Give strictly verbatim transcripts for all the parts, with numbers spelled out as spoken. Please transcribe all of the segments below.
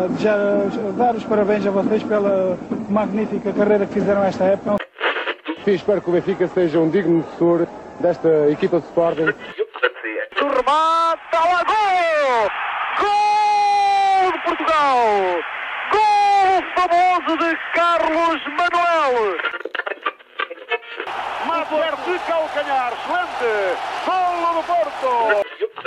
uh, desejar, dar os parabéns a vocês pela magnífica carreira que fizeram esta época. Sim, espero que o Benfica seja um digno sucessor desta equipa de Sporting. O remate, está lá, gol! Gol de Portugal! Gol famoso de Carlos Manuel! Mater de calcanhar, excelente! Gol do Porto!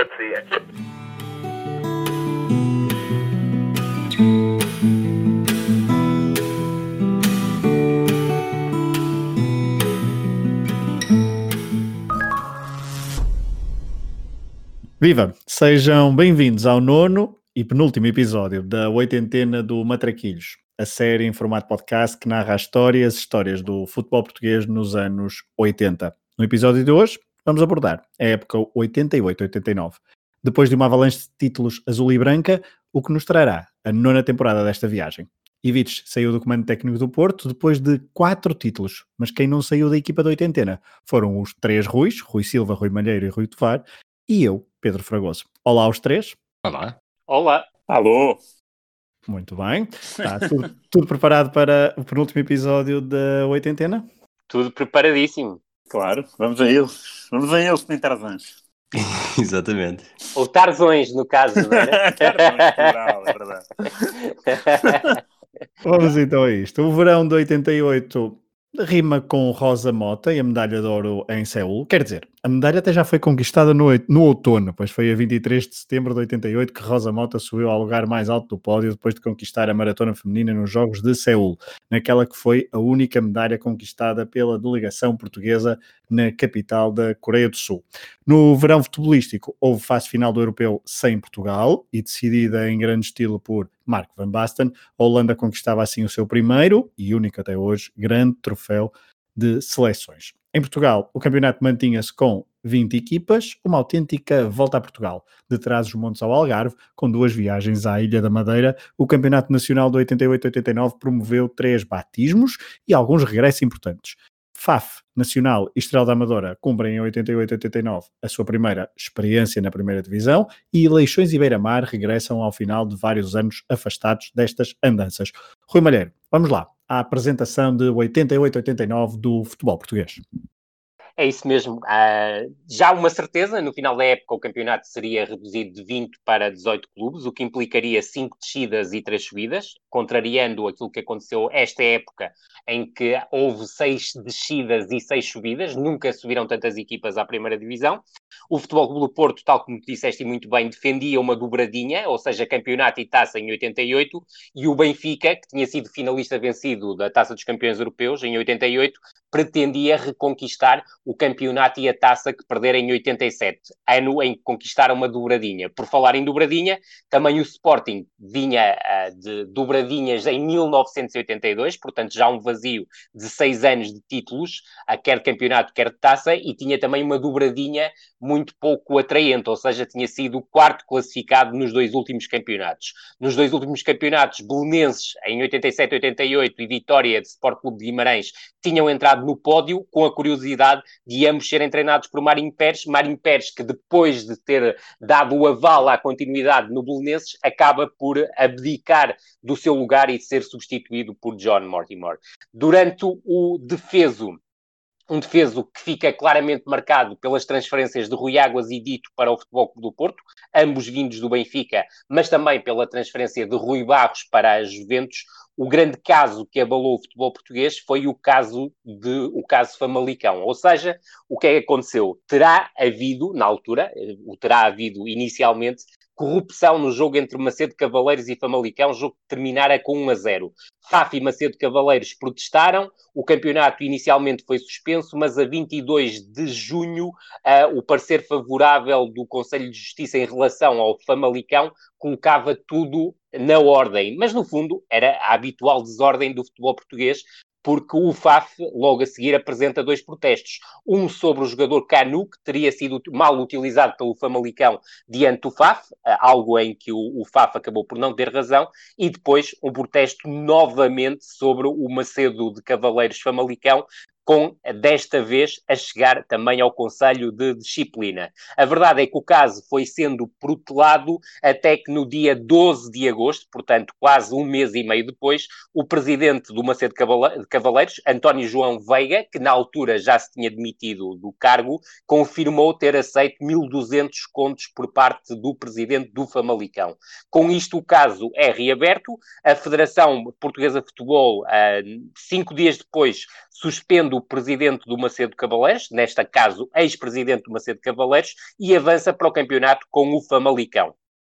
Viva! Sejam bem-vindos ao nono e penúltimo episódio da oitentena do Matraquilhos, a série em formato podcast que narra as histórias, histórias do futebol português nos anos oitenta. No episódio de hoje, vamos abordar a época oitenta e oito oitenta e nove. Depois de uma avalanche de títulos azul e branca, o que nos trará a nona temporada desta viagem. Ivites saiu do comando técnico do Porto depois de quatro títulos, mas quem não saiu da equipa da oitentena foram os três Ruis, Rui Silva, Rui Malheiro e Rui Tovar, e eu, Pedro Fragoso. Olá aos três. Olá. Olá. Alô. Muito bem. Está tudo, tudo preparado para o penúltimo episódio da oitentena? Tudo preparadíssimo. Claro, vamos a ele. Vamos a ele, sem Tarzãs. Exatamente. Ou Tarzões, no caso, não é? Tarzões, plural, é verdade. Vamos então a isto. O verão de oitenta e oito rima com Rosa Mota e a medalha de ouro em Seul. Quer dizer, a medalha até já foi conquistada no, no outono, pois foi a vinte e três de setembro de oitenta e oito que Rosa Mota subiu ao lugar mais alto do pódio depois de conquistar a maratona feminina nos Jogos de Seul, naquela que foi a única medalha conquistada pela delegação portuguesa na capital da Coreia do Sul. No verão futebolístico houve fase final do Europeu sem Portugal e decidida em grande estilo por Mark van Basten. A Holanda conquistava assim o seu primeiro e único até hoje grande troféu de seleções. Em Portugal, o campeonato mantinha-se com vinte equipas, uma autêntica volta a Portugal, de Trás-os-Montes ao Algarve, com duas viagens à Ilha da Madeira. O Campeonato Nacional de oitenta e oito oitenta e nove promoveu três batismos e alguns regressos importantes. F A F Nacional e Estrela da Amadora cumprem em oitenta e oito oitenta e nove a sua primeira experiência na primeira divisão e Leixões e Beira-Mar regressam ao final de vários anos afastados destas andanças. Rui Malheiro, vamos lá à apresentação de oitenta e oito oitenta e nove do futebol português. É isso mesmo. Uh, já uma certeza, no final da época o campeonato seria reduzido de vinte para dezoito clubes, o que implicaria cinco descidas e três subidas, contrariando aquilo que aconteceu esta época, em que houve seis descidas e seis subidas, nunca subiram tantas equipas à primeira divisão. O Futebol Clube do Porto, tal como disseste muito bem, defendia uma dobradinha, ou seja, campeonato e taça em oitenta e oito, e o Benfica, que tinha sido finalista vencido da Taça dos Campeões Europeus em oitenta e oito, pretendia reconquistar o campeonato e a taça que perderam em oitenta e sete, ano em que conquistaram uma dobradinha. Por falar em dobradinha, também o Sporting vinha uh, de dobradinhas em mil novecentos e oitenta e dois, portanto já um vazio de seis anos de títulos, uh, quer de campeonato, quer de taça, e tinha também uma dobradinha muito pouco atraente, ou seja, tinha sido o quarto classificado nos dois últimos campeonatos. Nos dois últimos campeonatos, belenenses, em oitenta e sete oitenta e oito, e Vitória de Sport Clube de Guimarães, tinham entrado no pódio, com a curiosidade de ambos serem treinados por Marinho Pérez. Marinho Pérez, que depois de ter dado o aval à continuidade no Belenenses, acaba por abdicar do seu lugar e ser substituído por John Mortimer. Durante o defeso, um defeso que fica claramente marcado pelas transferências de Rui Águas e Dito para o Futebol Clube do Porto, ambos vindos do Benfica, mas também pela transferência de Rui Barros para a Juventus. O grande caso que abalou o futebol português foi o caso de o caso Famalicão. Ou seja, o que é que aconteceu? Terá havido, na altura, o terá havido inicialmente, corrupção no jogo entre Macedo Cavaleiros e Famalicão, jogo que terminara com um a zero. F A F e Macedo Cavaleiros protestaram, o campeonato inicialmente foi suspenso, mas a vinte e dois de junho uh, o parecer favorável do Conselho de Justiça em relação ao Famalicão colocava tudo na ordem, mas no fundo era a habitual desordem do futebol português, porque o F A F, logo a seguir, apresenta dois protestos. Um sobre o jogador Canu, que teria sido mal utilizado pelo Famalicão diante do F A F, algo em que o, o F A F acabou por não ter razão, e depois um protesto novamente sobre o Macedo de Cavaleiros Famalicão, com, desta vez, a chegar também ao Conselho de Disciplina. A verdade é que o caso foi sendo protelado até que no dia doze de agosto, portanto quase um mês e meio depois, o presidente do Macedo Cavaleiros, António João Veiga, que na altura já se tinha demitido do cargo, confirmou ter aceito mil e duzentos contos por parte do presidente do Famalicão. Com isto o caso é reaberto, a Federação Portuguesa de Futebol, cinco dias depois, suspende o presidente do Macedo Cavaleiros, nesta caso ex-presidente do Macedo Cavaleiros, e avança para o campeonato com o Famalicão.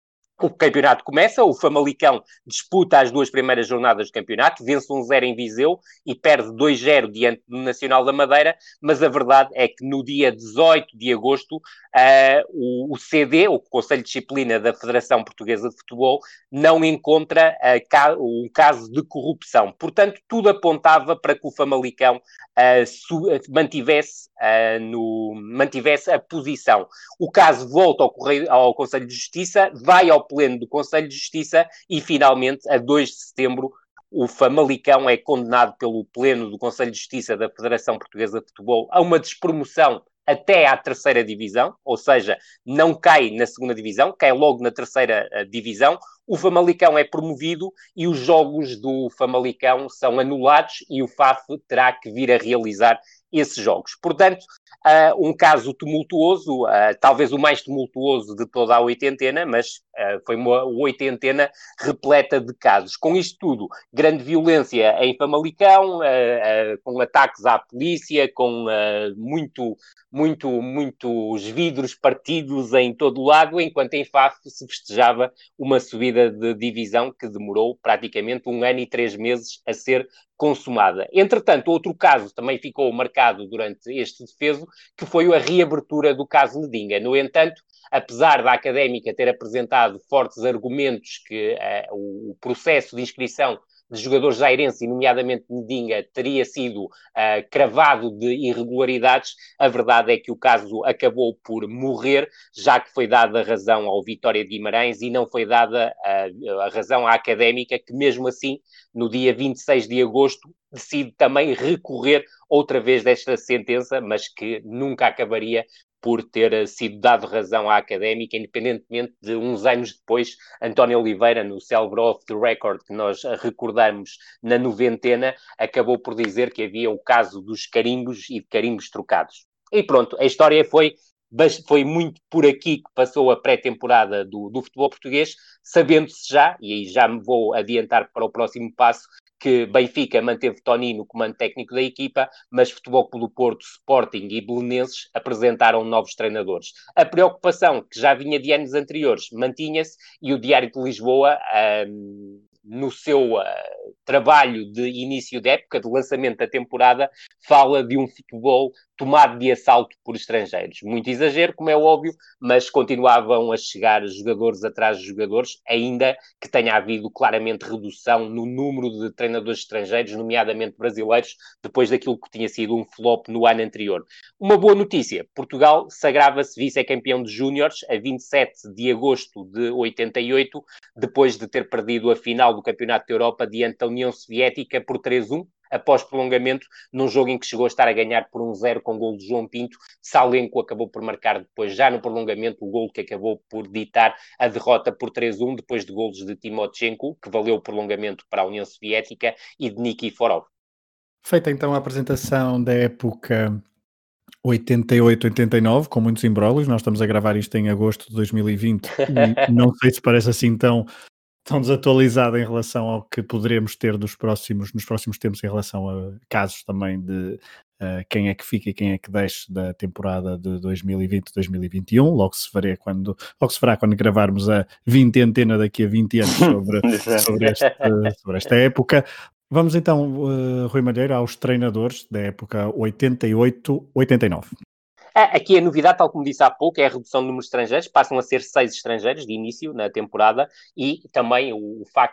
O campeonato começa, o Famalicão disputa as duas primeiras jornadas do campeonato, vence um zero em Viseu e perde dois zero diante do Nacional da Madeira, mas a verdade é que no dia dezoito de agosto uh, o, o C D, o Conselho de Disciplina da Federação Portuguesa de Futebol, não encontra uh, ca- um caso de corrupção. Portanto, tudo apontava para que o Famalicão uh, su- mantivesse, uh, no, mantivesse a posição. O caso volta ao, Correio, ao Conselho de Justiça, vai ao pleno do Conselho de Justiça e, finalmente, a dois de setembro, o Famalicão é condenado pelo pleno do Conselho de Justiça da Federação Portuguesa de Futebol a uma despromoção até à terceira divisão, ou seja, não cai na segunda divisão, cai logo na terceira uh, divisão. O Famalicão é promovido e os jogos do Famalicão são anulados e o F A F terá que vir a realizar esses jogos. Portanto, uh, um caso tumultuoso, uh, talvez o mais tumultuoso de toda a oitentena, mas uh, foi uma oitentena repleta de casos. Com isto tudo, grande violência em Famalicão, uh, uh, com ataques à polícia, com uh, muito, muito, muitos vidros partidos em todo o lado, enquanto em F A F se festejava uma subida de divisão que demorou praticamente um ano e três meses a ser consumada. Entretanto, outro caso também ficou marcado durante este defeso, que foi a reabertura do caso Ledinga. No entanto, apesar da Académica ter apresentado fortes argumentos que uh, o processo de inscrição de jogadores jairenses, e nomeadamente Medinha, teria sido uh, cravado de irregularidades, a verdade é que o caso acabou por morrer, já que foi dada a razão ao Vitória de Guimarães e não foi dada uh, a razão à Académica, que mesmo assim, no dia vinte e seis de agosto, decide também recorrer outra vez desta sentença, mas que nunca acabaria por ter sido dado razão à Académica, independentemente de uns anos depois, António Oliveira, no célebre off the record que nós recordamos na noventena, acabou por dizer que havia o caso dos carimbos e de carimbos trocados. E pronto, a história foi, foi muito por aqui que passou a pré-temporada do, do futebol português, sabendo-se já, e aí já me vou adiantar para o próximo passo, que Benfica manteve Toni no comando técnico da equipa, mas Futebol Clube do Porto, Sporting e Belenenses apresentaram novos treinadores. A preocupação que já vinha de anos anteriores mantinha-se e o Diário de Lisboa, um, no seu uh, trabalho de início de época, de lançamento da temporada, fala de um futebol tomado de assalto por estrangeiros. Muito exagero, como é óbvio, mas continuavam a chegar jogadores atrás de jogadores, ainda que tenha havido claramente redução no número de treinadores estrangeiros, nomeadamente brasileiros, depois daquilo que tinha sido um flop no ano anterior. Uma boa notícia, Portugal sagrava-se vice-campeão de júniores a vinte e sete de agosto de oitenta e oito, depois de ter perdido a final do Campeonato da Europa diante da União Soviética por três a um, após prolongamento, num jogo em que chegou a estar a ganhar por um zero com gol de João Pinto. Salenco acabou por marcar depois, já no prolongamento, o gol que acabou por ditar a derrota por três a um, depois de golos de Timochenko, que valeu o prolongamento para a União Soviética, e de Nikiforov. Feita então a apresentação da época oitenta e oito oitenta e nove, com muitos imbróglios, nós estamos a gravar isto em agosto de dois mil e vinte e não sei se parece assim tão... tão desatualizada em relação ao que poderemos ter dos próximos, nos próximos tempos em relação a casos também de uh, quem é que fica e quem é que deixa da temporada de dois mil e vinte dois mil e vinte e um, logo se verá quando, logo se verá quando gravarmos a vintentena daqui a vinte anos sobre, sobre, este, sobre esta época. Vamos então, uh, Rui Malheiro, aos treinadores da época oitenta e oito oitenta e nove. Aqui a novidade, tal como disse há pouco, é a redução do número de estrangeiros, passam a ser seis estrangeiros de início na temporada, e também o, o facto de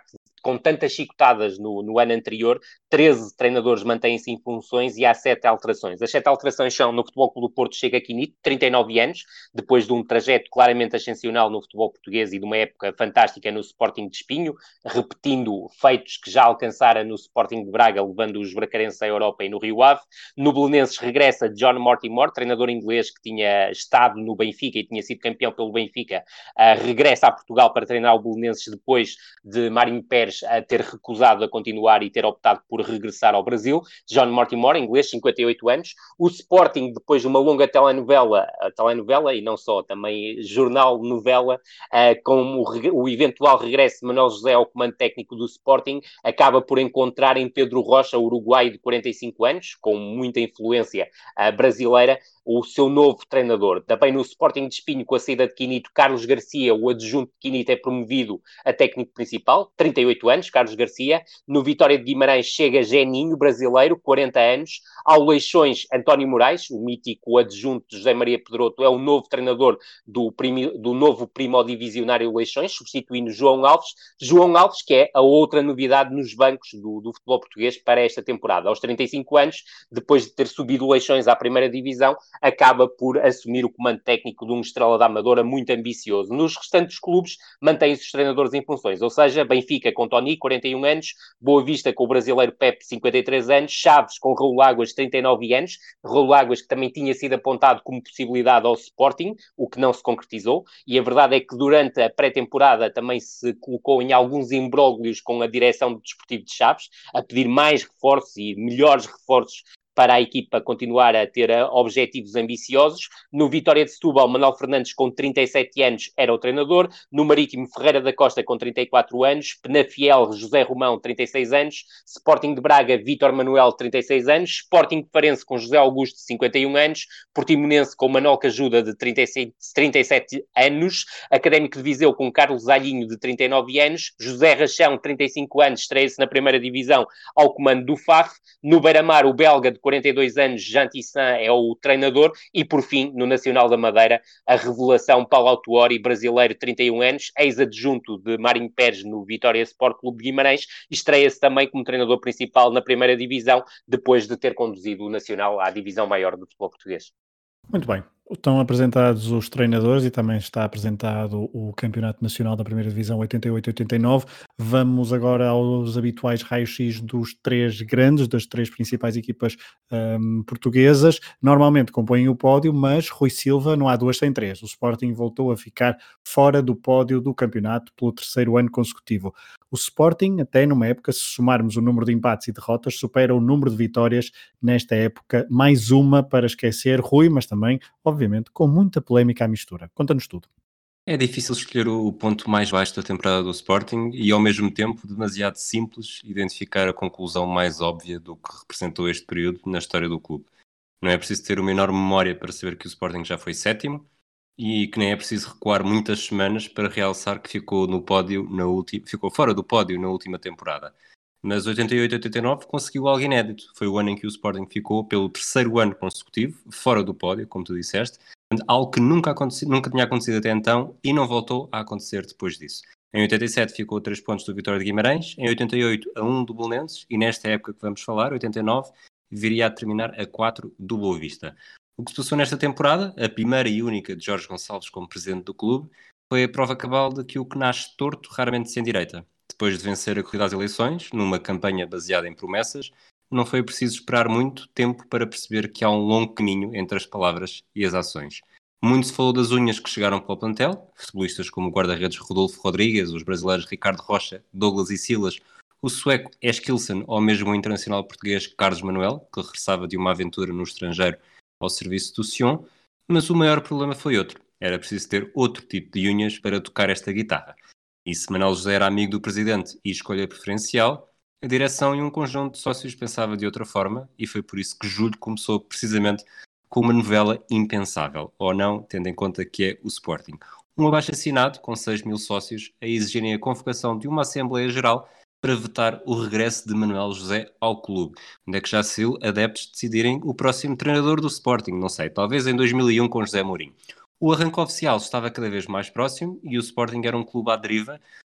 com tantas chicotadas no, no ano anterior, treze treinadores mantêm-se em funções e há sete alterações. As sete alterações são: no Futebol Clube do Porto chega Quinito, trinta e nove anos, depois de um trajeto claramente ascensional no futebol português e de uma época fantástica no Sporting de Espinho, repetindo feitos que já alcançara no Sporting de Braga, levando os bracarenses à Europa e no Rio Ave. No Belenenses regressa John Mortimer, treinador inglês que tinha estado no Benfica e tinha sido campeão pelo Benfica, uh, regressa a Portugal para treinar o Belenenses depois de Marinho Pérez a ter recusado a continuar e ter optado por regressar ao Brasil. John Mortimer, inglês, cinquenta e oito anos. O Sporting, depois de uma longa telenovela, telenovela e não só, também jornal-novela, uh, com o, o eventual regresso de Manuel José ao comando técnico do Sporting, acaba por encontrar em Pedro Rocha, uruguaio de quarenta e cinco anos, com muita influência uh, brasileira, o seu novo treinador. Também no Sporting de Espinho, com a saída de Quinito, Carlos Garcia, o adjunto de Quinito, é promovido a técnico principal, trinta e oito anos, Carlos Garcia. No Vitória de Guimarães chega Geninho, brasileiro, quarenta anos. Ao Leixões, António Moraes, o mítico adjunto de José Maria Pedroto, é o novo treinador do, primi, do novo primodivisionário Leixões, substituindo João Alves. João Alves, que é a outra novidade nos bancos do, do futebol português para esta temporada. Aos trinta e cinco anos, depois de ter subido Leixões à primeira divisão, acaba por assumir o comando técnico de um Estrela da Amadora muito ambicioso. Nos restantes clubes, mantêm-se os treinadores em funções, ou seja, Benfica com Toni, quarenta e um anos, Boa Vista com o brasileiro Pepe, cinquenta e três anos, Chaves com Raul Águas, trinta e nove anos, Raul Águas que também tinha sido apontado como possibilidade ao Sporting, o que não se concretizou, e a verdade é que durante a pré-temporada também se colocou em alguns imbróglios com a direção do Desportivo de Chaves, a pedir mais reforços e melhores reforços para a equipa continuar a ter objetivos ambiciosos. No Vitória de Setúbal, Manuel Fernandes, com trinta e sete anos, era o treinador. No Marítimo, Ferreira da Costa, com trinta e quatro anos. Penafiel, José Romão, trinta e seis anos. Sporting de Braga, Vítor Manuel, trinta e seis anos. Sporting de Farense, com José Augusto, cinquenta e um anos. Portimonense, com Manuel Cajuda, de trinta e sete anos. Académico de Viseu, com Carlos Alhinho, de trinta e nove anos. José Rachão, trinta e cinco anos, estreia-se na primeira divisão ao comando do F A F. No Beira-Mar, o belga, de quarenta e dois anos, Jean Tissan, é o treinador. E, por fim, no Nacional da Madeira, a revelação Paulo Autuori, brasileiro, trinta e um anos, ex-adjunto de Marinho Pérez no Vitória Sport Clube de Guimarães, estreia-se também como treinador principal na primeira divisão, depois de ter conduzido o Nacional à divisão maior do futebol português. Muito bem. Estão apresentados os treinadores e também está apresentado o Campeonato Nacional da Primeira Divisão oitenta e oito oitenta e nove. Vamos agora aos habituais raios-x dos três grandes, das três principais equipas um, portuguesas. Normalmente compõem o pódio, mas Rui Silva não há duas sem três. O Sporting voltou a ficar fora do pódio do campeonato pelo terceiro ano consecutivo. O Sporting, até numa época, se somarmos o número de empates e derrotas, supera o número de vitórias nesta época. Mais uma para esquecer, Rui, mas também, obviamente, com muita polémica à mistura. Conta-nos tudo. É difícil escolher o ponto mais baixo da temporada do Sporting e, ao mesmo tempo, demasiado simples identificar a conclusão mais óbvia do que representou este período na história do clube. Não é preciso ter uma enorme memória para saber que o Sporting já foi sétimo e que nem é preciso recuar muitas semanas para realçar que ficou no pódio na última, ficou fora do pódio na última temporada. Mas oitenta e oito oitenta e nove conseguiu algo inédito. Foi o ano em que o Sporting ficou pelo terceiro ano consecutivo fora do pódio, como tu disseste, algo que nunca, aconteci, nunca tinha acontecido até então e não voltou a acontecer depois disso. Em oitenta e sete ficou a três pontos do Vitória de Guimarães, em oitenta e oito a um do Belenenses e nesta época que vamos falar, oitenta e nove, viria a terminar a quatro do Boa Vista. O que se passou nesta temporada, a primeira e única de Jorge Gonçalves como presidente do clube, foi a prova cabal de que o que nasce torto raramente se endireita. Depois de vencer a corrida às eleições, numa campanha baseada em promessas, não foi preciso esperar muito tempo para perceber que há um longo caminho entre as palavras e as ações. Muito se falou das unhas que chegaram para o plantel, futebolistas como o guarda-redes Rodolfo Rodrigues, os brasileiros Ricardo Rocha, Douglas e Silas, o sueco Eskilsson ou mesmo o internacional português Carlos Manuel, que regressava de uma aventura no estrangeiro ao serviço do Sion, mas o maior problema foi outro. Era preciso ter outro tipo de unhas para tocar esta guitarra. E se Manuel José era amigo do presidente e escolha preferencial, a direção e um conjunto de sócios pensava de outra forma e foi por isso que julho começou precisamente com uma novela impensável, ou não, tendo em conta que é o Sporting. Um abaixo-assinado com seis mil sócios a exigirem a convocação de uma Assembleia Geral para votar o regresso de Manuel José ao clube, onde é que já se viu adeptos decidirem o próximo treinador do Sporting, não sei, talvez em dois mil e um com José Mourinho. O arranque oficial estava cada vez mais próximo e o Sporting era um clube à deriva,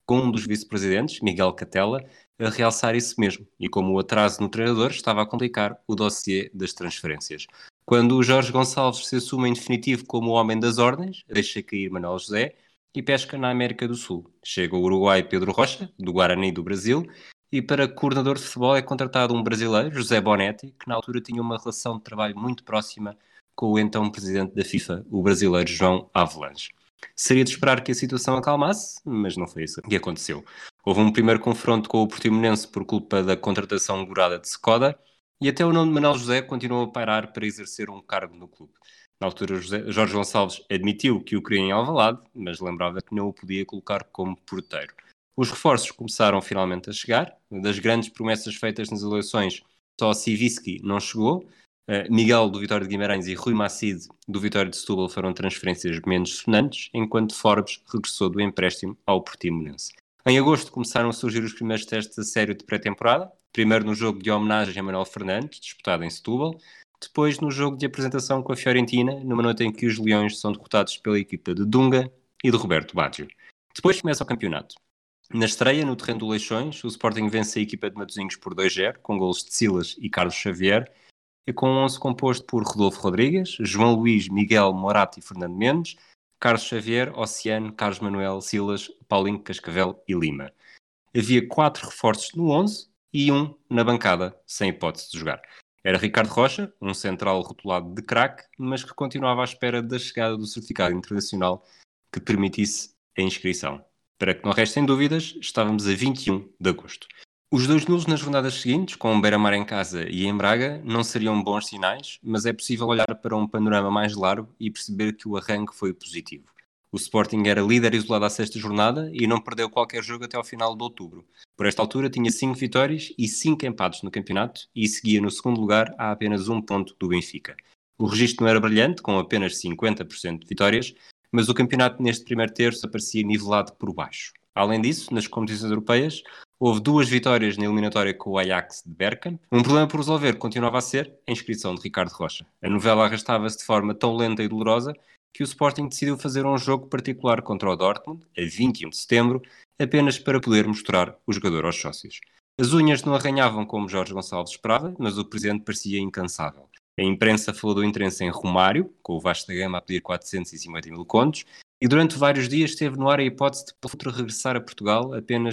com um dos vice-presidentes, Miguel Catela, a realçar isso mesmo, e como o atraso no treinador estava a complicar o dossiê das transferências. Quando o Jorge Gonçalves se assume em definitivo como o homem das ordens, deixa cair Manuel José e pesca na América do Sul. Chega o Uruguai Pedro Rocha, do Guarani do Brasil, e para coordenador de futebol é contratado um brasileiro, José Bonetti, que na altura tinha uma relação de trabalho muito próxima com o então presidente da FIFA, o brasileiro João Avelange. Seria de esperar que a situação acalmasse, mas não foi isso que aconteceu. Houve um primeiro confronto com o Portimonense por culpa da contratação gorada de Skoda, e até o nome de Manuel José continuou a pairar para exercer um cargo no clube. Na altura, José, Jorge Gonçalves admitiu que o queria em Alvalade, mas lembrava que não o podia colocar como porteiro. Os reforços começaram finalmente a chegar. Das grandes promessas feitas nas eleições, só Siviski não chegou. Uh, Miguel, do Vitória de Guimarães, e Rui Macide, do Vitória de Setúbal, foram transferências menos sonantes, enquanto Forbes regressou do empréstimo ao Portimonense. Em agosto começaram a surgir os primeiros testes a sério de pré-temporada, primeiro no jogo de homenagem a Manuel Fernandes, disputado em Setúbal, depois no jogo de apresentação com a Fiorentina, numa noite em que os Leões são derrotados pela equipa de Dunga e de Roberto Baggio. Depois começa o campeonato. Na estreia, no terreno do Leixões, o Sporting vence a equipa de Matosinhos por dois a zero, com golos de Silas e Carlos Xavier, e com um onze composto por Rodolfo Rodrigues, João Luís, Miguel Morato e Fernando Mendes, Carlos Xavier, Oceano, Carlos Manuel, Silas, Paulinho, Cascavel e Lima. Havia quatro reforços no onze e um na bancada, sem hipótese de jogar. Era Ricardo Rocha, um central rotulado de craque, mas que continuava à espera da chegada do certificado internacional que permitisse a inscrição. Para que não restem dúvidas, estávamos a vinte e um de agosto. Os dois nulos nas jornadas seguintes, com o Beira-Mar em casa e em Braga, não seriam bons sinais, mas é possível olhar para um panorama mais largo e perceber que o arranque foi positivo. O Sporting era líder isolado à sexta jornada e não perdeu qualquer jogo até ao final de outubro. Por esta altura tinha cinco vitórias e cinco empates no campeonato e seguia no segundo lugar a apenas um ponto do Benfica. O registro não era brilhante, com apenas cinquenta por cento de vitórias, mas o campeonato neste primeiro terço aparecia nivelado por baixo. Além disso, nas competições europeias, houve duas vitórias na eliminatória com o Ajax de Bergkamp. Um problema por resolver continuava a ser a inscrição de Ricardo Rocha. A novela arrastava-se de forma tão lenta e dolorosa que o Sporting decidiu fazer um jogo particular contra o Dortmund, a vinte e um de setembro, apenas para poder mostrar o jogador aos sócios. As unhas não arranhavam como Jorge Gonçalves esperava, mas o presidente parecia incansável. A imprensa falou do interesse em Romário, com o Vasco da Gama a pedir quatrocentos e cinquenta mil contos, e durante vários dias esteve no ar a hipótese de Pelfutro regressar a Portugal apenas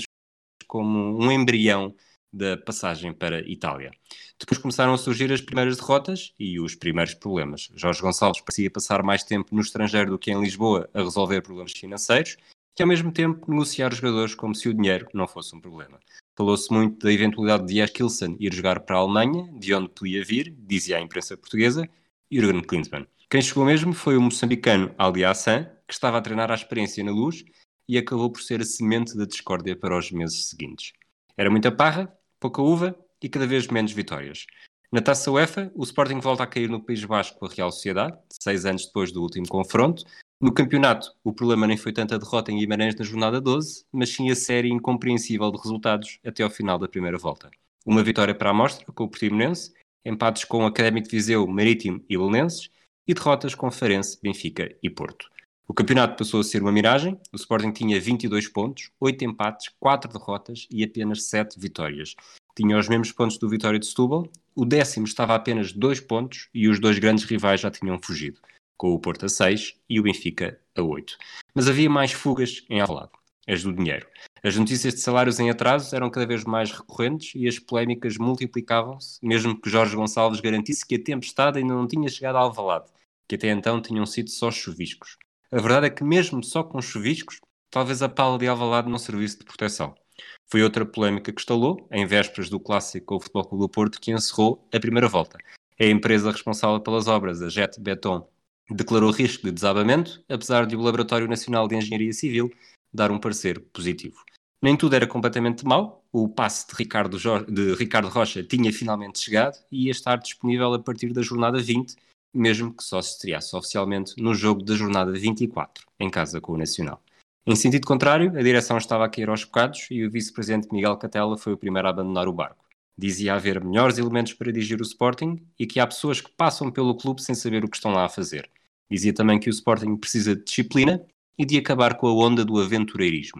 como um embrião da passagem para a Itália. Depois começaram a surgir as primeiras derrotas e os primeiros problemas. Jorge Gonçalves parecia passar mais tempo no estrangeiro do que em Lisboa a resolver problemas financeiros e, ao mesmo tempo, negociar os jogadores como se o dinheiro não fosse um problema. Falou-se muito da eventualidade de Eskilsson ir jogar para a Alemanha, de onde podia vir, dizia a imprensa portuguesa, Jürgen Klinsmann. Quem chegou mesmo foi o moçambicano Ali Hassan, que estava a treinar a experiência na Luz e acabou por ser a semente da discórdia para os meses seguintes. Era muita parra, pouca uva e cada vez menos vitórias. Na Taça UEFA, o Sporting volta a cair no País Basco com a Real Sociedade, seis anos depois do último confronto. No campeonato, o problema nem foi tanto a derrota em Guimarães na jornada doze, mas sim a série incompreensível de resultados até ao final da primeira volta. Uma vitória para a amostra, com o Portimonense, empates com o Académico de Viseu, Marítimo e Belenenses, e derrotas com Farense, Benfica e Porto. O campeonato passou a ser uma miragem. O Sporting tinha vinte e dois pontos, oito empates, quatro derrotas e apenas sete vitórias. Tinha os mesmos pontos do Vitória de Setúbal, o décimo estava a apenas dois pontos e os dois grandes rivais já tinham fugido, com o Porto a seis e o Benfica a oito. Mas havia mais fugas em Alvalade, as do dinheiro. As notícias de salários em atrasos eram cada vez mais recorrentes e as polémicas multiplicavam-se, mesmo que Jorge Gonçalves garantisse que a tempestade ainda não tinha chegado a Alvalade, que até então tinham sido só chuviscos. A verdade é que mesmo só com chuviscos, talvez a pala de Alvalade não servisse de proteção. Foi outra polémica que estalou, em vésperas do clássico com o Futebol Clube do Porto, que encerrou a primeira volta. A empresa responsável pelas obras, a Jet Beton, declarou risco de desabamento, apesar de o Laboratório Nacional de Engenharia Civil dar um parecer positivo. Nem tudo era completamente mau. O passe de Ricardo, Jorge, de Ricardo Rocha tinha finalmente chegado e ia estar disponível a partir da jornada vinte, mesmo que só se estreasse oficialmente no jogo da jornada vinte e quatro, em casa com o Nacional. Em sentido contrário, a direção estava a cair aos bocados e o vice-presidente Miguel Catela foi o primeiro a abandonar o barco. Dizia haver melhores elementos para dirigir o Sporting e que há pessoas que passam pelo clube sem saber o que estão lá a fazer. Dizia também que o Sporting precisa de disciplina e de acabar com a onda do aventureirismo.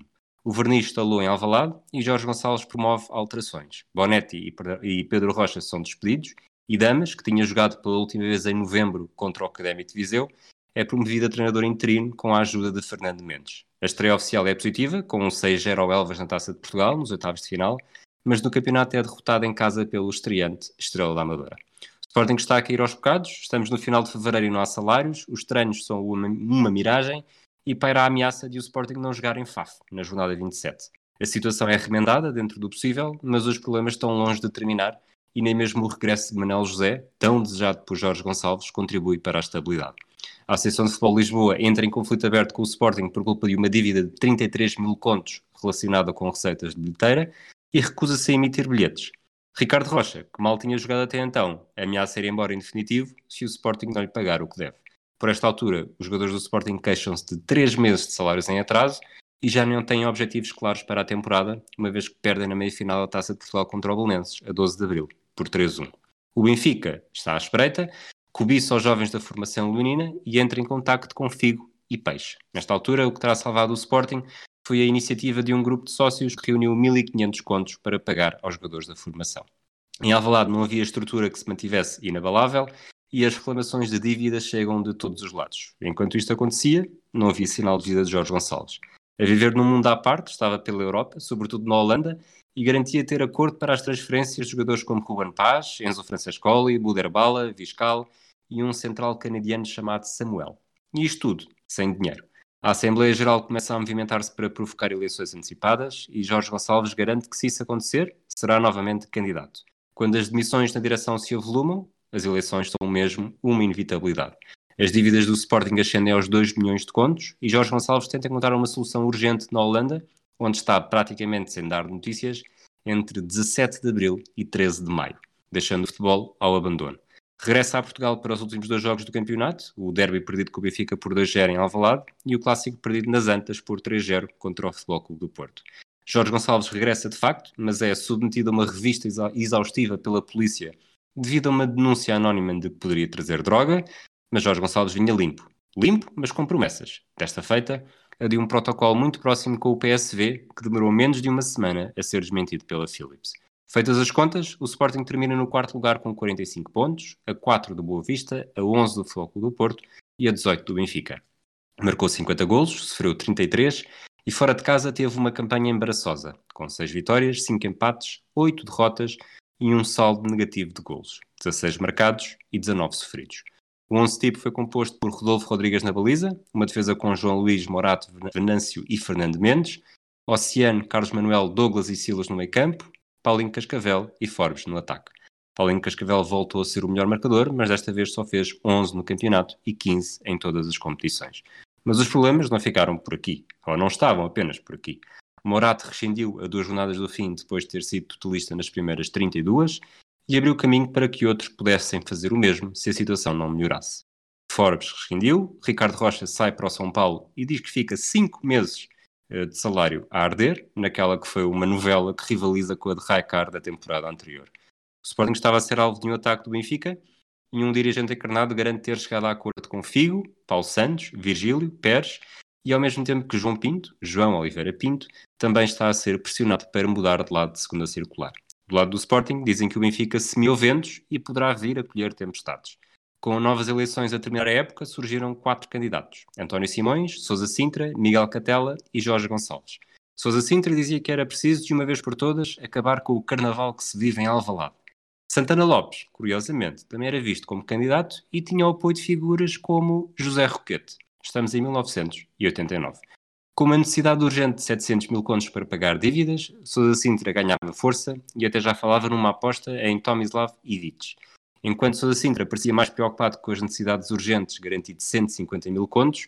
O verniz estalou em Alvalade e Jorge Gonçalves promove alterações. Bonetti e Pedro Rocha são despedidos e Damas, que tinha jogado pela última vez em novembro contra o Académico de Viseu, é promovido a treinador interino com a ajuda de Fernando Mendes. A estreia oficial é positiva, com um seis zero ao Elvas na Taça de Portugal, nos oitavos de final, mas no campeonato é derrotado em casa pelo estreante Estrela da Amadora. O Sporting está a cair aos bocados, estamos no final de fevereiro e não há salários, os treinos são uma, uma miragem e paira a ameaça de o Sporting não jogar em F A F, na jornada vinte e sete. A situação é remendada dentro do possível, mas os problemas estão longe de terminar e nem mesmo o regresso de Manel José, tão desejado por Jorge Gonçalves, contribui para a estabilidade. A Associação de Futebol de Lisboa entra em conflito aberto com o Sporting por culpa de uma dívida de trinta e três mil contos relacionada com receitas de bilheteira e recusa-se a emitir bilhetes. Ricardo Rocha, que mal tinha jogado até então, ameaça ir embora em definitivo se o Sporting não lhe pagar o que deve. Por esta altura, os jogadores do Sporting queixam-se de três meses de salários em atraso e já não têm objetivos claros para a temporada, uma vez que perdem na meia-final da Taça de Portugal contra o Belenenses, a doze de abril, por três a um. O Benfica está à espreita, cobiça aos jovens da formação leonina e entra em contacto com Figo e Peixe. Nesta altura, o que terá salvado o Sporting foi a iniciativa de um grupo de sócios que reuniu mil e quinhentos contos para pagar aos jogadores da formação. Em Alvalade não havia estrutura que se mantivesse inabalável e as reclamações de dívidas chegam de todos os lados. Enquanto isto acontecia, não havia sinal de vida de Jorge Gonçalves. A viver num mundo à parte, estava pela Europa, sobretudo na Holanda, e garantia ter acordo para as transferências de jogadores como Ruben Paz, Enzo Francescoli, Buderbala, Viscal e um central canadiano chamado Samuel. E isto tudo, sem dinheiro. A Assembleia Geral começa a movimentar-se para provocar eleições antecipadas e Jorge Gonçalves garante que, se isso acontecer, será novamente candidato. Quando as demissões na direção se avolumam, as eleições são mesmo uma inevitabilidade. As dívidas do Sporting ascendem aos dois milhões de contos e Jorge Gonçalves tenta encontrar uma solução urgente na Holanda, onde está praticamente sem dar notícias, entre dezassete de abril e treze de maio, deixando o futebol ao abandono. Regressa a Portugal para os últimos dois jogos do campeonato, o derby perdido com o Benfica por dois a zero em Alvalade e o clássico perdido nas Antas por três a zero contra o Futebol Clube do Porto. Jorge Gonçalves regressa de facto, mas é submetido a uma revista exaustiva pela polícia devido a uma denúncia anónima de que poderia trazer droga, mas Jorge Gonçalves vinha limpo. Limpo, mas com promessas. Desta feita, a de um protocolo muito próximo com o P S V, que demorou menos de uma semana a ser desmentido pela Philips. Feitas as contas, o Sporting termina no quarto lugar com quarenta e cinco pontos, a quatro do Boa Vista, a onze do Futebol Clube do Porto e a dezoito do Benfica. Marcou cinquenta golos, sofreu trinta e três e fora de casa teve uma campanha embaraçosa, com seis vitórias, cinco empates, oito derrotas e um saldo negativo de golos, dezasseis marcados e dezanove sofridos. O onze tipo foi composto por Rodolfo Rodrigues na baliza, uma defesa com João Luís, Morato, Venâncio e Fernando Mendes, Oceano, Carlos Manuel, Douglas e Silas no meio campo, Paulinho Cascavel e Forbes no ataque. Paulinho Cascavel voltou a ser o melhor marcador, mas desta vez só fez onze no campeonato e quinze em todas as competições. Mas os problemas não ficaram por aqui, ou não estavam apenas por aqui. Morato rescindiu a duas jornadas do fim depois de ter sido totalista nas primeiras trinta e duas e abriu caminho para que outros pudessem fazer o mesmo se a situação não melhorasse. Forbes rescindiu, Ricardo Rocha sai para o São Paulo e diz que fica cinco meses uh, de salário a arder, naquela que foi uma novela que rivaliza com a de Raikar da temporada anterior. O Sporting estava a ser alvo de um ataque do Benfica e um dirigente encarnado garante ter chegado a acordo com Figo, Paulo Santos, Virgílio, Pérez e ao mesmo tempo que João Pinto, João Oliveira Pinto, também está a ser pressionado para mudar de lado de segunda circular. Do lado do Sporting, dizem que o Benfica semeou ventos e poderá vir a colher tempestades. Com novas eleições a terminar a época, surgiram quatro candidatos. António Simões, Sousa Sintra, Miguel Catela e Jorge Gonçalves. Sousa Sintra dizia que era preciso, de uma vez por todas, acabar com o carnaval que se vive em Alvalade. Santana Lopes, curiosamente, também era visto como candidato e tinha o apoio de figuras como José Roquete. Estamos em mil novecentos e oitenta e nove. Com uma necessidade urgente de setecentos mil contos para pagar dívidas, Sousa Sintra ganhava força e até já falava numa aposta em Tomislav Ivic. Enquanto Sousa Sintra parecia mais preocupado com as necessidades urgentes, garantido cento e cinquenta mil contos,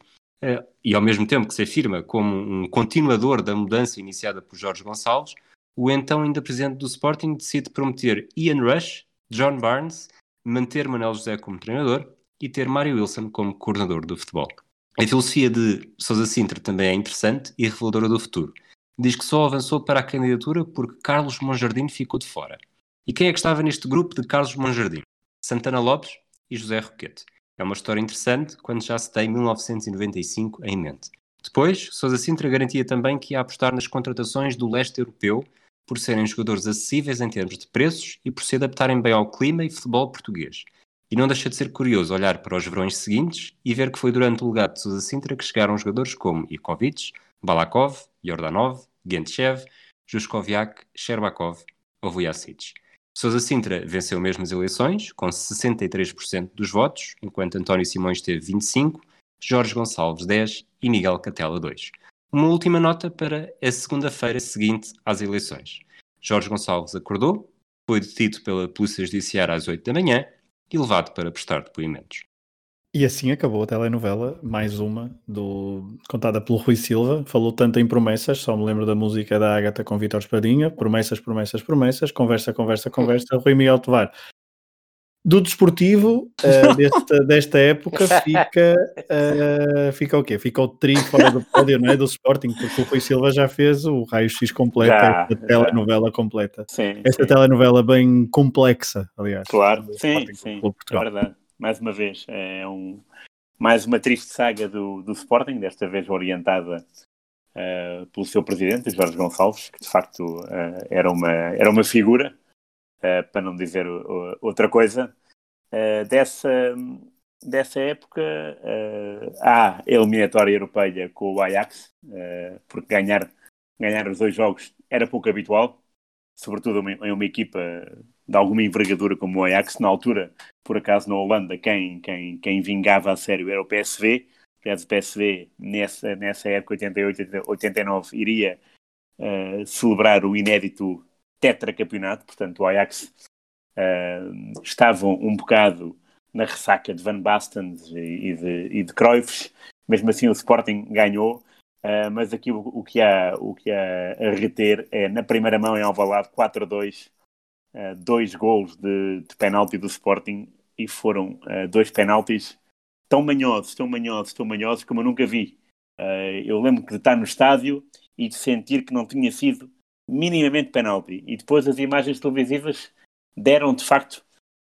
e ao mesmo tempo que se afirma como um continuador da mudança iniciada por Jorge Gonçalves, o então ainda presidente do Sporting decide prometer Ian Rush, John Barnes, manter Manuel José como treinador e ter Mário Wilson como coordenador do futebol. A filosofia de Sousa Sintra também é interessante e reveladora do futuro. Diz que só avançou para a candidatura porque Carlos Monjardim ficou de fora. E quem é que estava neste grupo de Carlos Monjardim? Santana Lopes e José Roquete. É uma história interessante quando já se tem mil novecentos e noventa e cinco em mente. Depois, Sousa Sintra garantia também que ia apostar nas contratações do leste europeu por serem jogadores acessíveis em termos de preços e por se adaptarem bem ao clima e futebol português. E não deixa de ser curioso olhar para os verões seguintes e ver que foi durante o legado de Sousa Sintra que chegaram jogadores como Ivkovic, Balakov, Yordanov, Gentchev, Juskoviak, Sherbakov ou Vujacic. Sousa Sintra venceu mesmo as eleições, com sessenta e três por cento dos votos, enquanto António Simões teve vinte e cinco por cento, Jorge Gonçalves dez por cento e Miguel Catela dois por cento. Uma última nota para a segunda-feira seguinte às eleições. Jorge Gonçalves acordou, foi detido pela Polícia Judiciária às oito da manhã e levado para prestar depoimentos. E assim acabou a telenovela, mais uma, do, contada pelo Rui Silva. Falou tanto em promessas, só me lembro da música da Ágata com Vítor Espadinha. Promessas, promessas, promessas, conversa, conversa, conversa. Rui Miguel Tovar. Do desportivo, uh, desta, desta época, fica, uh, fica o quê? Fica o tri fora do pódio, não é? Do Sporting, porque o Rui Silva já fez o raio-x completa, Já, esta telenovela completa. Sim, Esta sim. telenovela bem complexa, aliás. Claro, do sim, Sporting sim, Clube de é Portugal. verdade. Mais uma vez, é um, mais uma triste saga do, do Sporting, desta vez orientada uh, pelo seu presidente, Jorge Gonçalves, que de facto uh, era, uma, era uma figura, uh, para não dizer uh, outra coisa. Uh, dessa, dessa época uh, há a eliminatória europeia com o Ajax, uh, porque ganhar, ganhar os dois jogos era pouco habitual, sobretudo em uma equipa de alguma envergadura como o Ajax. Na altura, por acaso, na Holanda, quem, quem, quem vingava a sério era o P S V. Aliás, o P S V, nessa, nessa época, oitenta e oito, oitenta e nove, iria uh, celebrar o inédito tetracampeonato. Portanto, o Ajax uh, estava um bocado na ressaca de Van Basten e de, e de Cruyff. Mesmo assim, o Sporting ganhou. Uh, mas aqui o, o, que há, o que há a reter é, na primeira mão em Alvalade, quatro a dois, uh, dois golos de, de penalti do Sporting, e foram uh, dois penaltis tão manhosos, tão manhosos, tão manhosos como eu nunca vi. Uh, eu lembro de estar no estádio e de sentir que não tinha sido minimamente penalti. E depois as imagens televisivas deram, de facto,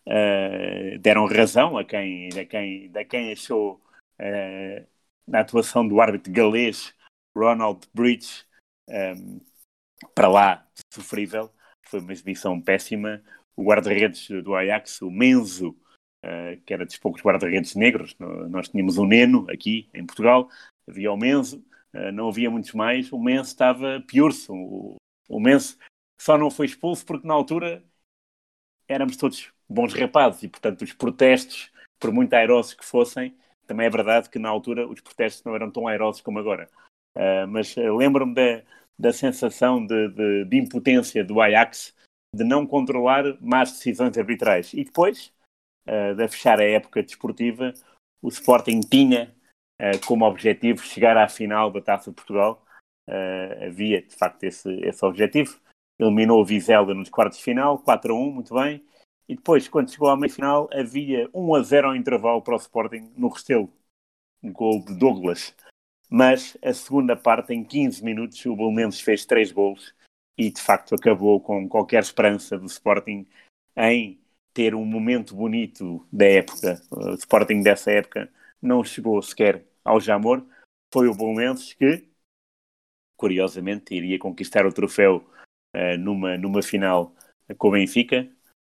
uh, deram razão a quem, a quem, a quem achou uh, na atuação do árbitro galês Ronald Bridge um, para lá sofrível. Foi uma exibição péssima. O guarda-redes do Ajax, o Menzo, uh, que era dos poucos guarda-redes negros, nós tínhamos o Neno aqui em Portugal, havia o Menzo, uh, não havia muitos mais. O Menzo estava pior-se. O, o Menzo só não foi expulso porque na altura éramos todos bons rapazes e, portanto, os protestos, por muito airosos que fossem, também é verdade que na altura os protestos não eram tão airosos como agora. Uh, mas uh, lembro-me da, da sensação de, de, de impotência do Ajax, de não controlar más decisões arbitrais. E depois, uh, de fechar a época desportiva, o Sporting tinha uh, como objetivo chegar à final da Taça de Portugal. Uh, havia, de facto, esse, esse objetivo. Eliminou o Vizela nos quartos de final, quatro a um, muito bem. E depois, quando chegou à meia-final, havia um a zero ao intervalo para o Sporting no Restelo. Um gol de Douglas. Mas a segunda parte, em quinze minutos, o Belenenses fez três golos e, de facto, acabou com qualquer esperança do Sporting em ter um momento bonito da época. O Sporting dessa época não chegou sequer ao Jamor. Foi o Belenenses que, curiosamente, iria conquistar o troféu uh, numa, numa final com o Benfica.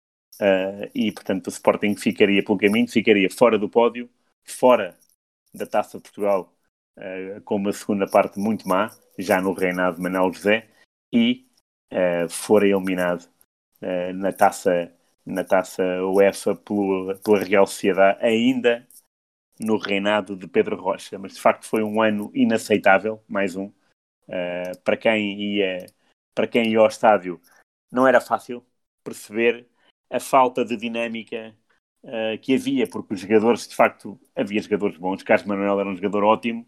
Uh, e, portanto, o Sporting ficaria pelo caminho, ficaria fora do pódio, fora da Taça de Portugal, Uh, com uma segunda parte muito má, já no reinado de Manuel José, e uh, fora eliminado uh, na taça, na taça UEFA pelo, pela Real Sociedade, ainda no reinado de Pedro Rocha. Mas de facto foi um ano inaceitável, mais um. Uh, para quem ia, para quem ia ao estádio, não era fácil perceber a falta de dinâmica uh, que havia, porque os jogadores, de facto, havia jogadores bons. Carlos Manuel era um jogador ótimo.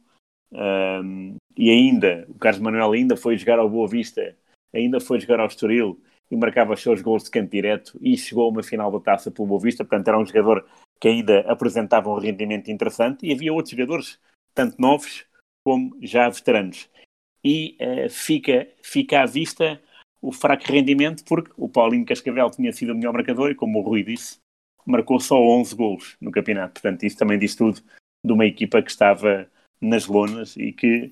Um, e ainda, o Carlos Manuel ainda foi jogar ao Boa Vista, ainda foi jogar ao Estoril e marcava os seus gols de canto direto e chegou a uma final da taça pelo Boa Vista. Portanto, era um jogador que ainda apresentava um rendimento interessante, e havia outros jogadores, tanto novos como já veteranos. E uh, fica, fica à vista o fraco rendimento, porque o Paulinho Cascavel tinha sido o melhor marcador e, como o Rui disse, marcou só onze golos no campeonato. Portanto, isso também diz tudo de uma equipa que estava nas lonas e que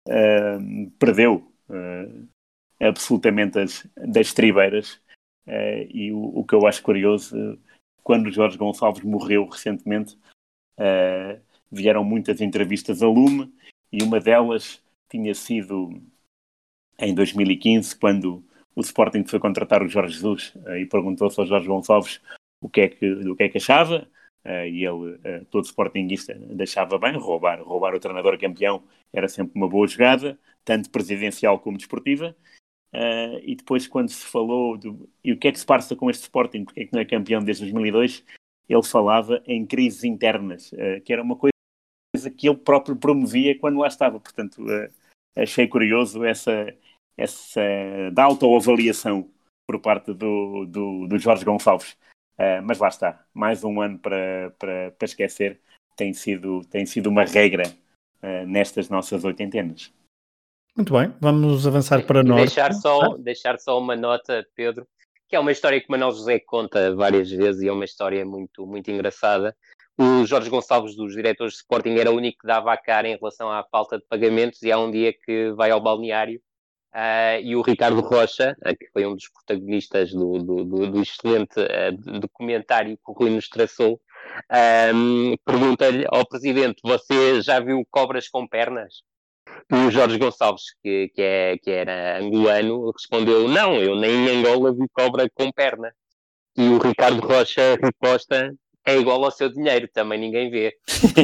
uh, perdeu uh, absolutamente as, das tribeiras. Uh, e o, o que eu acho curioso, uh, quando o Jorge Gonçalves morreu recentemente, uh, vieram muitas entrevistas a lume, e uma delas tinha sido em dois mil e quinze, quando o Sporting foi contratar o Jorge Jesus, uh, e perguntou-se ao Jorge Gonçalves o que é que, o que, é que achava, uh, e ele, uh, todo sportinguista, deixava bem, roubar, roubar o treinador campeão era sempre uma boa jogada, tanto presidencial como desportiva. Uh, e depois, quando se falou do, e o que é que se passa com este Sporting, porque é que não é campeão desde dois mil e dois, ele falava em crises internas, uh, que era uma coisa que ele próprio promovia quando lá estava. Portanto, uh, achei curioso essa, essa da autoavaliação por parte do, do, do Jorge Gonçalves. Uh, mas lá está, mais um ano para, para, para esquecer. Tem sido, tem sido uma regra uh, nestas nossas oitentenas. Muito bem, vamos avançar para e norte. Deixar só, deixar só uma nota, Pedro, que é uma história que o Manuel José conta várias vezes e é uma história muito, muito engraçada. O Jorge Gonçalves, dos diretores de Sporting, era o único que dava a cara em relação à falta de pagamentos, e há um dia que vai ao balneário uh, e o Ricardo Rocha, uh, que foi um dos protagonistas do, do, do, do excelente uh, documentário que o Rui nos traçou, um, pergunta-lhe ao presidente: você já viu cobras com pernas? E o Jorge Gonçalves, que, que, é, que era angolano, respondeu: não, eu nem em Angola vi cobra com perna. E o Ricardo Rocha resposta: é igual ao seu dinheiro, também ninguém vê.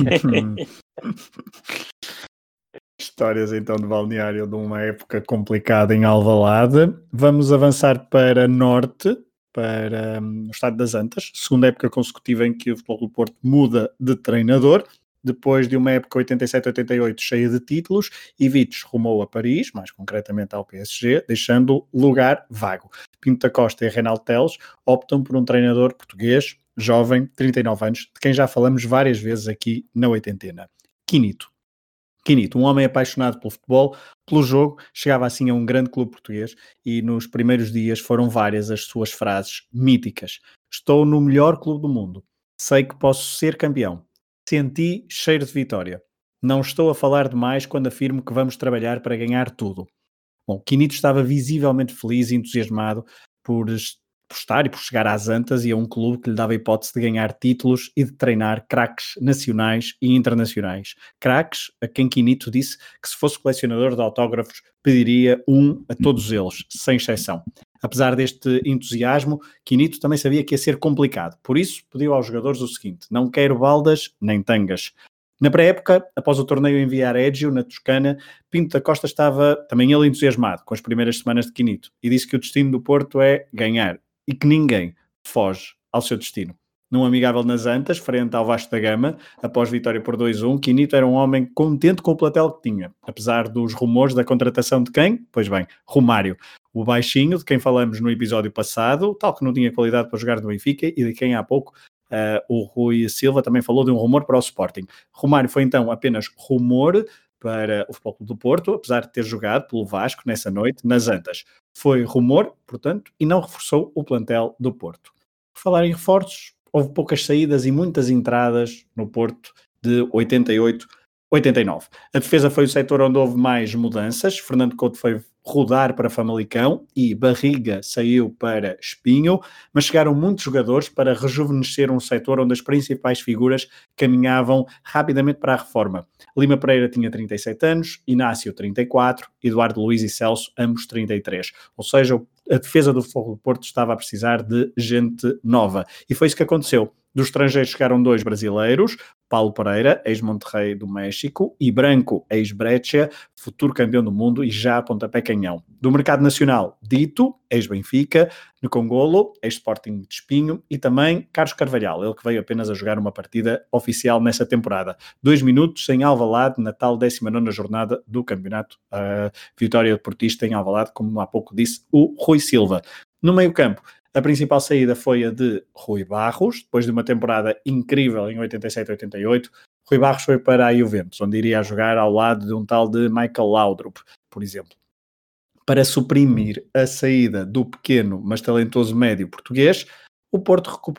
Histórias então de balneário de uma época complicada em Alvalade. Vamos avançar para norte, para um, o estado das Antas, segunda época consecutiva em que o Futebol do Porto muda de treinador. Depois de uma época oitenta e sete oitenta e oito cheia de títulos, Ivites rumou a Paris, mais concretamente ao P S G, deixando lugar vago. Pinto da Costa e Reinaldo Teles optam por um treinador português, jovem, trinta e nove anos, de quem já falamos várias vezes aqui na oitentena. Quinito. Quinito, um homem apaixonado pelo futebol, pelo jogo, chegava assim a um grande clube português e nos primeiros dias foram várias as suas frases míticas. Estou no melhor clube do mundo. Sei que posso ser campeão. Senti cheiro de vitória. Não estou a falar demais quando afirmo que vamos trabalhar para ganhar tudo. Bom, Quinito estava visivelmente feliz e entusiasmado por, por estar e por chegar às Antas e a um clube que lhe dava a hipótese de ganhar títulos e de treinar craques nacionais e internacionais. Craques a quem Quinito disse que, se fosse colecionador de autógrafos, pediria um a todos eles, sem exceção. Apesar deste entusiasmo, Quinito também sabia que ia ser complicado. Por isso, pediu aos jogadores o seguinte: não quero baldas nem tangas. Na pré-época, após o torneio em Viareggio, na Toscana, Pinto da Costa estava também ele entusiasmado com as primeiras semanas de Quinito e disse que o destino do Porto é ganhar e que ninguém foge ao seu destino. Num amigável nas Antas, frente ao Vasco da Gama, após vitória por dois a um, Quinito era um homem contente com o plantel que tinha, apesar dos rumores da contratação de quem? Pois bem, Romário, o baixinho de quem falamos no episódio passado, tal que não tinha qualidade para jogar no Benfica e de quem há pouco uh, o Rui Silva também falou de um rumor para o Sporting. Romário foi então apenas rumor para o Futebol Clube do Porto, apesar de ter jogado pelo Vasco nessa noite nas Antas. Foi rumor, portanto, e não reforçou o plantel do Porto. Por falar em reforços, houve poucas saídas e muitas entradas no Porto de oitenta e oito a oitenta e nove. A defesa foi o setor onde houve mais mudanças. Fernando Couto foi rodar para Famalicão e Barriga saiu para Espinho, mas chegaram muitos jogadores para rejuvenescer um setor onde as principais figuras caminhavam rapidamente para a reforma. Lima Pereira tinha trinta e sete anos, Inácio trinta e quatro, Eduardo Luiz e Celso ambos trinta e três. Ou seja, a defesa do Futebol do Porto estava a precisar de gente nova. E foi isso que aconteceu. Dos estrangeiros chegaram dois brasileiros, Paulo Pereira, ex-Monterrey do México, e Branco, ex-Breccia, futuro campeão do mundo e já a pontapé canhão. Do mercado nacional, Dito, ex-Benfica, Ncongolo, ex-Sporting de Espinho, e também Carlos Carvalhal, ele que veio apenas a jogar uma partida oficial nessa temporada. Dois minutos em Alvalade, na tal décima nona jornada do campeonato. Uh, vitória deportista em Alvalade, como há pouco disse o Rui Silva. No meio-campo, a principal saída foi a de Rui Barros, depois de uma temporada incrível em oitenta e sete oitenta e oito. Rui Barros foi para a Juventus, onde iria jogar ao lado de um tal de Michael Laudrup, por exemplo. Para suprimir a saída do pequeno, mas talentoso médio português, o Porto recuperou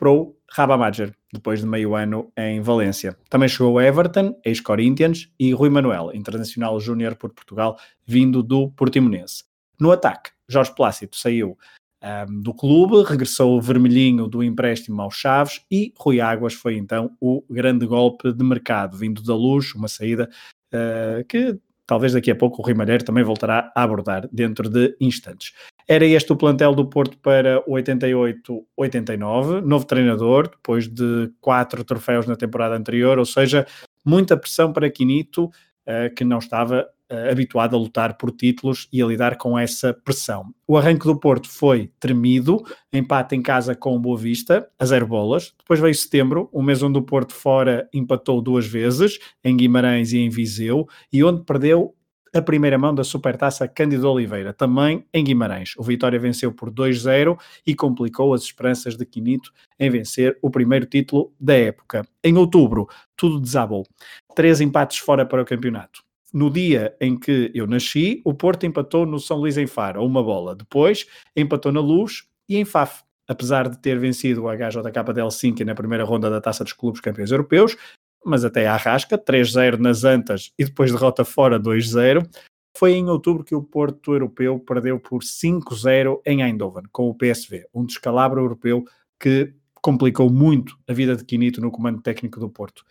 Raba Madjer, depois de meio ano em Valência. Também chegou Everton, ex-Corinthians, e Rui Manuel, internacional júnior por Portugal, vindo do Portimonense. No ataque, Jorge Plácido saiu um, do clube, regressou o vermelhinho do empréstimo aos Chaves e Rui Águas foi então o grande golpe de mercado, vindo da Luz, uma saída uh, que talvez daqui a pouco o Rui Malheiro também voltará a abordar dentro de instantes. Era este o plantel do Porto para o oitenta e oito oitenta e nove, novo treinador, depois de quatro troféus na temporada anterior, ou seja, muita pressão para Quinito, uh, que não estava uh, habituado a lutar por títulos e a lidar com essa pressão. O arranque do Porto foi tremido, empate em casa com o Boa Vista, a zero bolas. Depois veio setembro, um mês onde o Porto fora empatou duas vezes, em Guimarães e em Viseu, e onde perdeu a primeira mão da Supertaça Cândido Oliveira, também em Guimarães. O Vitória venceu por dois zero e complicou as esperanças de Quinito em vencer o primeiro título da época. Em outubro, tudo desabou. Três empates fora para o campeonato. No dia em que eu nasci, o Porto empatou no São Luís em Faro, uma bola. Depois, empatou na Luz e em Faf. Apesar de ter vencido o H J K de Helsinki na primeira ronda da Taça dos Clubes Campeões Europeus, mas até à rasca, três zero nas Antas e depois derrota fora dois zero. Foi em outubro que o Porto Europeu perdeu por cinco zero em Eindhoven, com o P S V, um descalabro europeu que complicou muito a vida de Quinito no comando técnico do Porto.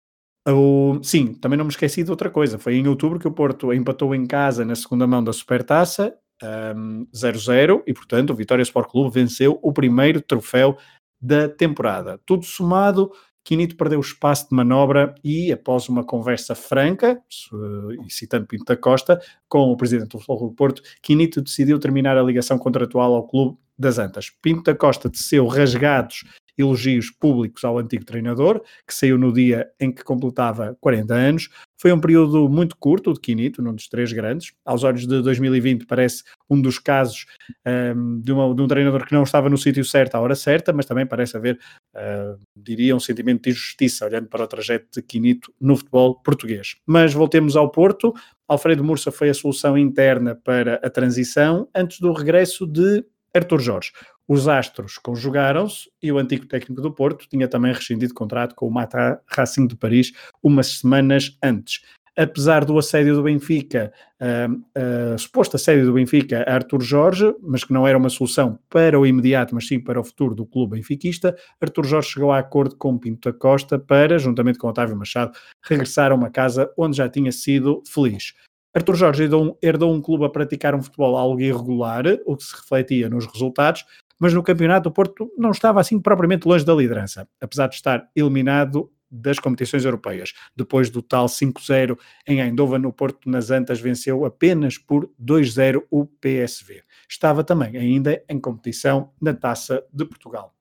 O... Sim, também não me esqueci de outra coisa. Foi em outubro que o Porto empatou em casa na segunda mão da Supertaça, um, zero zero, e portanto o Vitória Sport Clube venceu o primeiro troféu da temporada. Tudo somado, Quinito perdeu o espaço de manobra e, após uma conversa franca, e citando Pinto da Costa, com o presidente do Futebol Clube do Porto, Quinito decidiu terminar a ligação contratual ao Clube das Antas. Pinto da Costa teceu rasgados elogios públicos ao antigo treinador, que saiu no dia em que completava quarenta anos. Foi um período muito curto de Quinito, num dos três grandes. Aos olhos de dois mil e vinte parece um dos casos um, de, uma, de um treinador que não estava no sítio certo à hora certa, mas também parece haver, uh, diria, um sentimento de injustiça, olhando para o trajeto de Quinito no futebol português. Mas voltemos ao Porto. Alfredo Mursa foi a solução interna para a transição, antes do regresso de Artur Jorge. Os astros conjugaram-se e o antigo técnico do Porto tinha também rescindido contrato com o Mata Racing de Paris umas semanas antes. Apesar do assédio do Benfica, uh, uh, suposto assédio do Benfica a Artur Jorge, mas que não era uma solução para o imediato, mas sim para o futuro do clube benfiquista, Artur Jorge chegou a acordo com Pinto da Costa para, juntamente com Otávio Machado, regressar a uma casa onde já tinha sido feliz. Artur Jorge herdou um, herdou um clube a praticar um futebol algo irregular, o que se refletia nos resultados, mas no campeonato o Porto não estava assim propriamente longe da liderança, apesar de estar eliminado das competições europeias. Depois do tal cinco zero em Eindhoven, o Porto nas Antas venceu apenas por dois zero o P S V. Estava também ainda em competição na Taça de Portugal.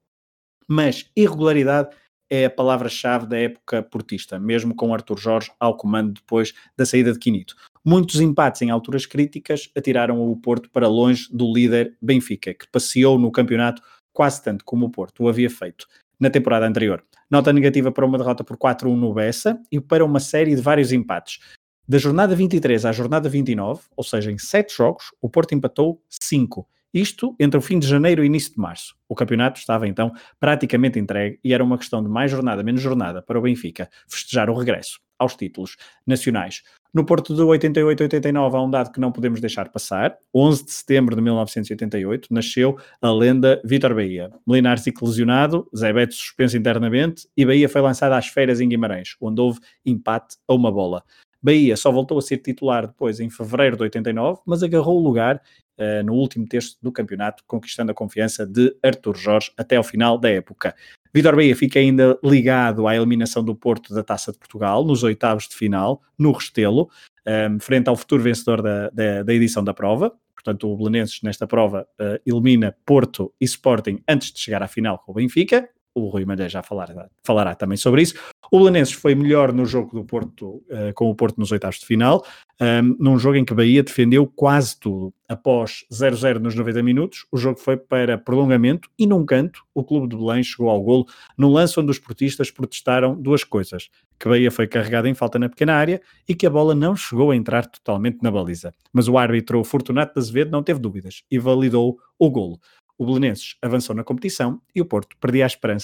Mas irregularidade é a palavra-chave da época portista, mesmo com Artur Jorge ao comando depois da saída de Quinito. Muitos empates em alturas críticas atiraram o Porto para longe do líder Benfica, que passeou no campeonato quase tanto como o Porto o havia feito na temporada anterior. Nota negativa para uma derrota por quatro a um no Bessa e para uma série de vários empates. Da jornada vinte e três à jornada vinte e nove, ou seja, em sete jogos, o Porto empatou cinco. Isto entre o fim de janeiro e início de março. O campeonato estava então praticamente entregue e era uma questão de mais jornada, menos jornada para o Benfica festejar o regresso aos títulos nacionais. No Porto de oitenta e oito oitenta e nove há um dado que não podemos deixar passar. onze de setembro de mil novecentos e oitenta e oito nasceu a lenda Vítor Bahia. Molinários lesionado, Zé Beto suspenso internamente e Bahia foi lançada às férias em Guimarães, onde houve empate a uma bola. Bahia só voltou a ser titular depois em fevereiro de oitenta e nove, mas agarrou o lugar uh, no último terço do campeonato, conquistando a confiança de Artur Jorge até ao final da época. Vítor Bahia fica ainda ligado à eliminação do Porto da Taça de Portugal, nos oitavos de final, no Restelo, um, frente ao futuro vencedor da, da, da edição da prova. Portanto, o Belenenses nesta prova uh, elimina Porto e Sporting antes de chegar à final com o Benfica. O Rui Malheiro já falará, falará também sobre isso. O Belenenses foi melhor no jogo do Porto, uh, com o Porto nos oitavos de final, um, num jogo em que Bahia defendeu quase tudo. Após zero zero nos noventa minutos, o jogo foi para prolongamento e num canto o Clube de Belém chegou ao golo num lance onde os portistas protestaram duas coisas: que Bahia foi carregada em falta na pequena área e que a bola não chegou a entrar totalmente na baliza. Mas o árbitro Fortunato de Azevedo não teve dúvidas e validou o golo. O Belenenses avançou na competição e o Porto perdia a esperança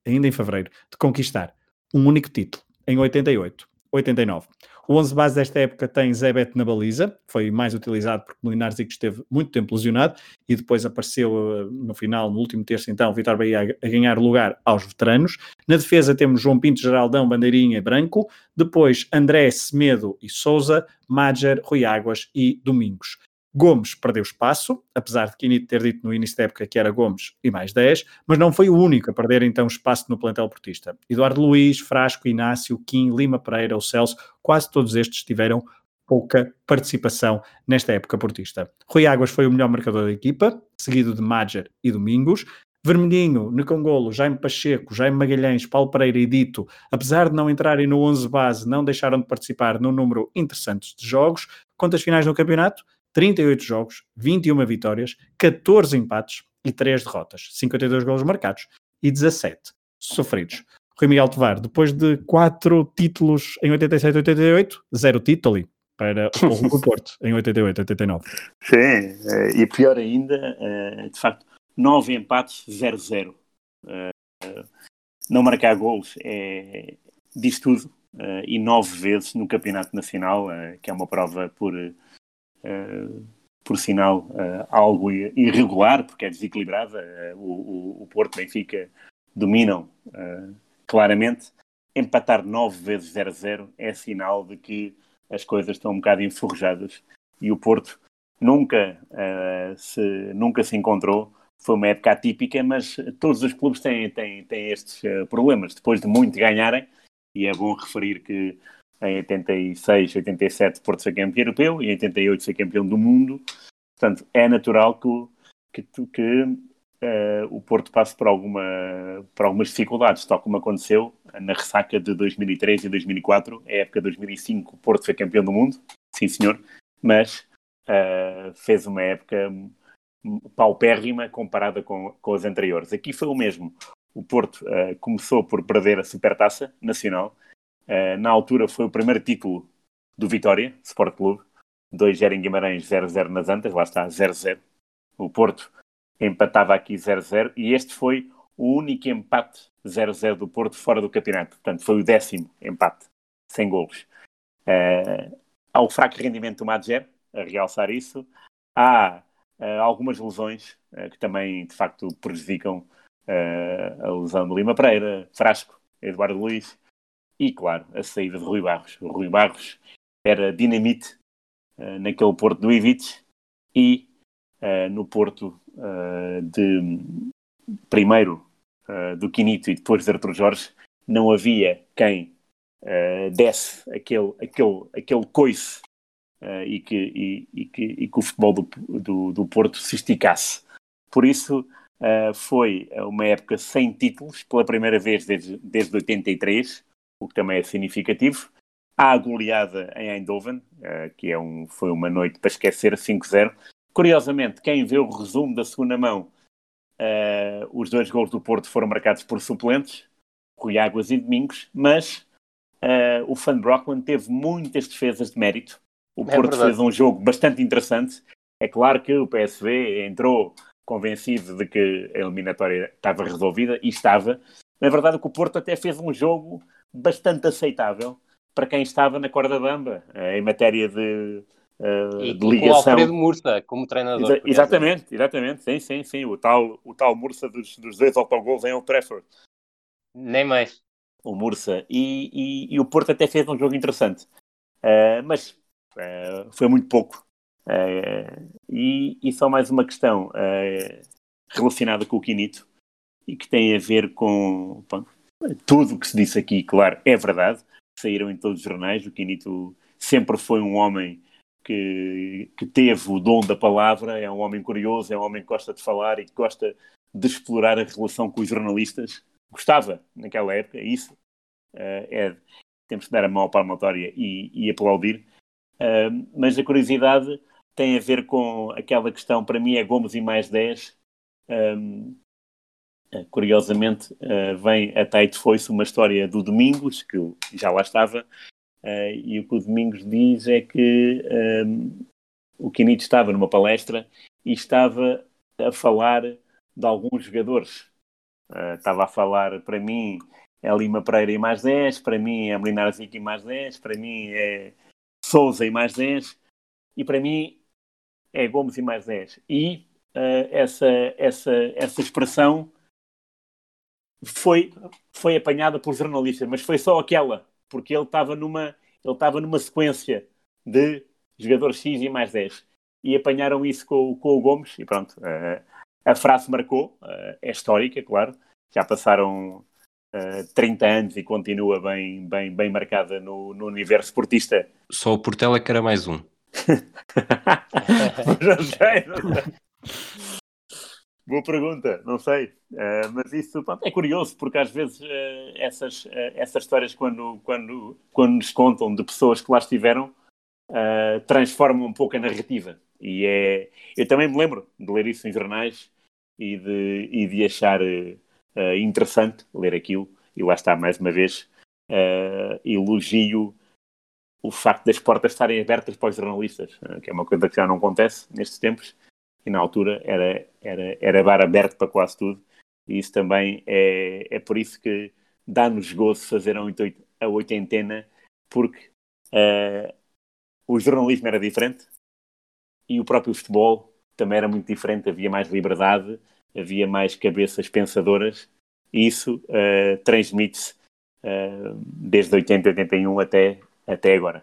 ainda em fevereiro, de conquistar um único título, em oitenta e oito, oitenta e nove. O onze base desta época tem Zé Beto na baliza, foi mais utilizado porque Molinari Zico esteve muito tempo lesionado e depois apareceu no final, no último terço então, Vítor Bahia a ganhar lugar aos veteranos. Na defesa temos João Pinto, Geraldão, Bandeirinha, Branco, depois André, Semedo e Sousa, Madger, Rui Águas e Domingos. Gomes perdeu espaço, apesar de Quinito ter dito no início da época que era Gomes e mais dez, mas não foi o único a perder então espaço no plantel portista. Eduardo Luiz, Frasco, Inácio, Kim, Lima Pereira, o Celso, quase todos estes tiveram pouca participação nesta época portista. Rui Águas foi o melhor marcador da equipa, seguido de Madger e Domingos. Vermelhinho, Necongolo, Jaime Pacheco, Jaime Magalhães, Paulo Pereira e Dito, apesar de não entrarem no onze base, não deixaram de participar num número interessante de jogos. Quantas finais no campeonato? trinta e oito jogos, vinte e uma vitórias, catorze empates e três derrotas, cinquenta e dois golos marcados e dezassete sofridos. Rui Miguel Tovar, depois de quatro títulos em oitenta e sete e oitenta e oito, zero título para o Porto em oitenta e oito e oitenta e nove. Sim, e pior ainda, de facto, nove empates, zero zero. Não marcar golos é, diz tudo, e nove vezes no Campeonato Nacional, que é uma prova por... Uh, por sinal uh, algo irregular, porque é desequilibrada. Uh, o, o Porto e Benfica dominam uh, claramente. Empatar nove vezes zero a zero é sinal de que as coisas estão um bocado enferrujadas e o Porto nunca, uh, se, nunca se encontrou. Foi uma época atípica, mas todos os clubes têm, têm, têm estes uh, problemas. Depois de muito ganharem, e é bom referir que em oitenta e seis, oitenta e sete, Porto foi campeão europeu e em oitenta e oito foi campeão do mundo. Portanto, é natural que, que, que uh, o Porto passe por, alguma, por algumas dificuldades, tal como aconteceu na ressaca de dois mil e três e dois mil e quatro. A época de dois mil e cinco, o Porto foi campeão do mundo, sim senhor, mas uh, fez uma época paupérrima comparada com, com as anteriores. Aqui foi o mesmo. O Porto uh, começou por perder a Supertaça Nacional. Uh, na altura foi o primeiro título do Vitória, Sport Clube, dois a zero em Guimarães, zero a zero nas Antas, lá está, zero a zero. O Porto empatava aqui zero a zero e este foi o único empate zero a zero do Porto fora do campeonato. Portanto, foi o décimo empate, sem golos. Uh, há o fraco rendimento do Madger, a realçar isso. Há uh, algumas lesões uh, que também, de facto, prejudicam uh, a lesão de Lima Pereira, Frasco, Eduardo Luiz. E, claro, a saída de Rui Barros. O Rui Barros era dinamite uh, naquele Porto do Ivic e uh, no Porto uh, de primeiro uh, do Quinito e depois de Artur Jorge não havia quem uh, desse aquele, aquele, aquele coice uh, e, que, e, e, que, e que o futebol do, do, do Porto se esticasse. Por isso uh, foi uma época sem títulos pela primeira vez desde, desde oitenta e três, o que também é significativo. Há a goleada em Eindhoven, uh, que é um, foi uma noite para esquecer, cinco a zero. Curiosamente, quem vê o resumo da segunda mão, uh, os dois gols do Porto foram marcados por suplentes, Rui Águas e Domingos, mas uh, o Van Brockman teve muitas defesas de mérito. O É Porto verdade. fez um jogo bastante interessante. É claro que o P S V entrou convencido de que a eliminatória estava resolvida, e estava. Na verdade, o Porto até fez um jogo bastante aceitável para quem estava na corda bamba, em matéria de, uh, E, de e com o ligação. Alfredo Mursa como treinador. Exa- exatamente, exatamente, sim, sim, sim, o tal, o tal Mursa dos, dos dois autogols em Old Trafford. Nem mais. O Mursa. E, e, e o Porto até fez um jogo interessante. Uh, mas uh, foi muito pouco. Uh, e, e só mais uma questão uh, relacionada com o Quinito e que tem a ver com... Bom, tudo o que se disse aqui, claro, é verdade. Saíram em todos os jornais. O Quinito sempre foi um homem que, que teve o dom da palavra. É um homem curioso, é um homem que gosta de falar e que gosta de explorar a relação com os jornalistas. Gostava, naquela época, isso. Uh, é, temos que dar a mão à palmatória e, e aplaudir. Uh, mas a curiosidade tem a ver com aquela questão, para mim é Gomes e mais dez. Um, Curiosamente, uh, vem a Taito Foice uma história do Domingos, que já lá estava, uh, e o que o Domingos diz é que um, o Quinito estava numa palestra e estava a falar de alguns jogadores Uh, estava a falar, para mim, é Lima Pereira e mais dez, para mim é Molinar Zico e mais dez, para mim é Sousa e mais dez, e para mim é Gomes e mais dez. E uh, essa, essa, essa expressão foi, foi apanhada por jornalistas, mas foi só aquela, porque ele estava numa, ele estava numa sequência de jogadores X e mais dez. E apanharam isso com, com o Gomes, e pronto, uh, a frase marcou, uh, é histórica, claro, já passaram uh, trinta anos e continua bem, bem, bem marcada no, no universo esportista. Só o Portela é que era mais um. Não sei, não sei. Boa pergunta, não sei. Uh, mas isso pronto, é curioso, porque às vezes uh, essas, uh, essas histórias, quando, quando, quando nos contam de pessoas que lá estiveram, uh, transformam um pouco a narrativa. E é... Eu também me lembro de ler isso em jornais e de, e de achar uh, interessante ler aquilo. E lá está, mais uma vez, uh, elogio o facto das portas estarem abertas para os jornalistas, uh, que é uma coisa que já não acontece nestes tempos. E na altura era, era, era bar aberto para quase tudo. E isso também é, é por isso que dá-nos gozo fazer a oitentena, porque uh, o jornalismo era diferente e o próprio futebol também era muito diferente. Havia mais liberdade, havia mais cabeças pensadoras, e isso uh, transmite-se uh, desde oitenta, oitenta e um até, até agora.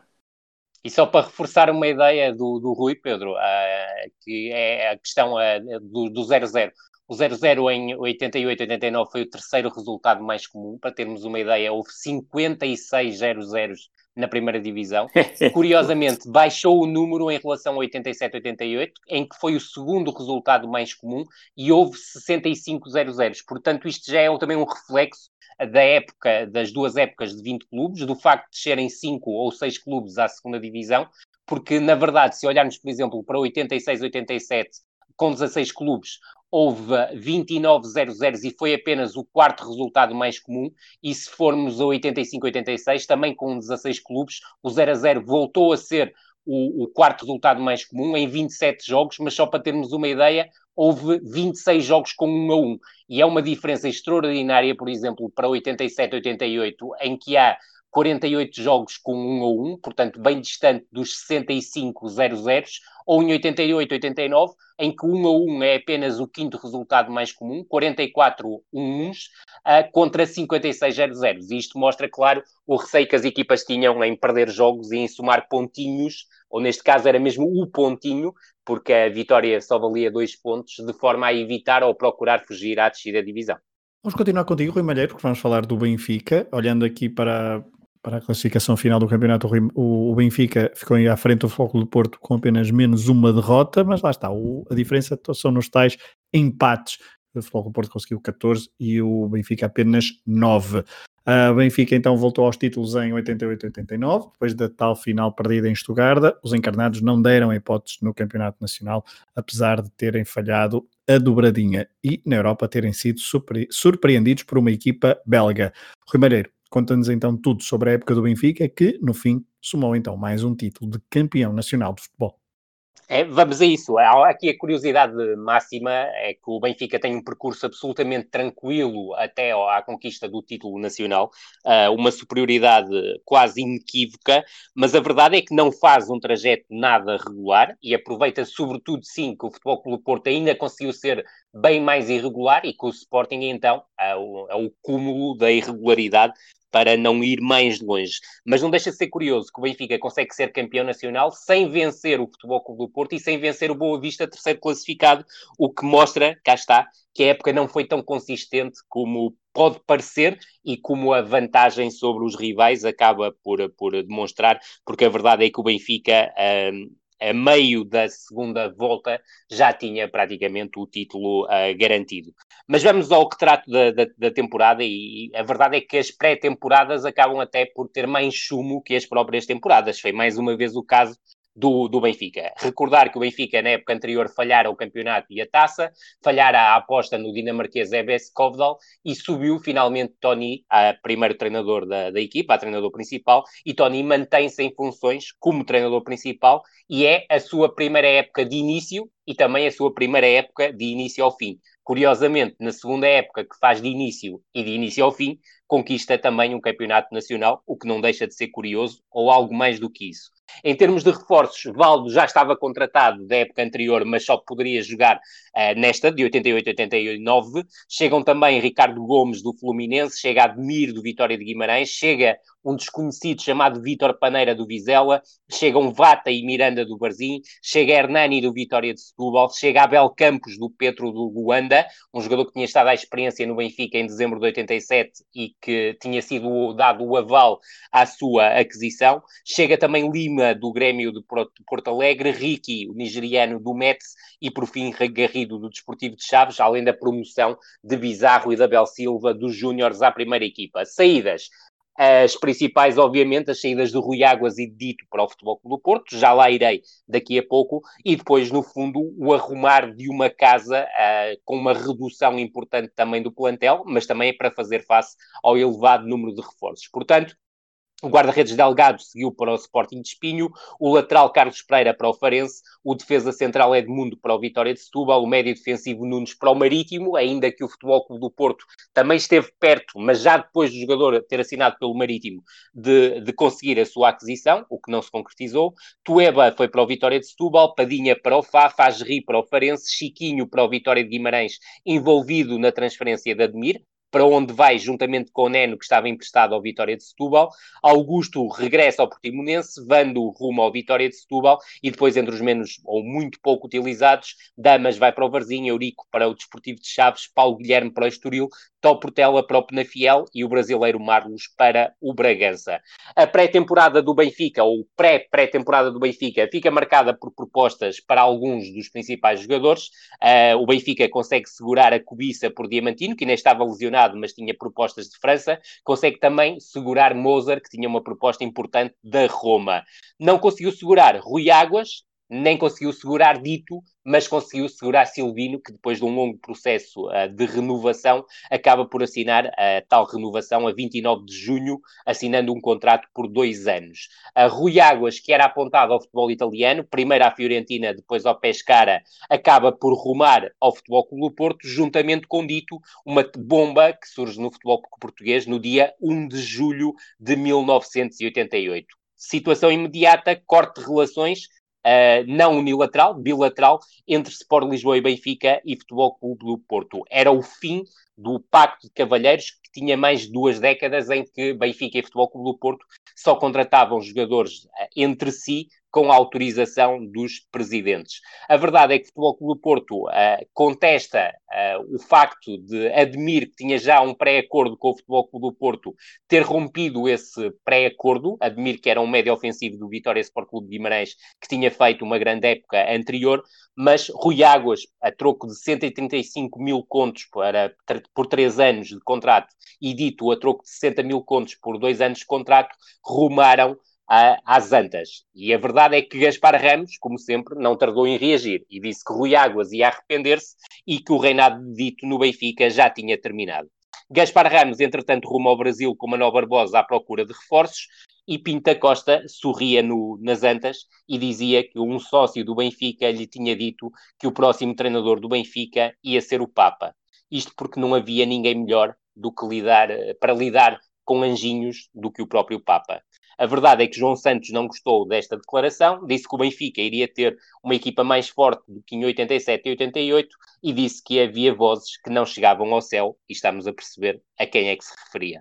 E só para reforçar uma ideia do, do Rui, Pedro, uh, que é a questão uh, do, do zero zero. O zero zero em oitenta e oito, oitenta e nove foi o terceiro resultado mais comum. Para termos uma ideia, houve cinquenta e seis zero zeros na primeira divisão. Curiosamente, baixou o número em relação a oitenta e sete, oitenta e oito, em que foi o segundo resultado mais comum, e houve sessenta e cinco zero zeros. Portanto, isto já é também um reflexo da época, das duas épocas de vinte clubes, do facto de serem cinco ou seis clubes à segunda divisão, porque, na verdade, se olharmos, por exemplo, para oitenta e seis, oitenta e sete, com dezasseis clubes, houve vinte e nove zero zeros e foi apenas o quarto resultado mais comum. E se formos a oitenta e cinco, oitenta e seis, também com dezasseis clubes, o zero a zero voltou a ser o, o quarto resultado mais comum em vinte e sete jogos, mas só para termos uma ideia, houve vinte e seis jogos com um a um. E é uma diferença extraordinária, por exemplo, para oitenta e sete, oitenta e oito, em que há quarenta e oito jogos com um a um, portanto, bem distante dos sessenta e cinco zero zeros, ou em oitenta e oito, oitenta e nove, em que um a um é apenas o quinto resultado mais comum, quarenta e quatro um uns, uh, contra cinquenta e seis zero zeros. E isto mostra, claro, o receio que as equipas tinham em perder jogos e em somar pontinhos, ou neste caso era mesmo o pontinho, porque a vitória só valia dois pontos, de forma a evitar ou procurar fugir à descida da divisão. Vamos continuar contigo, Rui Malheiro, porque vamos falar do Benfica, olhando aqui para... Para a classificação final do campeonato, o Benfica ficou à frente do Futebol do Porto com apenas menos uma derrota, mas lá está, o, a diferença são nos tais empates. O Futebol do Porto conseguiu catorze e o Benfica apenas nove. O Benfica então voltou aos títulos em oitenta e oito, oitenta e nove, depois da tal final perdida em Stuttgart. Os encarnados não deram hipóteses no campeonato nacional, apesar de terem falhado a dobradinha e na Europa terem sido surpre- surpreendidos por uma equipa belga. Rui Malheiro, conta-nos então tudo sobre a época do Benfica, que, no fim, somou então mais um título de campeão nacional de futebol. É, vamos a isso. Aqui a curiosidade máxima é que o Benfica tem um percurso absolutamente tranquilo até à conquista do título nacional, uma superioridade quase inequívoca, mas a verdade é que não faz um trajeto nada regular e aproveita sobretudo sim que o Futebol Clube do Porto ainda conseguiu ser bem mais irregular e que o Sporting então é o, é o cúmulo da irregularidade para não ir mais longe. Mas não deixa de ser curioso que o Benfica consegue ser campeão nacional sem vencer o Futebol Clube do Porto e sem vencer o Boa Vista, terceiro classificado, o que mostra, cá está, que a época não foi tão consistente como pode parecer e como a vantagem sobre os rivais acaba por, por demonstrar, porque a verdade é que o Benfica... Um, a meio da segunda volta, já tinha praticamente o título uh, garantido. Mas vamos ao retrato da, da, da temporada e, e a verdade é que as pré-temporadas acabam até por ter mais sumo que as próprias temporadas. Foi mais uma vez o caso do, do Benfica. Recordar que o Benfica, na época anterior, falhara o campeonato e a taça, falhara a aposta no dinamarquês Ebes Kovdal e subiu finalmente Tony a primeiro treinador da, da equipa, a treinador principal, e Tony mantém-se em funções como treinador principal e é a sua primeira época de início e também a sua primeira época de início ao fim. Curiosamente, na segunda época que faz de início e de início ao fim, conquista também um campeonato nacional, o que não deixa de ser curioso, ou algo mais do que isso. Em termos de reforços, Valdo já estava contratado da época anterior, mas só poderia jogar uh, nesta, de oitenta e oito a oitenta e nove. Chegam também Ricardo Gomes, do Fluminense, chega Admir, do Vitória de Guimarães, chega um desconhecido chamado Vítor Paneira, do Vizela, chegam Vata e Miranda, do Varzim, chega Hernani, do Vitória de Setúbal, chega Abel Campos, do Petro, do Luanda, um jogador que tinha estado à experiência no Benfica em dezembro de oitenta e sete e que tinha sido dado o aval à sua aquisição. Chega também Lima, do Grêmio de Porto Alegre, Ricky, o nigeriano, do Metz, e por fim Garrido, do Desportivo de Chaves, além da promoção de Bizarro e da Abel Silva, dos Júniores à primeira equipa. Saídas. As principais, obviamente, as saídas do Rui Águas e de Dito para o Futebol Clube do Porto, já lá irei daqui a pouco, e depois, no fundo, o arrumar de uma casa uh, com uma redução importante também do plantel, mas também é para fazer face ao elevado número de reforços. Portanto, o guarda-redes Delgado seguiu para o Sporting de Espinho, o lateral Carlos Pereira para o Farense, o defesa central Edmundo para o Vitória de Setúbal, o médio defensivo Nunes para o Marítimo, ainda que o Futebol Clube do Porto também esteve perto, mas já depois do jogador ter assinado pelo Marítimo, de, de conseguir a sua aquisição, o que não se concretizou. Tueba foi para o Vitória de Setúbal, Padinha para o Fá, Fazri para o Farense, Chiquinho para o Vitória de Guimarães, envolvido na transferência de Admir, para onde vai juntamente com o Neno, que estava emprestado ao Vitória de Setúbal. Augusto regressa ao Portimonense, Vando rumo ao Vitória de Setúbal, e depois, entre os menos ou muito pouco utilizados, Damas vai para o Varzim, Eurico para o Desportivo de Chaves, Paulo Guilherme para o Estoril, Tó Portela para o Penafiel e o brasileiro Marlos para o Bragança. A pré-temporada do Benfica, ou pré-pré-temporada do Benfica, fica marcada por propostas para alguns dos principais jogadores. Uh, o Benfica consegue segurar a cobiça por Diamantino, que ainda estava lesionado, mas tinha propostas de França. Consegue também segurar Moser, que tinha uma proposta importante da Roma. Não conseguiu segurar Rui Águas, nem conseguiu segurar Dito, mas conseguiu segurar Silvino, que depois de um longo processo uh, de renovação, acaba por assinar a uh, tal renovação a vinte e nove de junho, assinando um contrato por dois anos. A Rui Águas, que era apontado ao futebol italiano, primeiro à Fiorentina, depois ao Pescara, acaba por rumar ao Futebol Clube do Porto, juntamente com Dito, uma bomba que surge no futebol português no dia um de julho de mil novecentos e oitenta e oito. Situação imediata, corte de relações, Uh, não unilateral, bilateral, entre Sport Lisboa e Benfica e Futebol Clube do Porto. Era o fim do Pacto de Cavalheiros, que tinha mais de duas décadas em que Benfica e Futebol Clube do Porto só contratavam jogadores uh, entre si com a autorização dos presidentes. A verdade é que o Futebol Clube do Porto uh, contesta uh, o facto de Admir, que tinha já um pré-acordo com o Futebol Clube do Porto, ter rompido esse pré-acordo. Admir, que era um médio ofensivo do Vitória Sport Clube de Guimarães, que tinha feito uma grande época anterior, mas Rui Águas, a troco de cento e trinta e cinco mil contos para, por três anos de contrato, e Dito a troco de sessenta mil contos por dois anos de contrato, rumaram às antas. E a verdade é que Gaspar Ramos, como sempre, não tardou em reagir e disse que Rui Águas ia arrepender-se e que o reinado de Dito no Benfica já tinha terminado. Gaspar Ramos, entretanto, rumo ao Brasil com Manuel Barbosa à procura de reforços, e Pinta Costa sorria no, nas antas e dizia que um sócio do Benfica lhe tinha dito que o próximo treinador do Benfica ia ser o Papa. Isto porque não havia ninguém melhor do que lidar, para lidar com anjinhos do que o próprio Papa. A verdade é que João Santos não gostou desta declaração, disse que o Benfica iria ter uma equipa mais forte do que em oitenta e sete e oitenta e oito e disse que havia vozes que não chegavam ao céu, e estamos a perceber a quem é que se referia.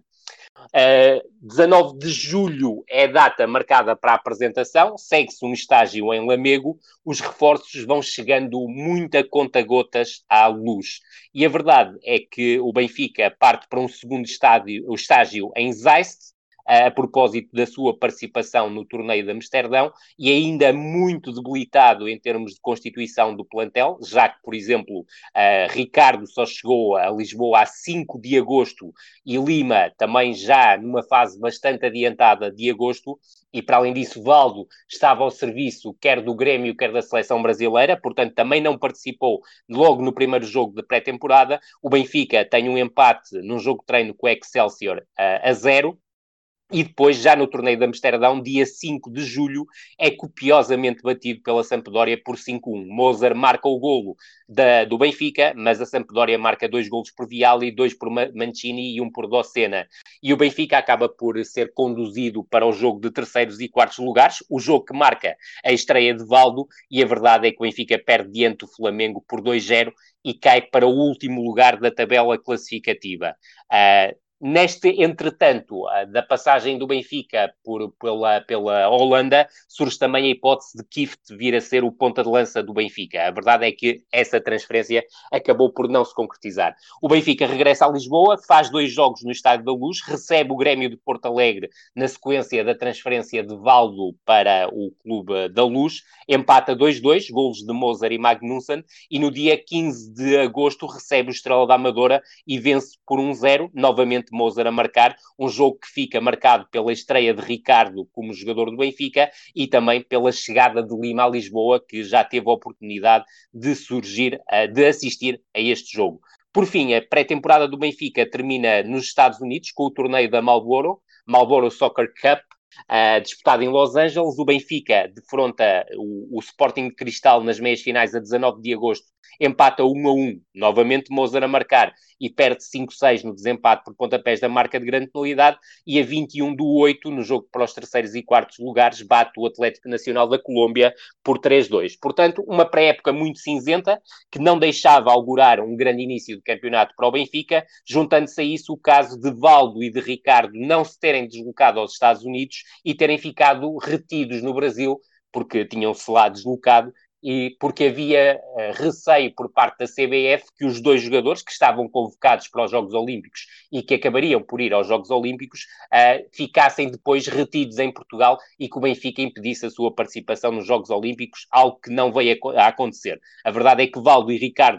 Uh, dezanove de julho é a data marcada para a apresentação, segue-se um estágio em Lamego, os reforços vão chegando muito a conta-gotas à luz. E a verdade é que o Benfica parte para um segundo estádio, o estágio em Zeist, a propósito da sua participação no torneio de Amsterdão, e ainda muito debilitado em termos de constituição do plantel, já que, por exemplo, uh, Ricardo só chegou a Lisboa a cinco de agosto e Lima também já numa fase bastante adiantada de agosto, e para além disso Valdo estava ao serviço quer do Grêmio, quer da seleção brasileira, portanto também não participou logo no primeiro jogo de pré-temporada. O Benfica tem um empate num jogo de treino com o Excelsior uh, a zero, E depois, já no torneio de Amsterdão, dia cinco de julho, é copiosamente batido pela Sampdoria por cinco a um. Moser marca o golo da, do Benfica, mas a Sampdoria marca dois golos por Vialli, dois por Mancini e um por Docena. E o Benfica acaba por ser conduzido para o jogo de terceiros e quartos lugares, o jogo que marca a estreia de Valdo, e a verdade é que o Benfica perde diante do Flamengo por dois a zero e cai para o último lugar da tabela classificativa. Uh, Neste, entretanto, da passagem do Benfica por, pela, pela Holanda, surge também a hipótese de Kieft vir a ser o ponta de lança do Benfica. A verdade é que essa transferência acabou por não se concretizar. O Benfica regressa a Lisboa, faz dois jogos no Estádio da Luz, recebe o Grêmio de Porto Alegre na sequência da transferência de Valdo para o Clube da Luz, empata dois a dois, golos de Moser e Magnussen, e no dia quinze de agosto recebe o Estrela da Amadora e vence por um a zero, novamente Moser a marcar, um jogo que fica marcado pela estreia de Ricardo como jogador do Benfica e também pela chegada de Lima a Lisboa, que já teve a oportunidade de surgir, de assistir a este jogo. Por fim, a pré-temporada do Benfica termina nos Estados Unidos com o torneio da Marlboro, Marlboro Soccer Cup, Uh, disputado em Los Angeles. O Benfica defronta o, o Sporting de Cristal nas meias-finais a dezanove de agosto, empata um a um, novamente Moser a marcar e perde cinco a seis no desempate por pontapés da marca de grande penalidade, e a vinte e um do oito, no jogo para os terceiros e quartos lugares, bate o Atlético Nacional da Colômbia por três a dois. Portanto, uma pré-época muito cinzenta, que não deixava augurar um grande início de campeonato para o Benfica, juntando-se a isso o caso de Valdo e de Ricardo não se terem deslocado aos Estados Unidos e terem ficado retidos no Brasil, porque tinham-se lá deslocado, e porque havia uh, receio por parte da C B F que os dois jogadores que estavam convocados para os Jogos Olímpicos e que acabariam por ir aos Jogos Olímpicos uh, ficassem depois retidos em Portugal e que o Benfica impedisse a sua participação nos Jogos Olímpicos, algo que não veio a, a acontecer. A verdade é que Valdo e Ricardo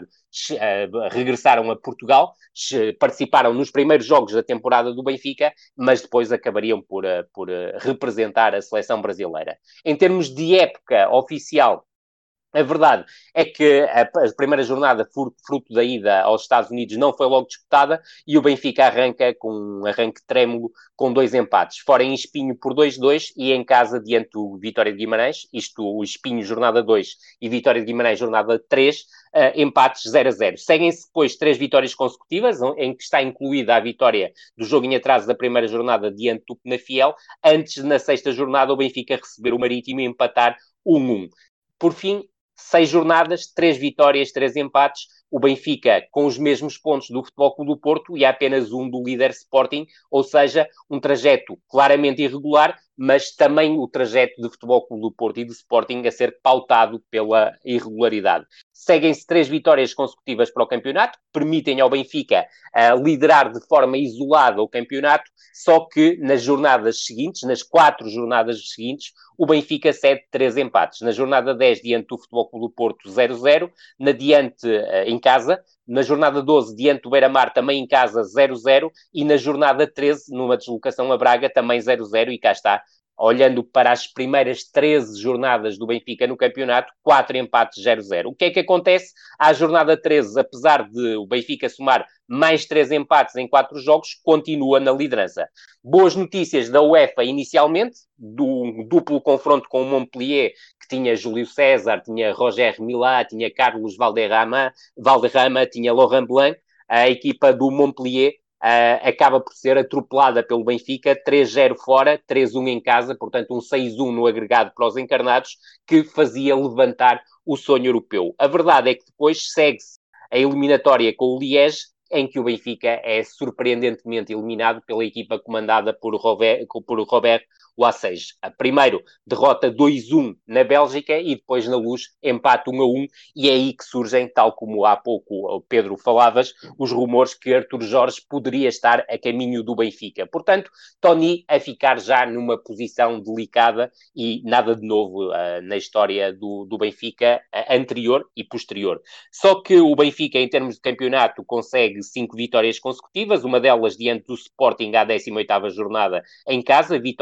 uh, regressaram a Portugal, uh, participaram nos primeiros jogos da temporada do Benfica, mas depois acabariam por, uh, por uh, representar a seleção brasileira. Em termos de época oficial, a verdade é que a primeira jornada, fruto da ida aos Estados Unidos, não foi logo disputada e o Benfica arranca com um arranque trêmulo com dois empates. Fora em Espinho por dois a dois e em casa diante do Vitória de Guimarães, isto o Espinho jornada dois e Vitória de Guimarães jornada três, uh, empates zero a zero. Seguem-se depois três vitórias consecutivas, em que está incluída a vitória do jogo em atraso da primeira jornada diante do Penafiel, antes, na sexta jornada, o Benfica receber o Marítimo e empatar um a um. Por fim, seis jornadas, três vitórias, três empates, o Benfica com os mesmos pontos do Futebol Clube do Porto e apenas um do líder Sporting, ou seja, um trajeto claramente irregular, mas também o trajeto de Futebol Clube do Porto e de Sporting a ser pautado pela irregularidade. Seguem-se três vitórias consecutivas para o campeonato, permitem ao Benfica uh, liderar de forma isolada o campeonato, só que nas jornadas seguintes, nas quatro jornadas seguintes, o Benfica cede três empates. Na jornada dez, diante do Futebol Clube do Porto, zero a zero. Na diante, uh, em casa. Na jornada doze, diante do Beira-Mar, também em casa, zero a zero. E na jornada treze, numa deslocação a Braga, também zero a zero. E cá está, olhando para as primeiras treze jornadas do Benfica no campeonato, quatro empates, zero a zero. O que é que acontece? À jornada treze, apesar de o Benfica somar mais três empates em quatro jogos, continua na liderança. Boas notícias da UEFA inicialmente, do duplo confronto com o Montpellier, que tinha Júlio César, tinha Roger Milá, tinha Carlos Valderrama, Valderrama, tinha Laurent Blanc. A equipa do Montpellier Uh, acaba por ser atropelada pelo Benfica, três a zero fora, três a um em casa, portanto um seis a um no agregado para os encarnados, que fazia levantar o sonho europeu. A verdade é que depois segue-se a eliminatória com o Liège, em que o Benfica é surpreendentemente eliminado pela equipa comandada por Robert, por Robert Lasseige. A primeiro derrota dois a um na Bélgica e depois na Luz empate um a um, e é aí que surgem, tal como há pouco Pedro falavas, os rumores que Artur Jorge poderia estar a caminho do Benfica. Portanto, Tony a ficar já numa posição delicada e nada de novo uh, na história do, do Benfica uh, anterior e posterior. Só que o Benfica, em termos de campeonato, consegue cinco vitórias consecutivas, uma delas diante do Sporting à décima oitava jornada em casa, vitória por dois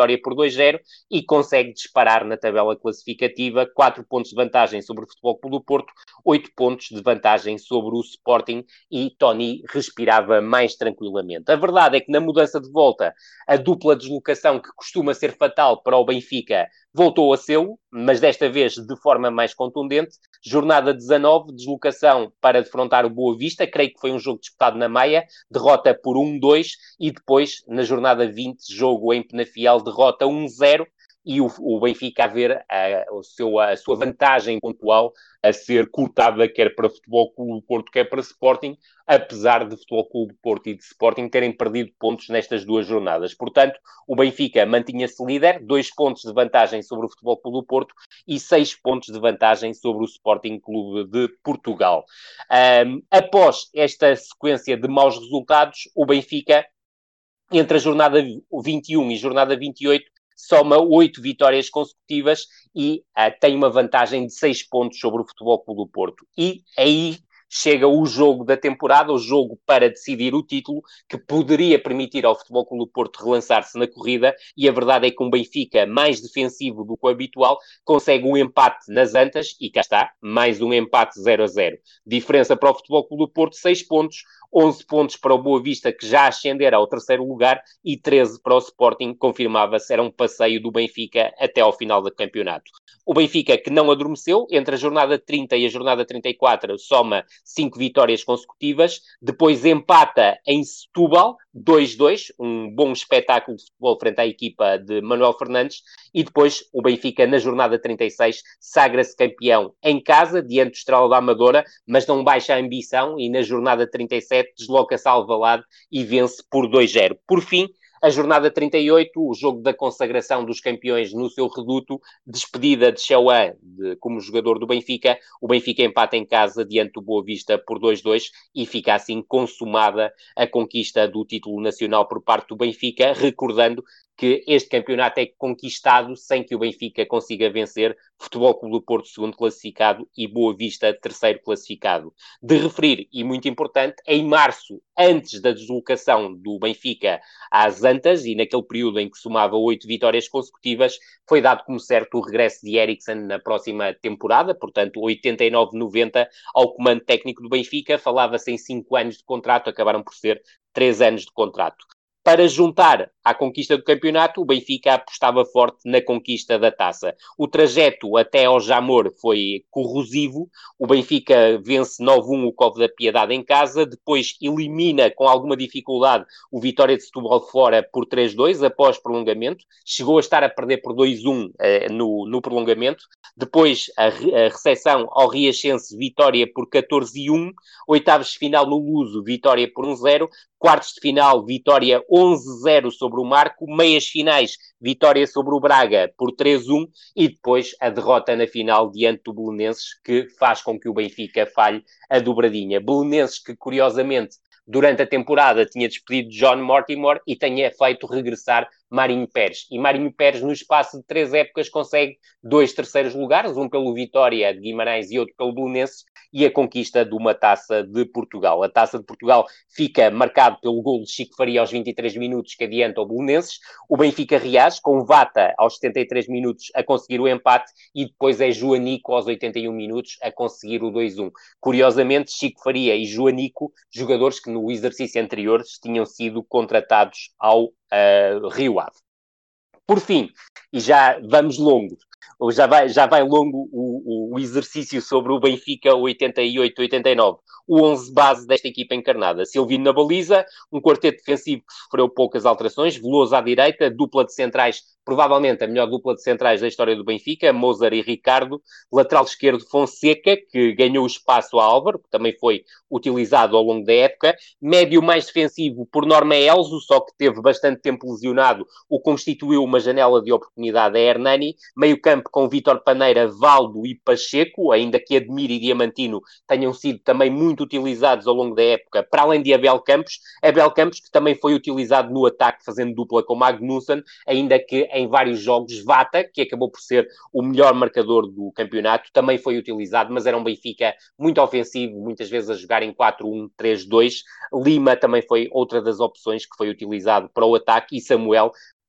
dois zero e consegue disparar na tabela classificativa, quatro pontos de vantagem sobre o Futebol Clube do Porto, oito pontos de vantagem sobre o Sporting, e Tony respirava mais tranquilamente. A verdade é que na mudança de volta, a dupla deslocação que costuma ser fatal para o Benfica voltou a ser, mas desta vez de forma mais contundente. Jornada dezanove, deslocação para defrontar o Boa Vista, creio que foi um jogo disputado na Maia, derrota por um dois, e depois, na jornada vinte, jogo em Penafiel, derrota um zero, e o, o Benfica a ver a, o seu, a sua vantagem pontual a ser cortada, quer para Futebol Clube do Porto, quer para Sporting, apesar de Futebol Clube do Porto e de Sporting terem perdido pontos nestas duas jornadas. Portanto, o Benfica mantinha-se líder, dois pontos de vantagem sobre o Futebol Clube do Porto e seis pontos de vantagem sobre o Sporting Clube de Portugal. Um, após esta sequência de maus resultados, o Benfica, entre a jornada vinte e um e a jornada vinte e oito, soma oito vitórias consecutivas e uh, tem uma vantagem de seis pontos sobre o Futebol Clube do Porto. E aí chega o jogo da temporada, o jogo para decidir o título, que poderia permitir ao Futebol Clube do Porto relançar-se na corrida, e a verdade é que um Benfica mais defensivo do que o habitual consegue um empate nas Antas, e cá está, mais um empate zero a zero. Diferença para o Futebol Clube do Porto, seis pontos, onze pontos para o Boa Vista, que já ascendera ao terceiro lugar, e treze para o Sporting, confirmava-se, era um passeio do Benfica até ao final do campeonato. O Benfica, que não adormeceu, entre a jornada trinta e a jornada trinta e quatro, soma cinco vitórias consecutivas, depois empata em Setúbal, dois dois, um bom espetáculo de futebol frente à equipa de Manuel Fernandes, e depois o Benfica, na jornada trinta e seis, sagra-se campeão em casa, diante do Estrela da Amadora, mas não baixa a ambição, e na jornada trinta e sete desloca-se a Alvalade e vence por dois zero. Por fim, a jornada trinta e oito, o jogo da consagração dos campeões no seu reduto, despedida de Chauã de, como jogador do Benfica, o Benfica empata em casa diante do Boa Vista por dois dois, e fica assim consumada a conquista do título nacional por parte do Benfica, recordando que este campeonato é conquistado sem que o Benfica consiga vencer Futebol Clube do Porto, segundo classificado, e Boa Vista, terceiro classificado. De referir, e muito importante, em março, antes da deslocação do Benfica às Antas, e naquele período em que somava oito vitórias consecutivas, foi dado como certo o regresso de Eriksen na próxima temporada, portanto, oitenta e nove noventa, ao comando técnico do Benfica. Falava-se em cinco anos de contrato, acabaram por ser três anos de contrato. Para juntar à conquista do campeonato, o Benfica apostava forte na conquista da taça. O trajeto até ao Jamor foi corrosivo. O Benfica vence nove um o Covo da Piedade em casa, depois elimina com alguma dificuldade o Vitória de Setúbal fora por três dois após prolongamento. Chegou a estar a perder por dois um eh, no, no prolongamento. Depois a, a recepção ao Riachense, vitória por catorze a um. Oitavos de final no Luso, vitória por um zero. Quartos de final, vitória onze a zero sobre o Marco. Meias finais, vitória sobre o Braga por três a um. E depois a derrota na final diante do Belenenses, que faz com que o Benfica falhe a dobradinha. Belenenses que, curiosamente, durante a temporada tinha despedido John Mortimer e tenha feito regressar Marinho Pérez. E Marinho Pérez, no espaço de três épocas, consegue dois terceiros lugares, um pelo Vitória de Guimarães e outro pelo Belenenses, e a conquista de uma Taça de Portugal. A Taça de Portugal fica marcado pelo gol de Chico Faria aos vinte e três minutos, que adianta o Belenenses. O Benfica reage com Vata aos setenta e três minutos a conseguir o empate, e depois é Joanico aos oitenta e um minutos a conseguir o dois a um. Curiosamente, Chico Faria e Joanico, jogadores que no exercício anterior tinham sido contratados ao uh, Rio Ave. Por fim, e já vamos longo, ou já vai, já vai longo o, o, o exercício sobre o Benfica oitenta e oito oitenta e nove. O onze base desta equipa encarnada. Silvino na baliza, um quarteto defensivo que sofreu poucas alterações, Veloso à direita, dupla de centrais, provavelmente a melhor dupla de centrais da história do Benfica, Mozart e Ricardo. Lateral esquerdo, Fonseca, que ganhou espaço a Álvaro, que também foi utilizado ao longo da época. Médio mais defensivo, por norma, é Elzo, só que teve bastante tempo lesionado, o constituiu uma janela de oportunidade a Hernani. Meio campo com Vítor Paneira, Valdo e Pacheco, ainda que Admir e Diamantino tenham sido também muito utilizados ao longo da época, para além de Abel Campos. Abel Campos, que também foi utilizado no ataque, fazendo dupla com Magnussen, ainda que em vários jogos. Vata, que acabou por ser o melhor marcador do campeonato, também foi utilizado, mas era um Benfica muito ofensivo, muitas vezes a jogar em quatro um três dois. Lima também foi outra das opções que foi utilizado para o ataque, e Samuel,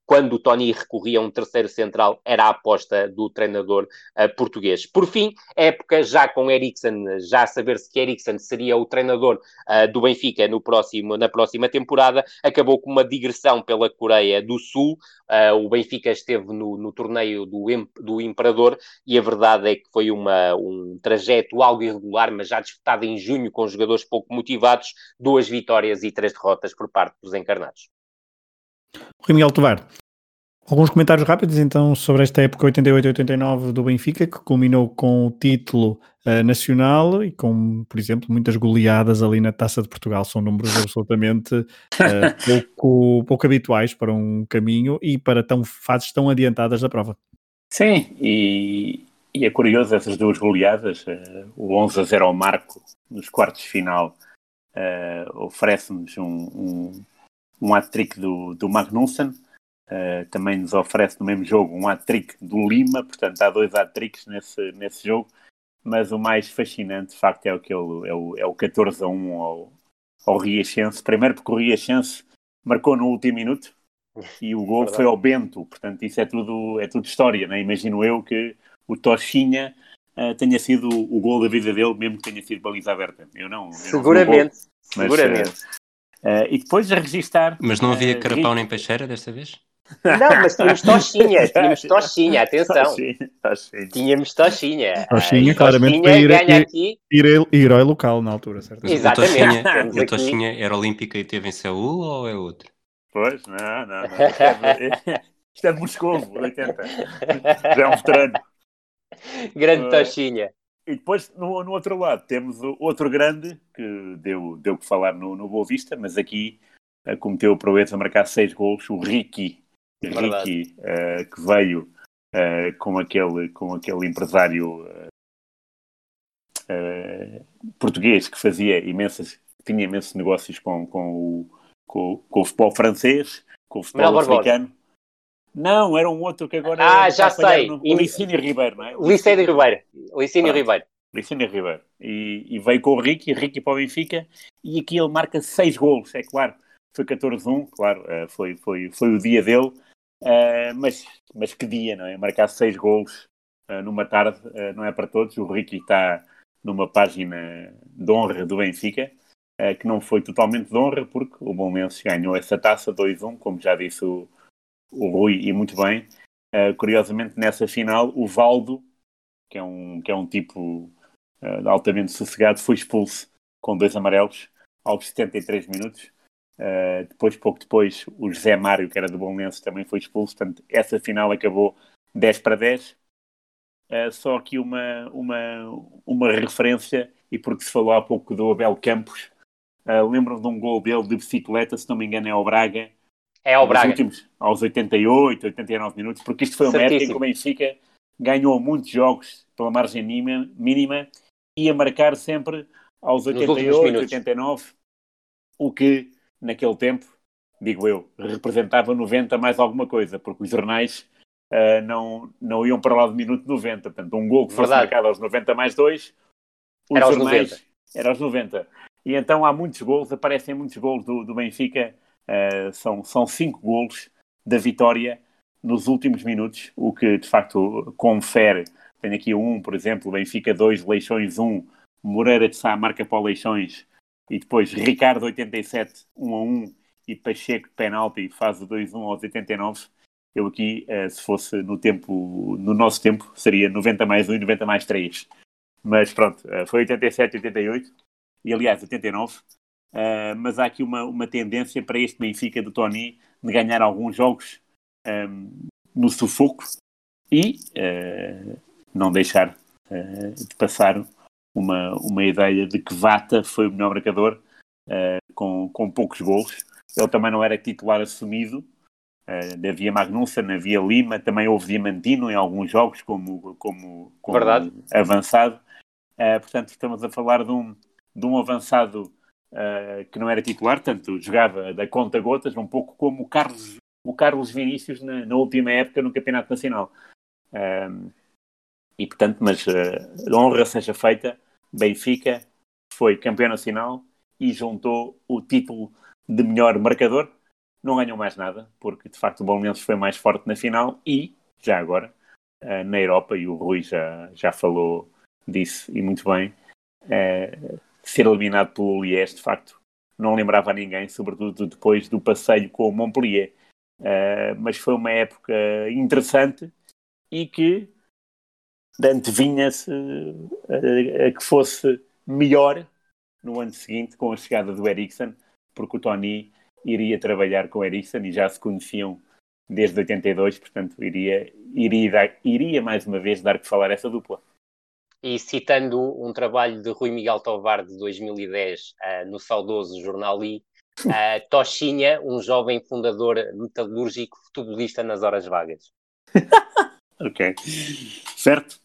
quando o Tony recorria a um terceiro central, era a aposta do treinador uh, português. Por fim, época já com Eriksen, já a saber-se que Eriksen seria o treinador uh, do Benfica no próximo, na próxima temporada, acabou com uma digressão pela Coreia do Sul. Uh, o Benfica esteve no, no torneio do, do Imperador e a verdade é que foi uma, um trajeto algo irregular, mas já disputado em junho com jogadores pouco motivados, duas vitórias e três derrotas por parte dos encarnados. Rui Miguel Tovar, alguns comentários rápidos então sobre esta época oitenta e oito oitenta e nove do Benfica, que culminou com o título uh, nacional e com, por exemplo, muitas goleadas ali na Taça de Portugal. São números absolutamente uh, pouco, pouco habituais para um caminho e para tão, fases tão adiantadas da prova. Sim, e, e é curioso essas duas goleadas. Uh, o onze a zero ao Marco nos quartos de final uh, oferece-nos um... um um hat-trick do, do Magnussen, uh, também nos oferece no mesmo jogo um hat-trick do Lima, portanto há dois hat-tricks nesse, nesse jogo, mas o mais fascinante de facto é, aquele, é, o, é o catorze a um ao, ao Riachense, primeiro porque o Riachense marcou no último minuto e o gol foi ao Bento, portanto isso é tudo, é tudo história, né? Imagino eu que o Toshinha uh, tenha sido o, o gol da vida dele, mesmo que tenha sido baliza aberta. Eu não, eu seguramente, não gol, seguramente. Mas, uh, Uh, e depois a registar... Mas não havia uh, carapau Rico. nem peixeira desta vez? Não, mas tínhamos Toshinha, tínhamos Toshinha, atenção. Toshinha, Toshinha. Tínhamos Toshinha. Toshinha, uh, claramente, Toshinha para ir, ganha ir, aqui... ir, ir ao local na altura, certo? Exatamente. O Toshinha, Temos o aqui- Toshinha era olímpica e teve em Seul ou é outro? Pois, não, não, não. Isto é de, isto é de Moscovo, oitenta. Já é um veterano. Grande Uh, Toshinha. E depois, no, no outro lado, temos o outro grande, que deu, deu que falar no, no Boa Vista, mas aqui uh, cometeu o proeza a marcar seis golos, o Ricky. Ricky, uh, que veio uh, com, aquele, com aquele empresário uh, uh, português que fazia imensas, tinha imensos negócios com, com, o, com, com o futebol francês, com o futebol Manuel africano. Não, era um outro que agora... Ah, já sei. No... O Licínio Ribeiro, não é? Licínio Ribeiro. Licínio Pronto. Ribeiro. Licínio Ribeiro. E, e veio com o Ricky, Ricky para o Benfica, e aqui ele marca seis golos, é claro. Foi catorze a um, claro, uh, foi, foi, foi o dia dele, uh, mas, mas que dia, não é? Marcar seis golos uh, numa tarde uh, não é para todos. O Ricky está numa página de honra do Benfica, uh, que não foi totalmente de honra, porque o Bolonenses ganhou essa taça dois a um, como já disse o, o Rui, e muito bem. Uh, curiosamente, nessa final, o Valdo, que é um, que é um tipo uh, altamente sossegado, foi expulso com dois amarelos aos setenta e três minutos. Uh, depois, pouco depois, o José Mário, que era do Bolonenses, também foi expulso. Portanto, essa final acabou dez para dez. Uh, só aqui uma, uma, uma referência, e porque se falou há pouco do Abel Campos, uh, lembram de um gol dele de bicicleta, se não me engano é ao Braga. É ao Braga. Últimos, aos oitenta e oito, oitenta e nove minutos, porque isto foi uma época em que o Benfica ganhou muitos jogos pela margem mínima, mínima e a marcar sempre aos oitenta e oito, oitenta e nove, o que naquele tempo, digo eu, representava noventa mais alguma coisa, porque os jornais uh, não, não iam para lá do minuto noventa. Portanto, um gol que fosse Verdade. marcado aos noventa mais dois, os Era aos jornais noventa. Era aos noventa. E então há muitos golos, aparecem muitos golos do, do Benfica, uh, são, são cinco golos da vitória nos últimos minutos, o que de facto confere. Tenho aqui um, por exemplo, Benfica dois, Leixões um, Moreira de Sá marca para o Leixões, e depois Ricardo oitenta e sete, um a um, e Pacheco de penalti faz o dois a um aos oitenta e nove. Eu aqui, uh, se fosse no tempo, no nosso tempo, seria noventa mais um e noventa mais três. Mas pronto, uh, foi oitenta e sete, oitenta e oito, e aliás oitenta e nove. Uh, mas há aqui uma, uma tendência para este Benfica do Tony de ganhar alguns jogos um, no sufoco e uh, não deixar uh, de passar uma, uma ideia de que Vata foi o melhor marcador uh, com, com poucos golos. Ele também não era titular assumido. Uh, havia Magnussen, havia Lima, também houve Diamantino em alguns jogos como, como, como avançado. Uh, portanto, estamos a falar de um, de um avançado uh, que não era titular, tanto jogava da conta gotas, um pouco como o Carlos, o Carlos Vinícius na, na última época no Campeonato Nacional. Uh, e portanto, mas uh, a honra seja feita, Benfica foi campeão nacional e juntou o título de melhor marcador, não ganham mais nada, porque de facto o Belenenses foi mais forte na final e, já agora, uh, na Europa, e o Rui já, já falou disso e muito bem, uh, ser eliminado pelo Liège, de facto, não lembrava a ninguém, sobretudo depois do passeio com o Montpellier. Uh, mas foi uma época interessante e que antevinha-se a, a que fosse melhor no ano seguinte com a chegada do Eriksen, porque o Tony iria trabalhar com o Eriksen e já se conheciam desde oitenta e dois, portanto iria, iria, dar, iria mais uma vez dar que falar essa dupla. E citando um trabalho de Rui Miguel Tovar de dois mil e dez uh, no saudoso Jornal I, uh, Toshinha, um jovem fundador metalúrgico futebolista nas horas vagas. Ok, certo?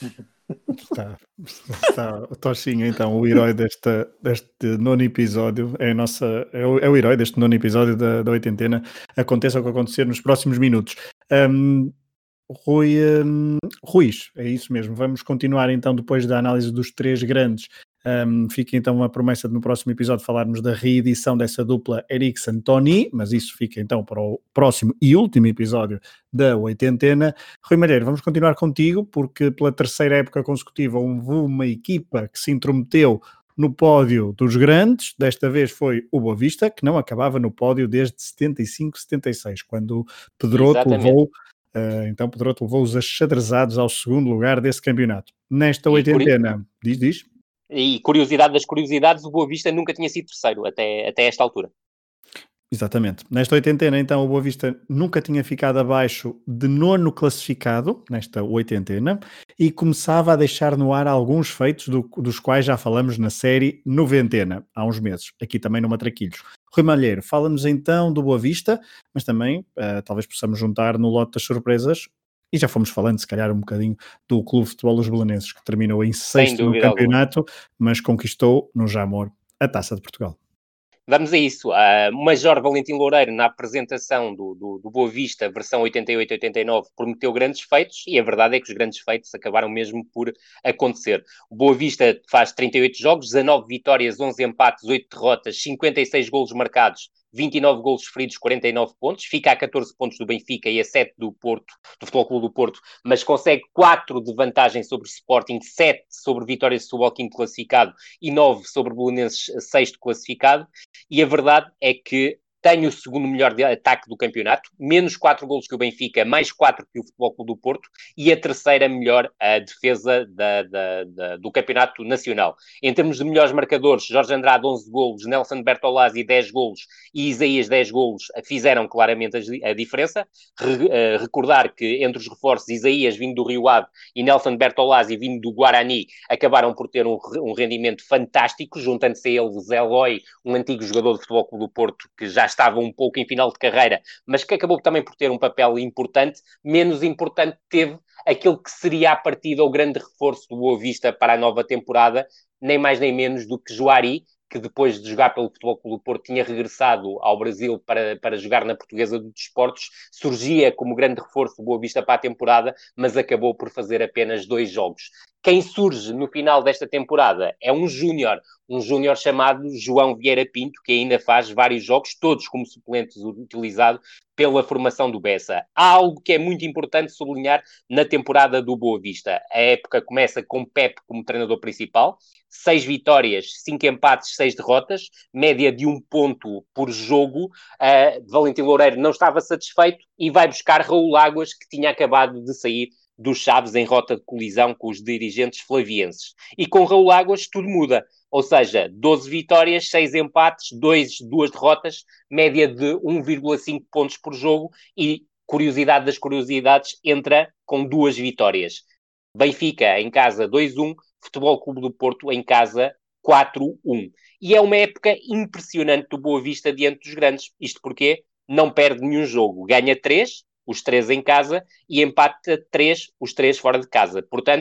Está, está o Toshinha, então, o herói desta, deste nono episódio, é, a nossa, é, o, é o herói deste nono episódio da, da oitentena, aconteça o que acontecer nos próximos minutos. Um, Rui, um, Ruiz, é isso mesmo, vamos continuar então depois da análise dos três grandes. Um, fica então a promessa de no próximo episódio falarmos da reedição dessa dupla Eriksen-Tony, mas isso fica então para o próximo e último episódio da oitentena. Rui Malheiro, vamos continuar contigo, porque pela terceira época consecutiva houve uma equipa que se intrometeu no pódio dos grandes. Desta vez foi o Boa Vista, que não acabava no pódio desde setenta e cinco, setenta e seis, quando Pedroto levou, uh, então Pedroto levou os achadrezados ao segundo lugar desse campeonato. Nesta oitentena, por... diz, diz. E curiosidade das curiosidades, o Boa Vista nunca tinha sido terceiro até, até esta altura. Exatamente. Nesta oitentena, então, o Boa Vista nunca tinha ficado abaixo de nono classificado, nesta oitentena, e começava a deixar no ar alguns feitos do, dos quais já falamos na série noventena, há uns meses, aqui também no Matraquilhos. Rui Malheiro, fala-nos então do Boa Vista, mas também, uh, talvez possamos juntar no lote das surpresas, e já fomos falando, se calhar, um bocadinho do Clube de Futebol Los Belenenses, que terminou em sexto no campeonato, alguma. Mas conquistou no Jamor a Taça de Portugal. Vamos a isso. Uh, o Major Valentim Loureiro, na apresentação do, do, do Boa Vista, versão oitenta e oito oitenta e nove, prometeu grandes feitos, e a verdade é que os grandes feitos acabaram mesmo por acontecer. O Boa Vista faz trinta e oito jogos, dezanove vitórias, onze empates, oito derrotas, cinquenta e seis golos marcados, vinte e nove golos sofridos, quarenta e nove pontos, fica a catorze pontos do Benfica e a sete do Porto, do Futebol Clube do Porto, mas consegue quatro de vantagem sobre o Sporting, sete sobre Vitória de Setúbal, quinto classificado, e nove sobre Belenenses, sexto classificado. E a verdade é que tem o segundo melhor ataque do campeonato, menos quatro golos que o Benfica, mais quatro que o Futebol Clube do Porto, e a terceira melhor a defesa da, da, da, do campeonato nacional. Em termos de melhores marcadores, Jorge Andrade onze golos, Nelson Bertolazzi dez golos e Isaías dez golos fizeram claramente a, a diferença. Re, uh, recordar que entre os reforços, Isaías vindo do Rio Ave e Nelson Bertolazzi vindo do Guarani acabaram por ter um, um rendimento fantástico, juntando-se a ele Zé Loi, um antigo jogador de Futebol Clube do Porto que já estava um pouco em final de carreira, mas que acabou também por ter um papel importante. Menos importante teve aquele que seria a partida o grande reforço do Boa Vista para a nova temporada, nem mais nem menos do que Juari, que depois de jogar pelo Futebol Clube do Porto tinha regressado ao Brasil para, para jogar na Portuguesa dos Desportos, surgia como grande reforço do Boa Vista para a temporada, mas acabou por fazer apenas dois jogos. Quem surge no final desta temporada é um júnior, um júnior chamado João Vieira Pinto, que ainda faz vários jogos, todos como suplentes utilizado pela formação do Bessa. Há algo que é muito importante sublinhar na temporada do Boa Vista. A época começa com Pepe como treinador principal, seis vitórias, cinco empates, seis derrotas, média de um ponto por jogo. Uh, Valentim Loureiro não estava satisfeito e vai buscar Raul Águas, que tinha acabado de sair dos Chaves em rota de colisão com os dirigentes flavienses. E com Raul Águas tudo muda. Ou seja, doze vitórias, seis empates, dois, duas derrotas, média de um vírgula cinco pontos por jogo e, curiosidade das curiosidades, entra com duas vitórias. Benfica em casa dois a um, Futebol Clube do Porto em casa quatro a um. E é uma época impressionante do Boa Vista diante dos grandes. Isto porque não perde nenhum jogo. Ganha três, os três em casa, e empata três, os três fora de casa. Portanto,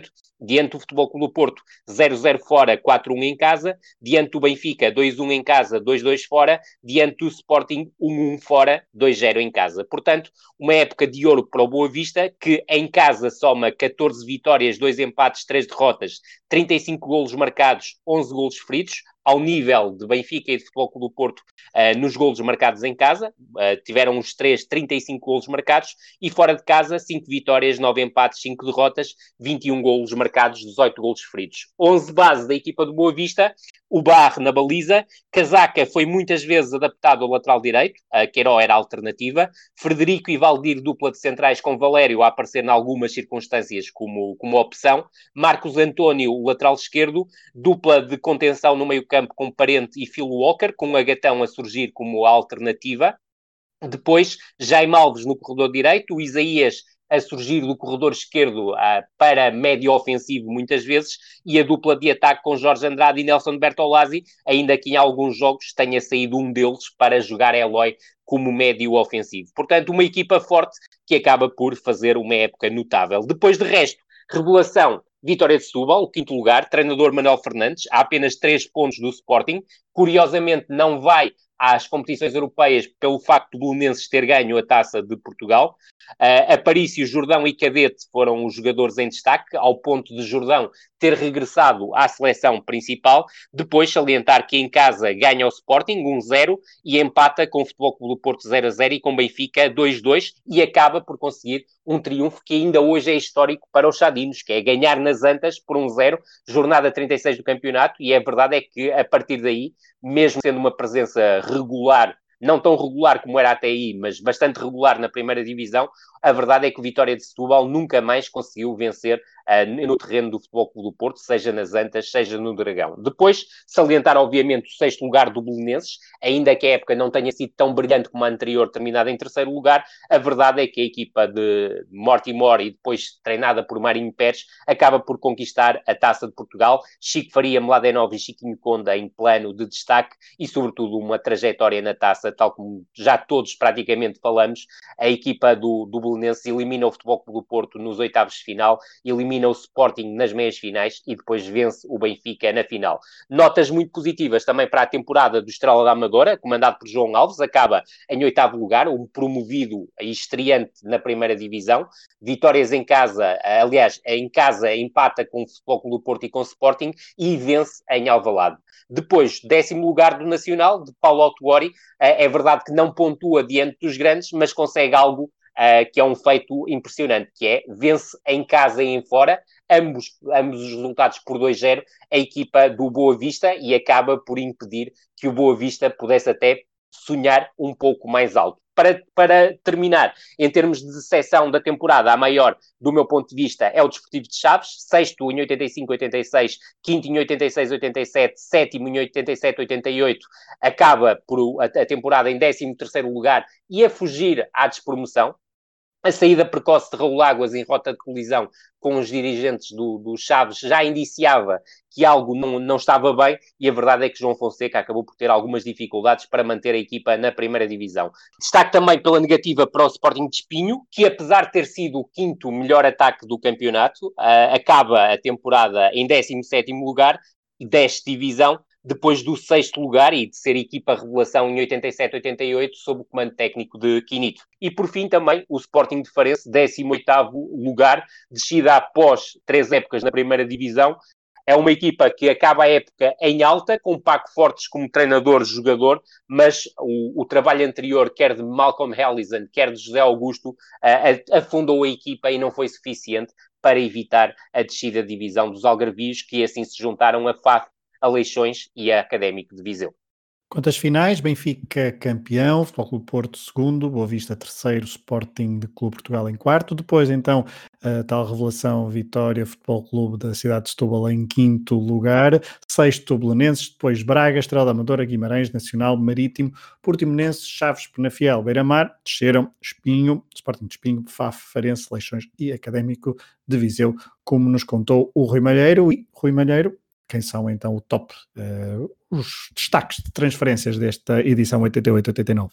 diante do Futebol Clube do Porto, zero zero fora, quatro um em casa, diante do Benfica, dois um em casa, dois dois fora, diante do Sporting, um um fora, dois zero em casa. Portanto, uma época de ouro para o Boa Vista, que em casa soma catorze vitórias, dois empates, três derrotas, trinta e cinco golos marcados, onze golos feridos, ao nível de Benfica e de Futebol Clube do Porto uh, nos golos marcados em casa, uh, tiveram os três, trinta e cinco golos marcados, e fora de casa, cinco vitórias, nove empates, cinco derrotas, vinte e um golos marcados, dezoito golos feridos. onze base da equipa do Boa Vista, o Barre na baliza, Casaca foi muitas vezes adaptado ao lateral direito, a Queiró era a alternativa, Frederico e Valdir dupla de centrais com Valério a aparecer em algumas circunstâncias como, como opção, Marcos António, o lateral esquerdo, dupla de contenção no meio campo com Parente e Phil Walker, com o Agatão a surgir como a alternativa. Depois, Jaime Alves no corredor direito, o Isaías a surgir do corredor esquerdo uh, para médio ofensivo muitas vezes, e a dupla de ataque com Jorge Andrade e Nelson Bertolazzi, ainda que em alguns jogos tenha saído um deles para jogar Eloy como médio ofensivo. Portanto, uma equipa forte que acaba por fazer uma época notável. Depois de resto, revelação, Vitória de Setúbal, o quinto lugar, treinador Manuel Fernandes, há apenas três pontos do Sporting, curiosamente não vai às competições europeias pelo facto do Belenenses ter ganho a Taça de Portugal. Uh, Aparício, Jordão e Cadete foram os jogadores em destaque, ao ponto de Jordão ter regressado à seleção principal. Depois, salientar que em casa ganha o Sporting um zero e empata com o Futebol Clube do Porto zero a zero e com Benfica dois dois, e acaba por conseguir um triunfo que ainda hoje é histórico para os Chadinos, que é ganhar nas Antas por um zero, jornada trinta e seis do campeonato, e a verdade é que a partir daí, mesmo sendo uma presença regular, não tão regular como era até aí, mas bastante regular na primeira divisão, a verdade é que o Vitória de Setúbal nunca mais conseguiu vencer uh, no terreno do Futebol Clube do Porto, seja nas Antas, seja no Dragão. Depois, salientar obviamente o sexto lugar do Belenenses, ainda que a época não tenha sido tão brilhante como a anterior, terminada em terceiro lugar, a verdade é que a equipa de Mortimor e depois treinada por Marinho Pérez acaba por conquistar a Taça de Portugal, Chico Faria, Mladenov e Chiquinho Conda em plano de destaque e sobretudo uma trajetória na Taça, tal como já todos praticamente falamos. A equipa do, do Belenenses elimina o Futebol Clube do Porto nos oitavos de final, elimina o Sporting nas meias finais e depois vence o Benfica na final. Notas muito positivas também para a temporada do Estrela da Amadora, comandado por João Alves, acaba em oitavo lugar, um promovido e estreante na primeira divisão, vitórias em casa, aliás, em casa empata com o Futebol Clube do Porto e com o Sporting e vence em Alvalade. Depois, décimo lugar do Nacional, de Paulo Autuori, é verdade que não pontua diante dos grandes, mas consegue algo Uh, que é um feito impressionante, que é vence em casa e em fora, ambos, ambos os resultados por dois zero, a equipa do Boa Vista, e acaba por impedir que o Boa Vista pudesse até sonhar um pouco mais alto. Para, para terminar, em termos de decepção da temporada, a maior, do meu ponto de vista, é o Desportivo de Chaves, sexto em oitenta e cinco oitenta e seis, quinto em oitenta e seis oitenta e sete, sétimo em oitenta e sete oitenta e oito, acaba por a, a temporada em décimo terceiro lugar e a fugir à despromoção. A saída precoce de Raul Águas em rota de colisão com os dirigentes do, do Chaves já indiciava que algo não, não estava bem, e a verdade é que João Fonseca acabou por ter algumas dificuldades para manter a equipa na primeira divisão. Destaque também pela negativa para o Sporting de Espinho, que apesar de ter sido o quinto melhor ataque do campeonato, uh, acaba a temporada em décimo sétimo lugar, desce divisão, depois do sexto lugar e de ser equipa revelação em oitenta e sete oitenta e oito sob o comando técnico de Quinito. E por fim também o Sporting de Farense, décimo oitavo lugar, descida após três épocas na primeira divisão. É uma equipa que acaba a época em alta, com Paco Fortes como treinador-jogador, mas o, o trabalho anterior, quer de Malcolm Hellison, quer de José Augusto, uh, afundou a equipa e não foi suficiente para evitar a descida de divisão dos algarvios, que assim se juntaram a F A F, a Leixões e a Académico de Viseu. Quantas finais? Benfica campeão, Futebol Clube Porto segundo, Boa Vista terceiro, Sporting de Clube Portugal em quarto. Depois então a tal revelação Vitória Futebol Clube da cidade de Setúbal em quinto lugar, sexto Belenenses, depois Braga, Estrela da Amadora, Guimarães, Nacional, Marítimo, Portimonense, Chaves, Penafiel, Beira-Mar, desceram Espinho, Sporting de Espinho, F A F, Farense, Leixões e Académico de Viseu, como nos contou o Rui Malheiro. E Rui Malheiro, quem são então o top, uh, os destaques de transferências desta edição oitenta e oito oitenta e nove?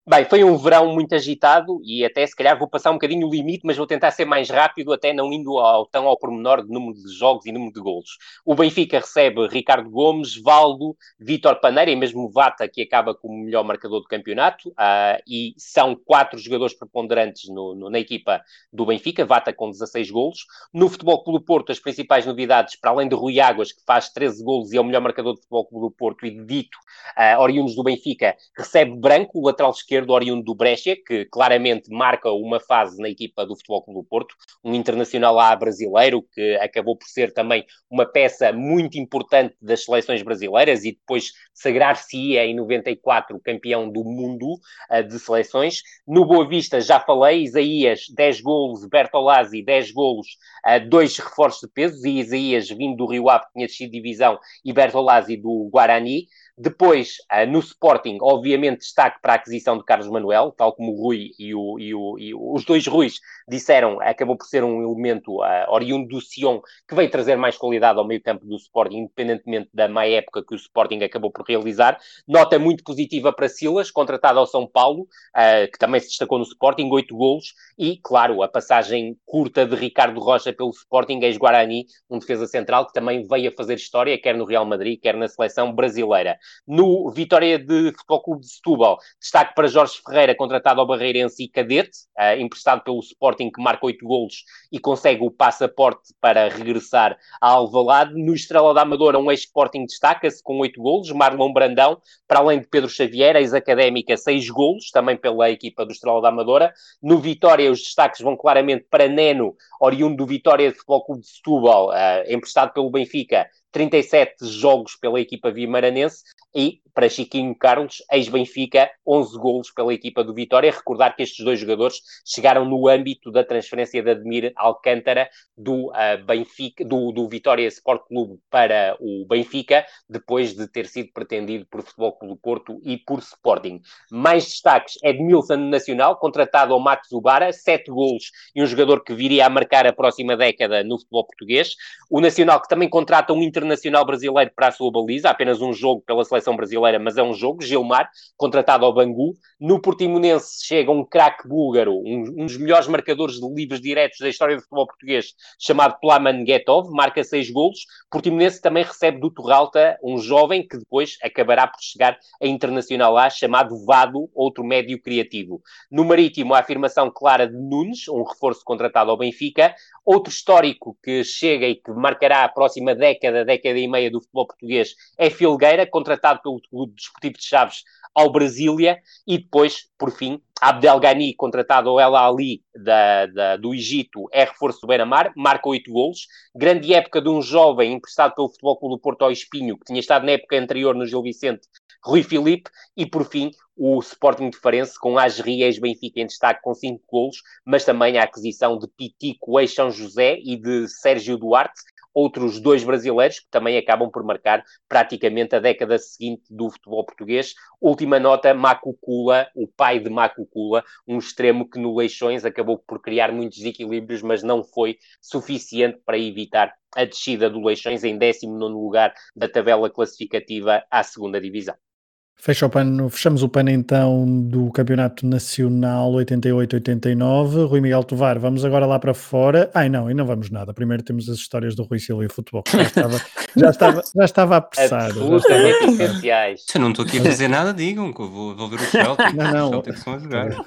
Bem, foi um verão muito agitado e até se calhar vou passar um bocadinho o limite, mas vou tentar ser mais rápido, até não indo ao, tão ao pormenor de número de jogos e número de golos. O Benfica recebe Ricardo Gomes, Valdo, Vítor Paneira e mesmo Vata, que acaba como o melhor marcador do campeonato, uh, e são quatro jogadores preponderantes no, no, na equipa do Benfica, Vata com dezasseis golos. No Futebol Clube do Porto, as principais novidades, para além de Rui Águas, que faz treze golos e é o melhor marcador do Futebol Clube do Porto, e Dito, uh, oriundos do Benfica, recebe Branco, o lateral esquerdo, oriundo do Brescia, que claramente marca uma fase na equipa do Futebol Clube do Porto, um internacional A brasileiro, que acabou por ser também uma peça muito importante das seleções brasileiras e depois sagrar-se-ia em noventa e quatro campeão do mundo uh, de seleções. No Boa Vista, já falei, Isaías, dez golos, Bertolazzi, dez golos, uh, dois reforços de peso, e Isaías vindo do Rio Ave, que tinha descido de divisão, e Bertolazzi do Guarani. Depois, uh, no Sporting, obviamente, destaque para a aquisição de Carlos Manuel, tal como o Rui e, o, e, o, e o, os dois Ruis disseram, acabou por ser um elemento uh, oriundo do Sion, que veio trazer mais qualidade ao meio campo do Sporting, independentemente da má época que o Sporting acabou por realizar. Nota muito positiva para Silas, contratado ao São Paulo, uh, que também se destacou no Sporting, oito golos, e, claro, a passagem curta de Ricardo Rocha pelo Sporting, ex-Guarani, um defesa central que também veio a fazer história, quer no Real Madrid, quer na seleção brasileira. No Vitória de Futebol Clube de Setúbal, destaque para Jorge Ferreira, contratado ao Barreirense e Cadete, uh, emprestado pelo Sporting, que marca oito golos e consegue o passaporte para regressar a Alvalade. No Estrela da Amadora, um ex-Sporting destaca-se com oito golos, Marlon Brandão, para além de Pedro Xavier, ex-Académica, seis golos, também pela equipa do Estrela da Amadora. No Vitória, os destaques vão claramente para Neno, oriundo do Vitória de Futebol Clube de Setúbal, uh, emprestado pelo Benfica, trinta e sete jogos pela equipa vimaranense, e para Chiquinho Carlos, ex-Benfica, onze golos pela equipa do Vitória. Recordar que estes dois jogadores chegaram no âmbito da transferência de Admir Alcântara do, uh, Benfica, do, do Vitória Sport Clube para o Benfica, depois de ter sido pretendido por Futebol Clube do Porto e por Sporting. Mais destaques, Edmilson Nacional, contratado ao Matos Ubara, sete golos e um jogador que viria a marcar a próxima década no futebol português. O Nacional, que também contrata um internacional brasileiro para a sua baliza, apenas um jogo pela seleção brasileira, mas é um jogo, Gilmar, contratado ao Bangu. No Portimonense chega um craque búlgaro, um, um dos melhores marcadores de livres diretos da história do futebol português, chamado Plaman Getov, marca seis golos. Portimonense também recebe do Torralta um jovem que depois acabará por chegar a Internacional A, chamado Vado, outro médio criativo. No Marítimo, a afirmação clara de Nunes, um reforço contratado ao Benfica. Outro histórico que chega e que marcará a próxima década, década e meia do futebol português, é Filgueira, contratado pelo Clube Desportivo de Chaves ao Brasília. E depois, por fim, Abdelghani, contratado ao El Ali da, da, do Egito, é reforço do Beira-Mar, marca oito golos. Grande época de um jovem emprestado pelo Futebol Clube do Porto ao Espinho, que tinha estado na época anterior no Gil Vicente, Rui Filipe. E, por fim, o Sporting de Farense, com Asri, ex-Benfica, em destaque com cinco golos, mas também a aquisição de Pitico, ex-São José, e de Sérgio Duarte, outros dois brasileiros que também acabam por marcar praticamente a década seguinte do futebol português. Última nota, Macucula, o pai de Macucula, um extremo que no Leixões acabou por criar muitos desequilíbrios, mas não foi suficiente para evitar a descida do Leixões em décimo nono lugar da tabela classificativa à segunda divisão. Fecha o pano, fechamos o pano então do Campeonato Nacional oitenta e oito oitenta e nove. Rui Miguel Tovar, vamos agora lá para fora. Ai não, e não vamos nada. Primeiro temos as histórias do Rui Silva e o futebol, que já estava, já estava, já estava apressado. Absolutamente essenciais. Se eu não estou aqui a dizer nada, digam que eu vou, vou ver o Celtic. Não, não. Os Celtics estão a jogar.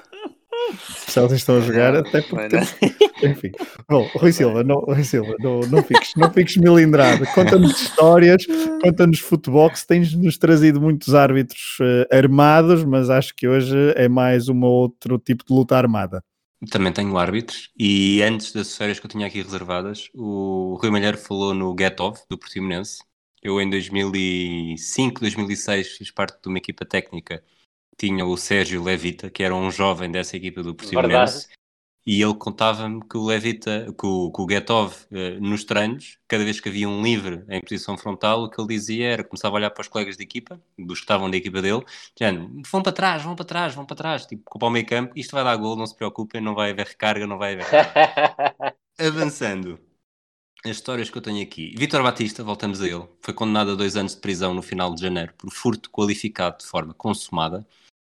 Os Celtics estão a jogar, até porque temos... Enfim. Bom, Rui Silva, não, Rui Silva, não, não fiques, não fiques milindrado. Conta-nos histórias, conta-nos futebol, que tens-nos trazido muitos árbitros uh, armados, mas acho que hoje é mais um outro tipo de luta armada. Também tenho árbitros, e antes das férias que eu tinha aqui reservadas, o Rui Malheiro falou no Getov, do Portimonense. Eu em dois mil e cinco, dois mil e seis fiz parte de uma equipa técnica. Tinha o Sérgio Levita, que era um jovem dessa equipa do Portimonense, e ele contava-me que o Levita, que o, que o Getov, eh, nos treinos, cada vez que havia um livre em posição frontal, o que ele dizia era, começava a olhar para os colegas de equipa, dos que estavam da equipa dele, dizendo, vão para trás, vão para trás, vão para trás, tipo, para o meio campo, isto vai dar gol, não se preocupem, não vai haver recarga, não vai haver recarga. Avançando. As histórias que eu tenho aqui. Vítor Batista, voltamos a ele, foi condenado a dois anos de prisão no final de janeiro por furto qualificado de forma consumada.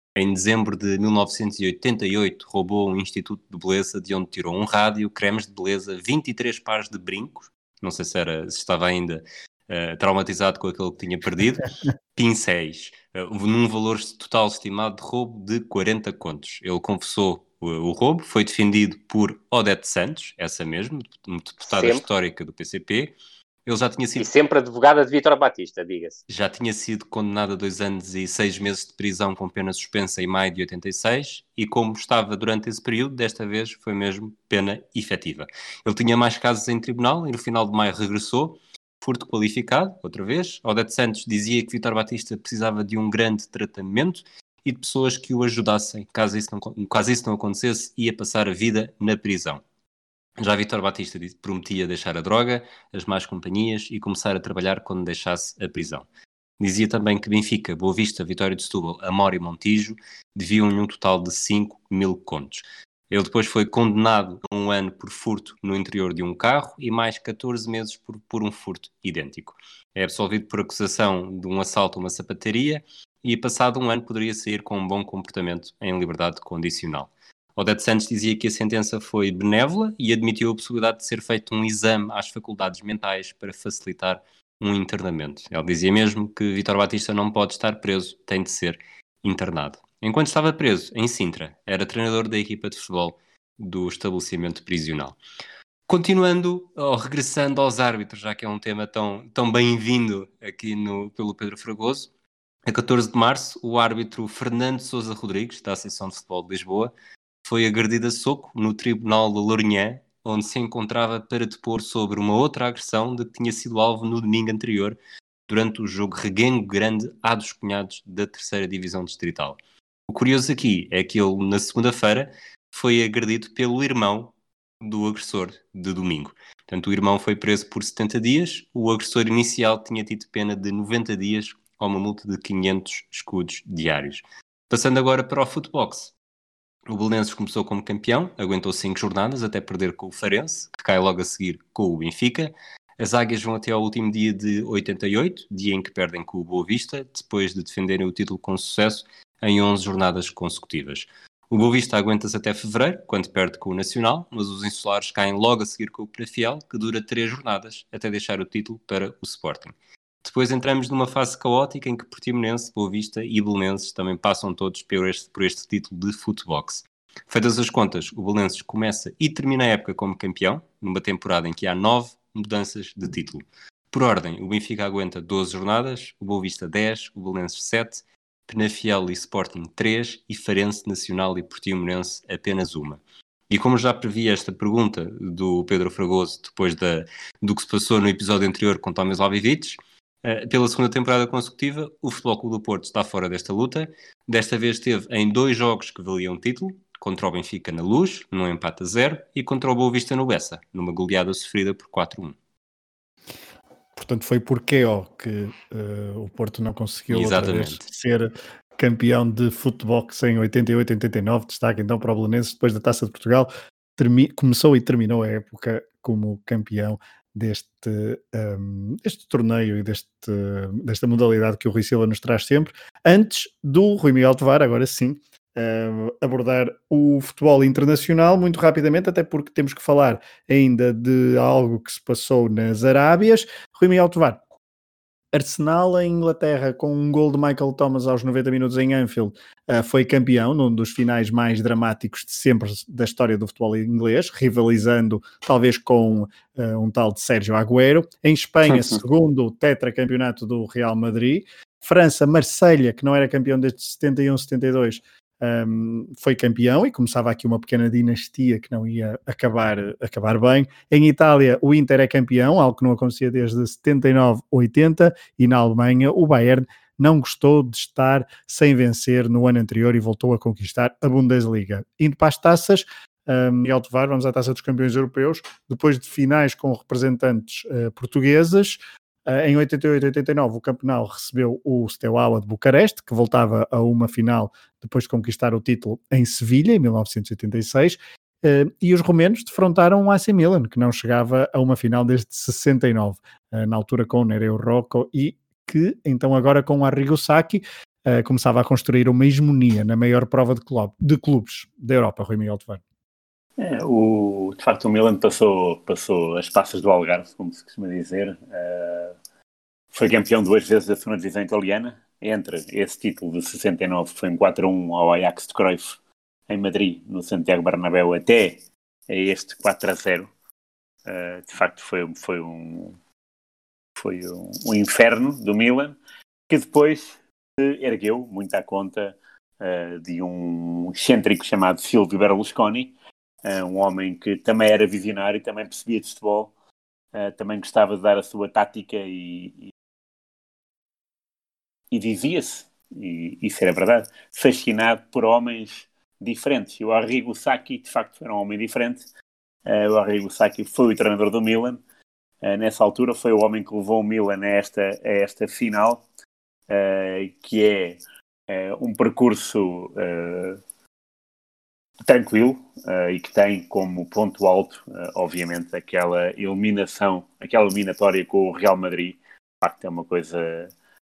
Em dezembro de mil novecentos e oitenta e oito, roubou um instituto de beleza de onde tirou um rádio, cremes de beleza, vinte e três pares de brincos, não sei se, era, se estava ainda uh, traumatizado com aquilo que tinha perdido, pincéis, uh, num valor total estimado de roubo de quarenta contos. Ele confessou o, o roubo, foi defendido por Odete Santos, essa mesmo, deputada Sempre. histórica do P C P. Ele já tinha sido... E sempre advogada de Vítor Batista, diga-se. Já tinha sido condenado a dois anos e seis meses de prisão com pena suspensa em maio de oitenta e seis e como estava durante esse período, desta vez foi mesmo pena efetiva. Ele tinha mais casos em tribunal e no final de maio regressou, furto qualificado, outra vez. Odete Santos dizia que Vítor Batista precisava de um grande tratamento e de pessoas que o ajudassem. Caso isso não, caso isso não acontecesse, ia passar a vida na prisão. Já Vítor Batista prometia deixar a droga, as más companhias e começar a trabalhar quando deixasse a prisão. Dizia também que Benfica, Boa Vista, Vitória de Setúbal, Amora e Montijo deviam-lhe um total de cinco mil contos. Ele depois foi condenado a um ano por furto no interior de um carro e mais catorze meses por, por um furto idêntico. É absolvido por acusação de um assalto a uma sapataria e passado um ano poderia sair com um bom comportamento em liberdade condicional. Odete Santos dizia que a sentença foi benévola e admitiu a possibilidade de ser feito um exame às faculdades mentais para facilitar um internamento. Ele dizia mesmo que Vítor Batista não pode estar preso, tem de ser internado. Enquanto estava preso em Sintra, era treinador da equipa de futebol do estabelecimento prisional. Continuando, ou regressando aos árbitros, já que é um tema tão, tão bem-vindo aqui no, pelo Pedro Fragoso, a catorze de março, o árbitro Fernando Sousa Rodrigues, da Associação de Futebol de Lisboa, foi agredido a soco no Tribunal de Lourinhã, onde se encontrava para depor sobre uma outra agressão de que tinha sido alvo no domingo anterior, durante o jogo Reguengo Grande A dos Cunhados da terceira Divisão Distrital. O curioso aqui é que ele, na segunda-feira, foi agredido pelo irmão do agressor de domingo. Portanto, o irmão foi preso por setenta dias, o agressor inicial tinha tido pena de noventa dias ou uma multa de quinhentos escudos diários. Passando agora para o Footbox. O Belenenses começou como campeão, aguentou cinco jornadas até perder com o Farense, que cai logo a seguir com o Benfica. As Águias vão até ao último dia de oitenta e oito, dia em que perdem com o Boa Vista, depois de defenderem o título com sucesso em onze jornadas consecutivas. O Boa Vista aguenta-se até fevereiro, quando perde com o Nacional, mas os insulares caem logo a seguir com o Penafiel, que dura três jornadas, até deixar o título para o Sporting. Depois entramos numa fase caótica em que Portimonense, Boa Vista e Belenenses também passam todos por este, por este título de Footbox. Feitas as contas, o Belenenses começa e termina a época como campeão, numa temporada em que há nove mudanças de título. Por ordem, o Benfica aguenta doze jornadas, o Boa Vista dez, o Belenenses sete, Penafiel e Sporting três e Farense, Nacional e Portimonense apenas uma. E como já previ esta pergunta do Pedro Fragoso depois da, do que se passou no episódio anterior com Tomislav Ivic, Uh, pela segunda temporada consecutiva, o Futebol Clube do Porto está fora desta luta. Desta vez esteve em dois jogos que valiam título, contra o Benfica na Luz, num empate a zero, e contra o Boa Vista no Bessa, numa goleada sofrida por quatro a um. Portanto, foi porque ó, que uh, o Porto não conseguiu outra vez Exatamente. ser campeão de futebol em oitenta e oito, oitenta e nove. Destaque então para o Belenenses depois da Taça de Portugal. Termi- começou e terminou a época como campeão deste, um, deste torneio e deste, desta modalidade que o Rui Silva nos traz sempre. Antes do Rui Miguel Tovar, agora sim, uh, abordar o futebol internacional muito rapidamente, até porque temos que falar ainda de algo que se passou nas Arábias. Rui Miguel Tovar, Arsenal em Inglaterra com um gol de Michael Thomas aos noventa minutos em Anfield uh, foi campeão num dos finais mais dramáticos de sempre da história do futebol inglês, rivalizando talvez com uh, um tal de Sérgio Agüero. Em Espanha, segundo tetracampeonato do Real Madrid. França, Marselha, que não era campeão desde setenta e um, setenta e dois, um, foi campeão e começava aqui uma pequena dinastia que não ia acabar, acabar bem. Em Itália, o Inter é campeão, algo que não acontecia desde setenta e nove, oitenta, e na Alemanha o Bayern não gostou de estar sem vencer no ano anterior e voltou a conquistar a Bundesliga. Indo para as taças, um, Miguel Tovar, vamos à Taça dos Campeões Europeus, depois de finais com representantes uh, portugueses. Uh, em oitenta e oito, oitenta e nove, o Campeonato recebeu o Steaua de Bucareste, que voltava a uma final depois de conquistar o título em Sevilha, em mil novecentos e oitenta e seis, uh, e os romenos defrontaram o A C Milan, que não chegava a uma final desde sessenta e nove, uh, na altura com Nereu Rocco, e que então agora com o Arrigo Sacchi. uh, começava a construir uma hegemonia na maior prova de, club, de clubes da Europa, Rui Miguel Tavares. É, o, de facto, o Milan passou, passou as passas do Algarve, como se costuma dizer. Uh, foi campeão duas vezes da segunda divisão italiana. Entre esse título de sessenta e nove, que foi um quatro a um ao Ajax de Cruyff, em Madrid, no Santiago Bernabéu, até a este quatro a zero. Uh, de facto, foi, foi, um, foi um, um inferno do Milan, que depois se ergueu muito à conta uh, de um excêntrico chamado Silvio Berlusconi, uh, um homem que também era visionário e também percebia de futebol, uh, também gostava de dar a sua tática e, e, e dizia-se, e isso era verdade, fascinado por homens diferentes. E o Arrigo Sacchi, de facto, era um homem diferente. Uh, o Arrigo Sacchi foi o treinador do Milan. Uh, nessa altura foi o homem que levou o Milan a esta, a esta final, uh, que é uh, um percurso uh, tranquilo uh, e que tem como ponto alto, uh, obviamente, aquela eliminação, aquela eliminatória com o Real Madrid. De facto, é uma coisa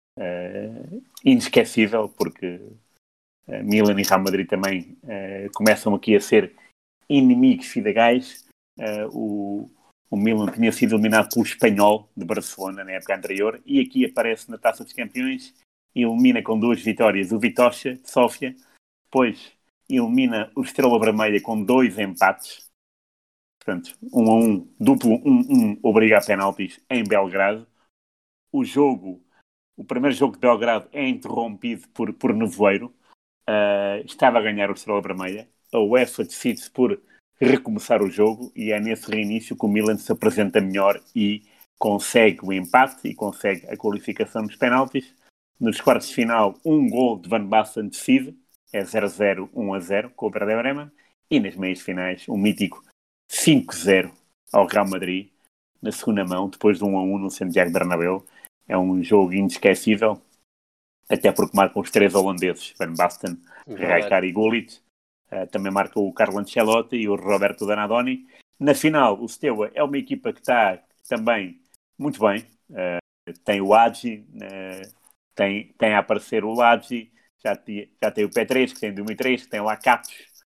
uh, inesquecível, porque uh, Milan e Real Madrid também uh, começam aqui a ser inimigos fidegais. Uh, o, o Milan tinha sido eliminado pelo Espanhol de Barcelona na época anterior e aqui aparece na Taça dos Campeões e elimina com duas vitórias o Vitória de Sófia, depois elimina o Estrela Vermelha com dois empates, portanto um a um, duplo um a um, obriga a penaltis em Belgrado. O jogo, o primeiro jogo de Belgrado é interrompido por, por nevoeiro. Uh, estava a ganhar o Estrela Vermelha. A UEFA decide-se por recomeçar o jogo e é nesse reinício que o Milan se apresenta melhor e consegue o empate e consegue a qualificação nos penaltis. Nos quartos de final, um gol de Van Basten decide, é zero a zero, um a zero com o Werder Bremen, e nas meias finais, um mítico cinco a zero ao Real Madrid, na segunda mão, depois de um a um no Santiago Bernabéu. É um jogo inesquecível, até porque marcam os três holandeses, Van Basten, Rijkaard e Gullit. Uh, também marca o Carlo Ancelotti e o Roberto Donadoni. Na final, o Steaua é uma equipa que está também muito bem. Uh, tem o Hagi, uh, tem, tem a aparecer o Lagi, já, já tem o P três, que tem o Dumitrez, que tem o Lakatos.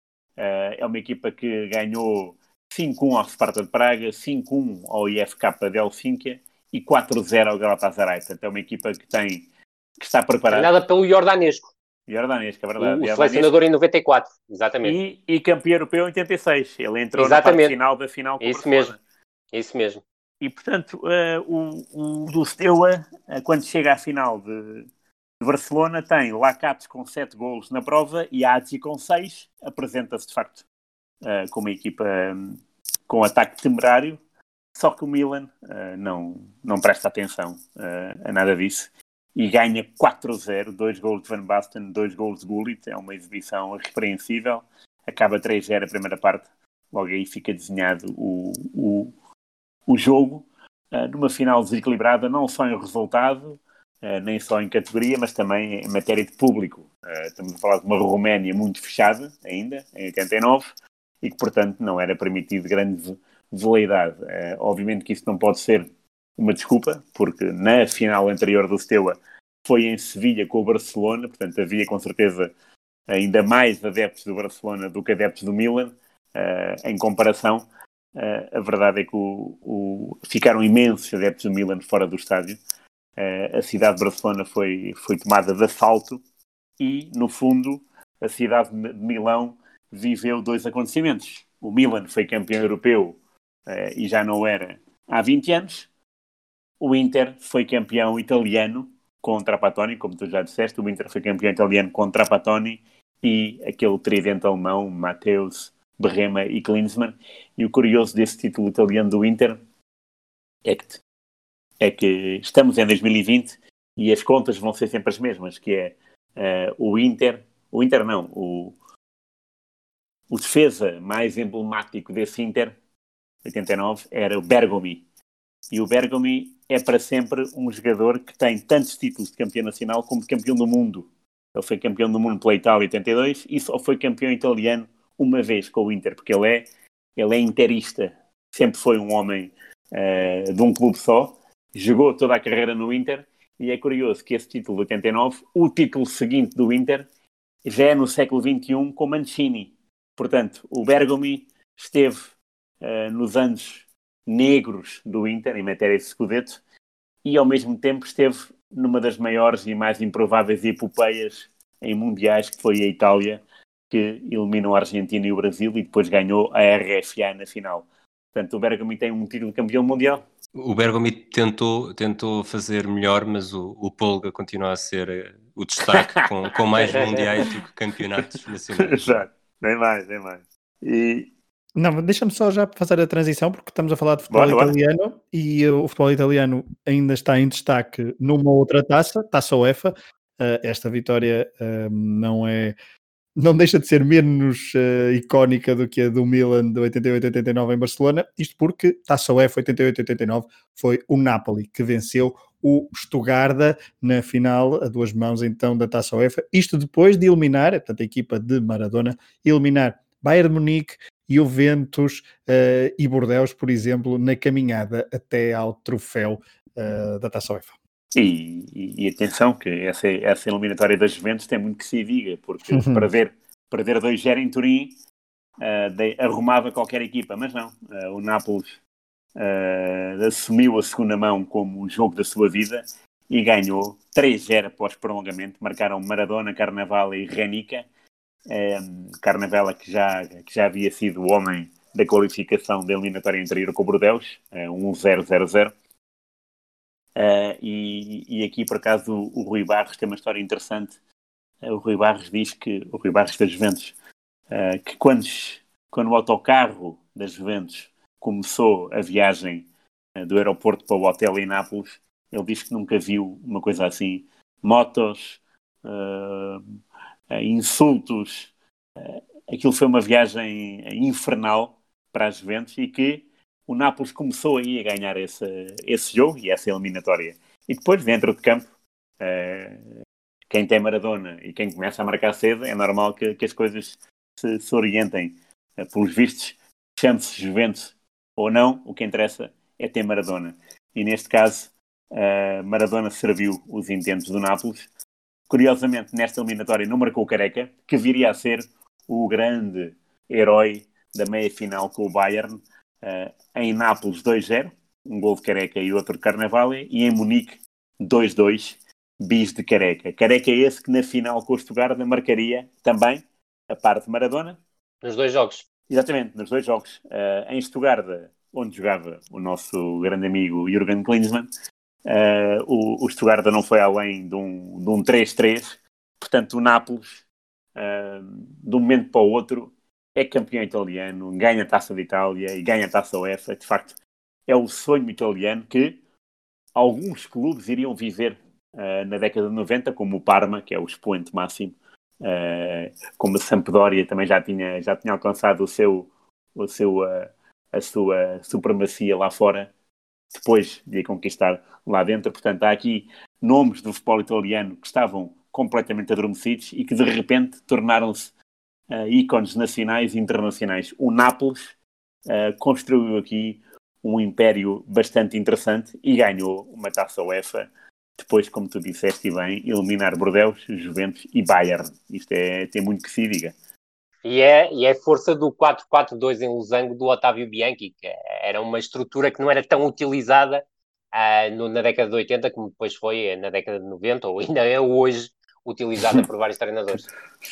Uh, é uma equipa que ganhou cinco a um ao Sparta de Praga, cinco a um ao I F K de Helsínquia e quatro a zero ao Galatasaray. Portanto, é uma equipa que, tem, que está preparada. Treinada pelo Jordanesco. Jordanesco, é verdade. O, o selecionador em noventa e quatro, exatamente. E, e campeão europeu em oitenta e seis. Ele entrou exatamente. Na parte final da final com Isso o mesmo. Isso mesmo. E, portanto, uh, o, o do Steaua, uh, quando chega à final de, de Barcelona, tem Lakatos com sete golos na prova e Hagi com seis. Apresenta-se, de facto, uh, como uma equipa um, com ataque temerário. Só que o Milan uh, não, não presta atenção uh, a nada disso. E ganha quatro a zero, dois golos de Van Basten, dois golos de Gullit. É uma exibição irrepreensível. Acaba três a zero a primeira parte. Logo aí fica desenhado o, o, o jogo. Uh, numa final desequilibrada, não só em resultado, uh, nem só em categoria, mas também em matéria de público. Uh, estamos a falar de uma Roménia muito fechada, ainda, em oitenta e nove, e que, portanto, não era permitido grande veleidade. Uh, obviamente que isso não pode ser uma desculpa, porque na final anterior do Steaua foi em Sevilha com o Barcelona, portanto havia com certeza ainda mais adeptos do Barcelona do que adeptos do Milan, uh, em comparação. Uh, a verdade é que o, o, ficaram imensos adeptos do Milan fora do estádio. Uh, a cidade de Barcelona foi, foi tomada de assalto e, no fundo, a cidade de Milão viveu dois acontecimentos. O Milan foi campeão europeu uh, e já não era há vinte anos. O Inter foi campeão italiano com o Trapattoni, como tu já disseste. O Inter foi campeão italiano com o Trapattoni e aquele tridente alemão, Matthäus, Brehme e Klinsmann. E o curioso desse título italiano do Inter é que, é que estamos em dois mil e vinte e as contas vão ser sempre as mesmas, que é uh, o Inter, o Inter não, o, o defesa mais emblemático desse Inter, oitenta e nove, era o Bergomi. E o Bergomi é para sempre um jogador que tem tantos títulos de campeão nacional como de campeão do mundo. Ele foi campeão do mundo pela Itália em oitenta e dois e só foi campeão italiano uma vez com o Inter, porque ele é, ele é interista. Sempre foi um homem uh, de um clube só. Jogou toda a carreira no Inter E é curioso que esse título de oitenta e nove, o título seguinte do Inter, já é no século vinte e um com Mancini. Portanto, o Bergomi esteve uh, nos anos negros do Inter, em matéria de Scudetto, e ao mesmo tempo esteve numa das maiores e mais improváveis epopeias em mundiais, que foi a Itália, que eliminou a Argentina e o Brasil e depois ganhou a R F A na final. Portanto, o Bergomi tem um título de campeão mundial. O Bergomi tentou, tentou fazer melhor, mas o, o Polga continua a ser o destaque com, com mais mundiais do que campeonatos nacionais. Exato, nem mais, nem mais. E... Não, deixa-me só já fazer a transição, porque estamos a falar de futebol Bora, bora. italiano e uh, o futebol italiano ainda está em destaque numa outra taça, Taça UEFA. Uh, esta vitória uh, não é... não deixa de ser menos uh, icónica do que a do Milan de oitenta e oito oitenta e nove em Barcelona, isto porque Taça UEFA oitenta e oito oitenta e nove foi o Napoli que venceu o Stuttgart na final a duas mãos então da Taça UEFA, isto depois de eliminar, portanto a equipa de Maradona, eliminar Bayern de Munique, Juventus uh, e Bordeaux, por exemplo, na caminhada até ao troféu uh, da Taça UEFA. E, e, e atenção que essa, essa eliminatória das Juventus tem muito que se diga, porque Uhum. para ver perder dois zero em Turim uh, de, arrumava qualquer equipa, mas não. Uh, o Nápoles uh, assumiu a segunda mão como o jogo da sua vida e ganhou três zero após prolongamento. Marcaram Maradona, Carnavale e Renica. Um, Carnavale que já, que já havia sido o homem da qualificação da eliminatória anterior com o Bordeaux, uh, um zero zero zero. Uh, e, e aqui por acaso o, o Rui Barros tem uma história interessante. Uh, o Rui Barros diz que o Rui Barros das Juventus uh, que quando, quando o autocarro das Juventus começou a viagem uh, do aeroporto para o hotel em Nápoles, ele diz que nunca viu uma coisa assim, motos, uh, uh, insultos, uh, aquilo foi uma viagem infernal para as Juventus e que o Nápoles começou aí a ganhar esse, esse jogo e essa eliminatória. E depois, dentro de campo, uh, quem tem Maradona e quem começa a marcar cedo, é normal que, que as coisas se, se orientem. Uh, pelos vistos, chame-se Juventus ou não, o que interessa é ter Maradona. E neste caso, uh, Maradona serviu os intentos do Nápoles. Curiosamente, nesta eliminatória não marcou o Careca, que viria a ser o grande herói da meia-final com o Bayern. Uh, em Nápoles dois zero, um gol de Careca e outro de Carnavale, e em Munique dois dois, bis de Careca. Careca é esse que na final com o Stuttgart marcaria também a parte de Maradona. Nos dois jogos. Exatamente, nos dois jogos. Uh, em Stuttgart, onde jogava o nosso grande amigo Jürgen Klinsmann, uh, o, o Stuttgart não foi além de um, de um três três. Portanto, o Nápoles, uh, de um momento para o outro, é campeão italiano, ganha a Taça de Itália e ganha a Taça UEFA. De facto, é o sonho italiano que alguns clubes iriam viver uh, na década de noventa, como o Parma, que é o expoente máximo, uh, como a Sampdoria também já tinha, já tinha alcançado o seu, o seu, uh, a sua supremacia lá fora, depois de a conquistar lá dentro. Portanto, há aqui nomes do futebol italiano que estavam completamente adormecidos e que de repente tornaram-se Uh, ícones nacionais e internacionais. O Nápoles uh, construiu aqui um império bastante interessante e ganhou uma Taça UEFA. Depois, como tu disseste bem, eliminar Bordeaux, Juventus e Bayern. Isto é, tem muito que se diga. E é, e é força do quatro quatro dois em losango do Otávio Bianchi, que era uma estrutura que não era tão utilizada uh, no, na década de oitenta como depois foi na década de noventa, ou ainda é hoje utilizada por vários treinadores.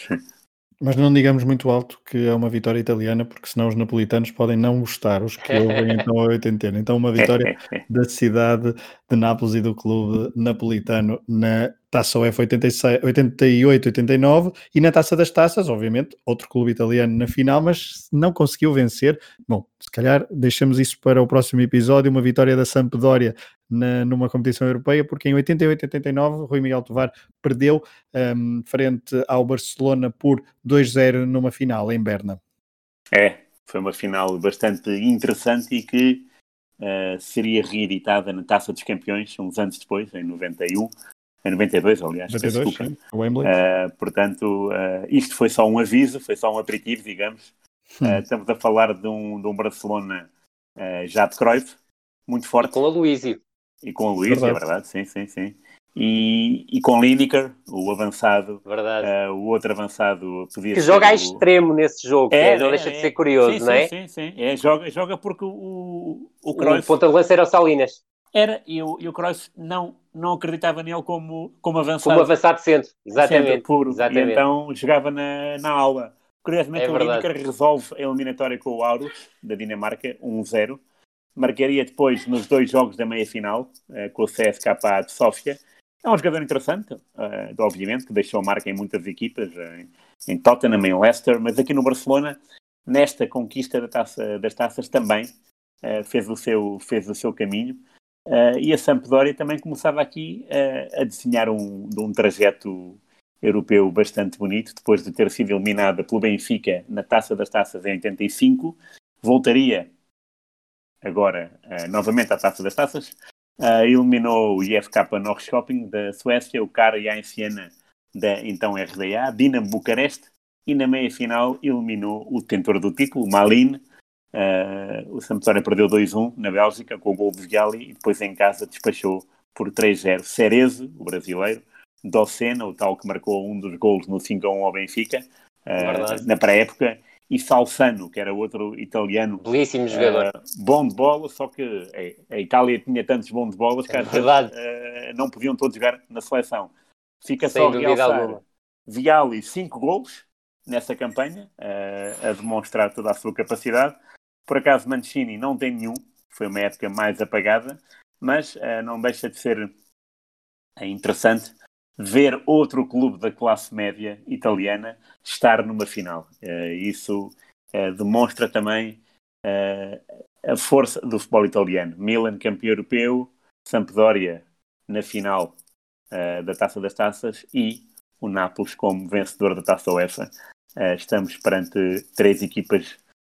Mas não digamos muito alto que é uma vitória italiana, porque senão os napolitanos podem não gostar, os que ouvem então a oitentena. Então uma vitória da cidade de Nápoles e do clube napolitano na Taça UEFA oitenta e seis, oitenta e oito oitenta e nove e na Taça das Taças, obviamente, outro clube italiano na final, mas não conseguiu vencer. Bom, se calhar deixamos isso para o próximo episódio, uma vitória da Sampdoria na, numa competição europeia, porque em oitenta e oito oitenta e nove Rui Miguel Tovar perdeu um, frente ao Barcelona por dois zero numa final em Berna. É, foi uma final bastante interessante e que uh, seria reeditada na Taça dos Campeões uns anos depois, em noventa e um. Em noventa e dois, aliás. noventa e dois, sim, o Wembley. Uh, portanto, uh, isto foi só um aviso, foi só um aperitivo, digamos. Hum. Uh, estamos a falar de um, de um Barcelona uh, já de Cruyff, muito forte. E com a Luísio. E com a Luísio, é verdade, sim, sim, sim. E, e com Lineker, o avançado, Verdade. uh, o outro avançado podia que ser joga a o... extremo nesse jogo, é, é, não é, deixa é. de ser curioso, sim, não é? Sim, sim, sim. É, joga, joga porque o, o, o O Cruyff ponta de lança era o Salinas, era, e o, e o Cruyff não, não acreditava nele como, como avançado. como avançado centro, Centro exatamente. puro. E exatamente. então jogava na, na aula. Curiosamente, É o verdade. Lineker resolve a eliminatória com o Aarhus, da Dinamarca, um zero. Marcaria depois nos dois jogos da meia-final, uh, com o C S K A de Sofia. É um jogador interessante, uh, obviamente, que deixou marca em muitas equipas, uh, em Tottenham, em Leicester, mas aqui no Barcelona, nesta conquista da taça, das taças, também uh, fez, o seu, fez o seu caminho. Uh, e a Sampdoria também começava aqui uh, a desenhar um, de um trajeto europeu bastante bonito, depois de ter sido eliminada pelo Benfica na Taça das Taças em oitenta e cinco, voltaria agora uh, novamente à Taça das Taças, uh, eliminou o I F K Norrköping da Suécia, o Karjai Siena da então R D A, Dinamo Bucareste, e na meia-final eliminou o detentor do título, Malin. Uh, o Sampdoria perdeu dois a um na Bélgica com o gol de Vialli e depois em casa despachou por três a zero Cerezo, o brasileiro, Docena, o tal que marcou um dos golos no cinco a um ao Benfica, uh, na pré-época, e Salsano, que era outro italiano, belíssimo jogador, uh, bom de bola, só que a, a Itália tinha tantos bons de bolas que às vezes uh, não podiam todos jogar na seleção. Fica sem só dúvida realçar alguma. Vialli, cinco golos nessa campanha, uh, a demonstrar toda a sua capacidade. Por acaso Mancini não tem nenhum, foi uma época mais apagada, mas uh, não deixa de ser interessante ver outro clube da classe média italiana estar numa final. Uh, isso uh, demonstra também uh, a força do futebol italiano. Milan campeão europeu, Sampdoria na final uh, da Taça das Taças e o Nápoles como vencedor da Taça UEFA. Uh, estamos perante três equipas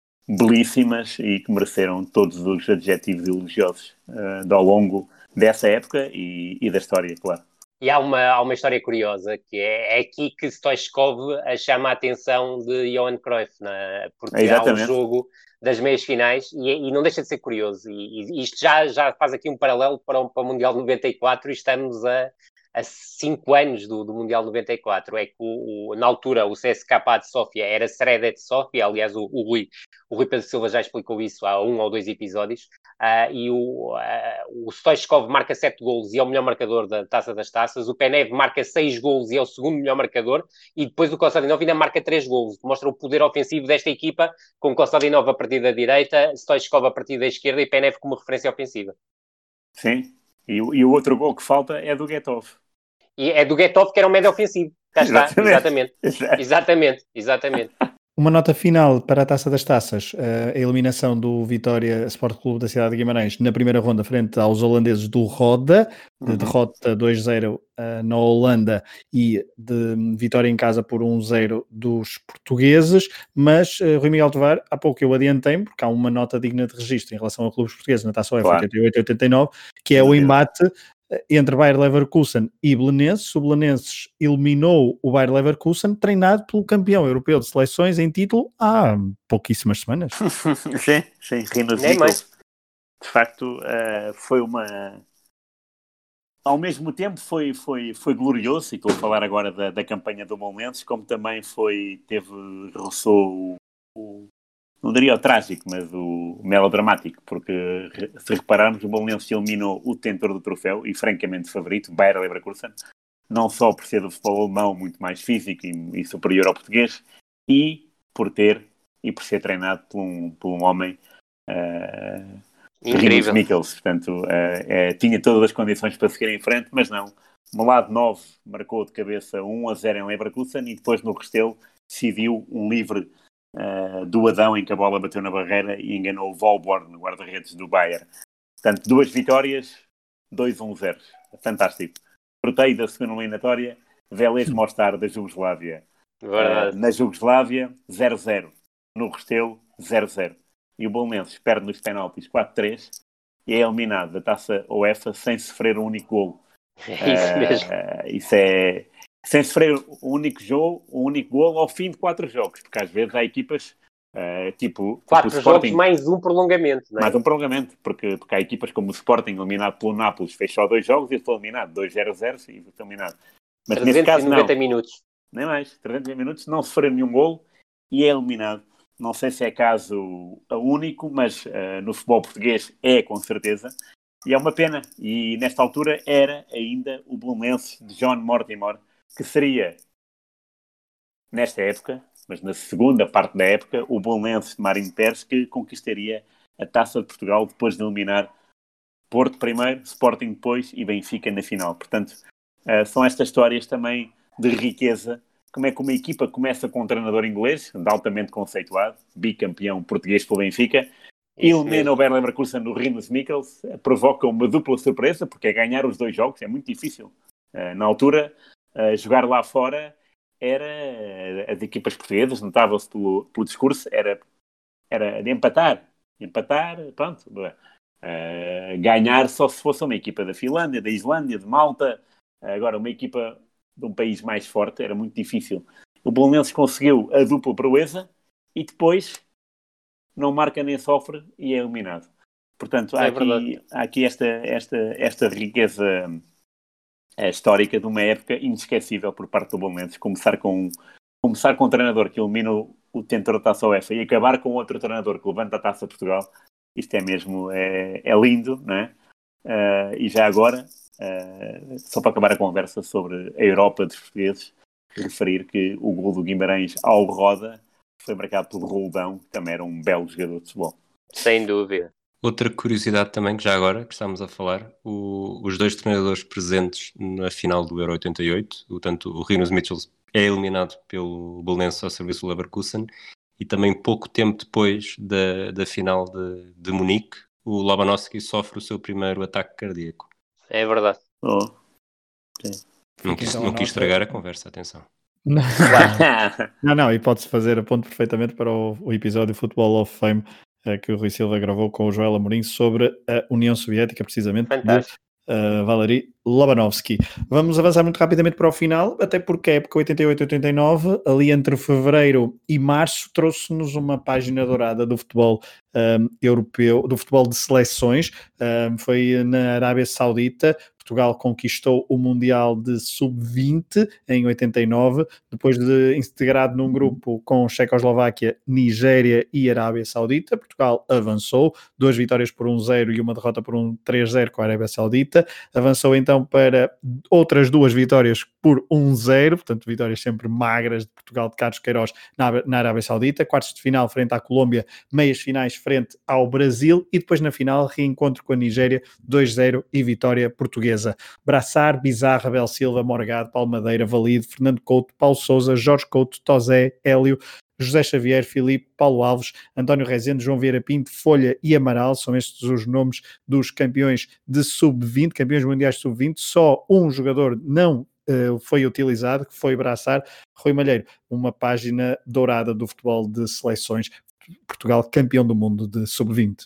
belíssimas e que mereceram todos os adjetivos elogiosos uh, ao longo dessa época e, e da história, claro. E há uma, há uma história curiosa, que é, é aqui que Stoichkov chama a atenção de Johan Cruyff, né? Porque Exatamente. há um jogo das meias finais e, e não deixa de ser curioso. E, e isto já, já faz aqui um paralelo para o, para o Mundial de noventa e quatro e estamos a, a cinco anos do, do Mundial de noventa e quatro. É que o, o, na altura o C S K A de Sofia era Sreda de Sofia, aliás o, o, Rui, o Rui Pedro Silva já explicou isso há um ou dois episódios. Uh, e o, uh, o Stoichkov marca sete golos e é o melhor marcador da Taça das Taças, o Penev marca seis golos e é o segundo melhor marcador, e depois o Kostadinov ainda marca três golos, mostra o poder ofensivo desta equipa, com Kostadinov a partir da direita, Stoichkov a partir da esquerda e Penev como referência ofensiva. Sim, e, e o outro gol que falta é do Guetov. E é do Guetov, que era um médio ofensivo. Cá está, exatamente. Exatamente, exatamente. exatamente. Uma nota final para a Taça das Taças, a eliminação do Vitória Sport Clube da cidade de Guimarães na primeira ronda frente aos holandeses do Roda, de uhum. derrota dois a zero uh, na Holanda e de vitória em casa por um a zero dos portugueses, mas uh, Rui Miguel Tovar, há pouco eu adiantei-me, porque há uma nota digna de registro em relação a clubes portugueses na Taça UEFA claro. oitenta e oito e oitenta e nove, que é o embate entre Bayer Leverkusen e Belenenses. O Belenenses eliminou o Bayer Leverkusen, treinado pelo campeão europeu de seleções em título há pouquíssimas semanas. sim, sim, Rinus Michels. De facto, uh, foi uma... Ao mesmo tempo foi, foi, foi glorioso, e estou a falar agora da, da campanha do Belenenses, como também foi, teve, roçou o, o não diria o trágico, mas o melodramático, porque se repararmos, o Belenenses eliminou o detentor do troféu e francamente favorito, Bayer Leverkusen, não só por ser do futebol alemão muito mais físico e, e superior ao português, e por ter e por ser treinado por um, por um homem uh, incrível. Michels, portanto uh, uh, tinha todas as condições para seguir em frente, mas não. No lado nove marcou de cabeça um a zero em Leverkusen e depois no Restelo decidiu um livre Uh, do Adão em que a bola bateu na barreira e enganou o Volborn, guarda-redes do Bayer. Portanto, duas vitórias, dois a um zero. Fantástico. Proteio da segunda eliminatória, Velez Mostar da Jugoslávia. Uh, na Jugoslávia, zero a zero. No Restelo, zero a zero. E o Belenenses perde nos penaltis quatro a três e é eliminado da Taça UEFA sem sofrer um único golo. É isso mesmo. Uh, isso é... Sem sofrer um único jogo, um único golo ao fim de quatro jogos, porque às vezes há equipas Uh, tipo, Quatro tipo jogos Sporting, mais um prolongamento, não é? mais um prolongamento, porque, porque há equipas como o Sporting, eliminado pelo Nápoles, fez só dois jogos e foi eliminado, dois zero zero e foi eliminado. Mas nesse caso não, trezentos e noventa minutos. nem mais, trezentos minutos, não sofreu nenhum golo e é eliminado. Não sei se é caso único, mas uh, no futebol português é com certeza. E é uma pena. E nesta altura era ainda o Belenenses de John Mortimer, que seria, nesta época, mas na segunda parte da época, o Belenenses de Marinho Pérez, que conquistaria a Taça de Portugal depois de eliminar Porto primeiro, Sporting depois e Benfica na final. Portanto, uh, são estas histórias também de riqueza. Como é que uma equipa começa com um treinador inglês, altamente conceituado, bicampeão português pelo Benfica, elimina o Bayer Leverkusen no Rinus Michels, provoca uma dupla surpresa, porque é ganhar os dois jogos, é muito difícil. Uh, na altura, uh, jogar lá fora era, as equipas portuguesas, notava-se pelo, pelo discurso, era, era de empatar. Empatar, pronto. Uh, ganhar só se fosse uma equipa da Finlândia, da Islândia, de Malta. Uh, agora, uma equipa de um país mais forte era muito difícil. O Belenenses conseguiu a dupla proeza e depois não marca nem sofre e é eliminado. Portanto, há, é aqui, há aqui esta, esta, esta riqueza é, histórica de uma época inesquecível por parte do Belenenses. Começar com, começar com um treinador que elimina o, o detentor da Taça UEFA e acabar com outro treinador que levanta a Taça Portugal. Isto é mesmo, é, é lindo, não é? Uh, e já agora, uh, só para acabar a conversa sobre a Europa dos portugueses, referir que o gol do Guimarães ao Roda foi marcado pelo Roldão, que também era um belo jogador de futebol. Sem dúvida. Outra curiosidade também, que já agora que estamos a falar, o, os dois treinadores presentes na final do Euro oitenta e oito, o, tanto o Rinus Michels é eliminado pelo Belenenses ao serviço do Leverkusen, e também pouco tempo depois da, da final de, de Munique, o Lobanovski sofre o seu primeiro ataque cardíaco. É verdade. Oh. Okay. Não, quis, então não quis estragar a conversa, atenção. Não, não, não, e pode-se fazer a ponto perfeitamente para o, o episódio Football of Fame eh, que o Rui Silva gravou com o Joel Amorim sobre a União Soviética, precisamente, fantástico, de uh, Valery Lobanovski. Vamos avançar muito rapidamente para o final, até porque a época oitenta e oito oitenta e nove, ali entre fevereiro e março, trouxe-nos uma página dourada do futebol um, europeu, do futebol de seleções. Um, foi na Arábia Saudita. Portugal conquistou o Mundial de sub vinte em oitenta e nove, depois de integrado num grupo com Checoslováquia, Nigéria e Arábia Saudita. Portugal avançou, duas vitórias por um zero e uma derrota por um três zero com a Arábia Saudita. Avançou então para outras duas vitórias por um zero, portanto vitórias sempre magras de Portugal de Carlos Queiroz na, na Arábia Saudita. Quartos de final frente à Colômbia, meias finais frente ao Brasil e depois na final reencontro com a Nigéria, dois zero e vitória portuguesa. Braçar, Bizarra, Abel Silva, Morgado, Palmadeira, Valido, Fernando Couto, Paulo Sousa, Jorge Couto, Tozé, Hélio, José Xavier, Filipe, Paulo Alves, António Rezende, João Vieira Pinto, Folha e Amaral, são estes os nomes dos campeões de sub vinte, campeões mundiais de sub vinte. Só um jogador não uh, foi utilizado, que foi Braçar. Rui Malheiro, uma página dourada do futebol de seleções, Portugal campeão do mundo de sub vinte.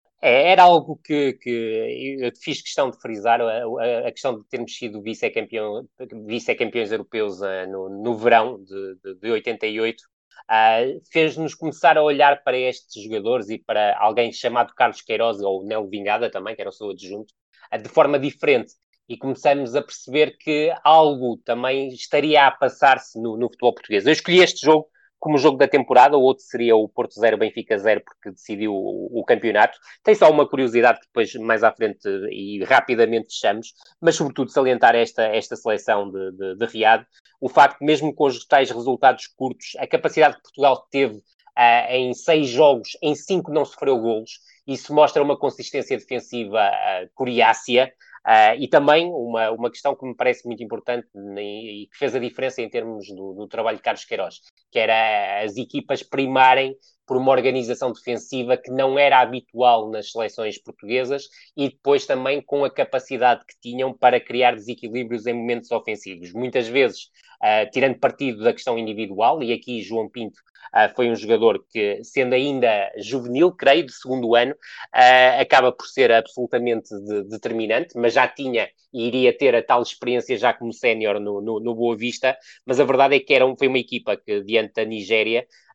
É, era algo que, que eu fiz questão de frisar, a, a, a questão de termos sido vice-campeão, vice-campeões europeus uh, no, no verão de, de, de oitenta e oito, uh, fez-nos começar a olhar para estes jogadores e para alguém chamado Carlos Queiroz, ou Nelo Vingada também, que era o seu adjunto, uh, de forma diferente. E começamos a perceber que algo também estaria a passar-se no, no futebol português. Eu escolhi este jogo como jogo da temporada, o outro seria o Porto zero, Benfica zero, porque decidiu o, o campeonato. Tem só uma curiosidade que depois, mais à frente, e rapidamente fechamos, mas sobretudo salientar esta, esta seleção de, de, de Riad. O facto, mesmo com os tais resultados curtos, a capacidade que Portugal teve uh, em seis jogos, em cinco não sofreu golos. Isso mostra uma consistência defensiva uh, coriácea. Uh, e também uma, uma questão que me parece muito importante e, e que fez a diferença em termos do, do trabalho de Carlos Queiroz, que era as equipas primarem por uma organização defensiva que não era habitual nas seleções portuguesas e depois também com a capacidade que tinham para criar desequilíbrios em momentos ofensivos. Muitas vezes, uh, tirando partido da questão individual, e aqui João Pinto Uh, foi um jogador que, sendo ainda juvenil, creio, de segundo ano, uh, acaba por ser absolutamente de, determinante, mas já tinha e iria ter a tal experiência já como sénior no, no, no Boa Vista, mas a verdade é que era um, foi uma equipa que, diante da Nigéria,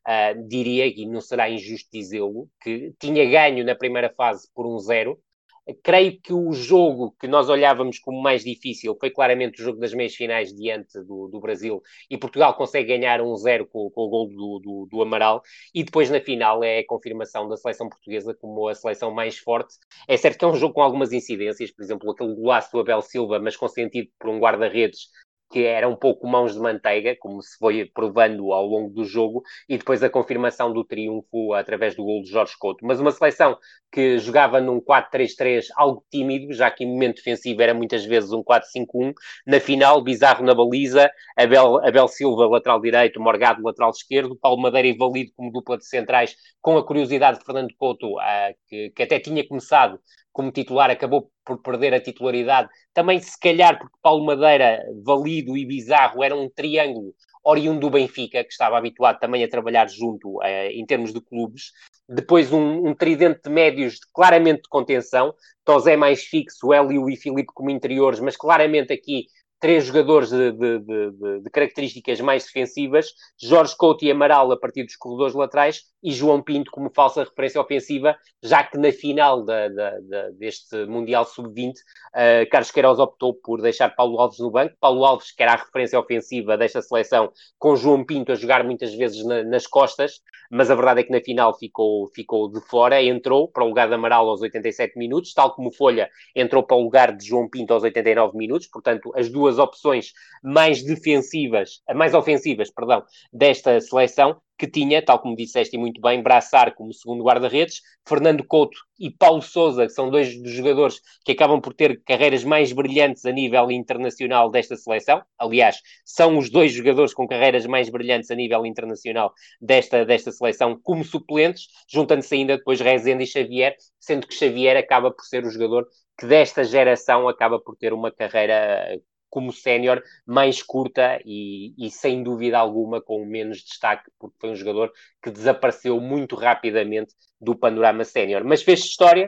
uh, diria, e não será injusto dizê-lo, que tinha ganho na primeira fase por um zero. Creio que o jogo que nós olhávamos como mais difícil foi claramente o jogo das meias finais diante do, do Brasil, e Portugal consegue ganhar um zero com, com o gol do, do, do Amaral, e depois na final é a confirmação da seleção portuguesa como a seleção mais forte. É certo que é um jogo com algumas incidências, por exemplo, aquele golaço do Abel Silva, mas consentido por um guarda-redes que era um pouco mãos de manteiga, como se foi provando ao longo do jogo, e depois a confirmação do triunfo através do gol de Jorge Couto. Mas uma seleção que jogava num quatro três três algo tímido, já que em momento defensivo era muitas vezes um quatro cinco um. Na final, Bizarro na baliza, Abel, Abel Silva, lateral direito, Morgado, lateral esquerdo, Paulo Madeira e Valido como dupla de centrais, com a curiosidade de Fernando Couto, uh, que, que até tinha começado como titular, acabou por perder a titularidade. Também, se calhar, porque Paulo Madeira, Valido e Bizarro eram um triângulo oriundo do Benfica, que estava habituado também a trabalhar junto uh, em termos de clubes. Depois um, um tridente de médios claramente de contenção, Tozé mais fixo, Hélio e Filipe como interiores, mas claramente aqui três jogadores de, de, de, de características mais defensivas, Jorge Couto e Amaral a partir dos corredores laterais e João Pinto como falsa referência ofensiva, já que na final da, da, da, deste Mundial sub vinte, uh, Carlos Queiroz optou por deixar Paulo Alves no banco. Paulo Alves, que era a referência ofensiva desta seleção, com João Pinto a jogar muitas vezes na, nas costas, mas a verdade é que na final ficou, ficou de fora, entrou para o lugar de Amaral aos oitenta e sete minutos, tal como Folha entrou para o lugar de João Pinto aos oitenta e nove minutos, portanto as duas opções mais defensivas, mais ofensivas, perdão, desta seleção, que tinha, tal como disseste muito bem, Braçar como segundo guarda-redes, Fernando Couto e Paulo Sousa, que são dois dos jogadores que acabam por ter carreiras mais brilhantes a nível internacional desta seleção. Aliás, são os dois jogadores com carreiras mais brilhantes a nível internacional desta, desta seleção como suplentes, juntando-se ainda depois Rezende e Xavier, sendo que Xavier acaba por ser o jogador que desta geração acaba por ter uma carreira como sénior mais curta e, e sem dúvida alguma com menos destaque, porque foi um jogador que desapareceu muito rapidamente do panorama sénior, mas fez história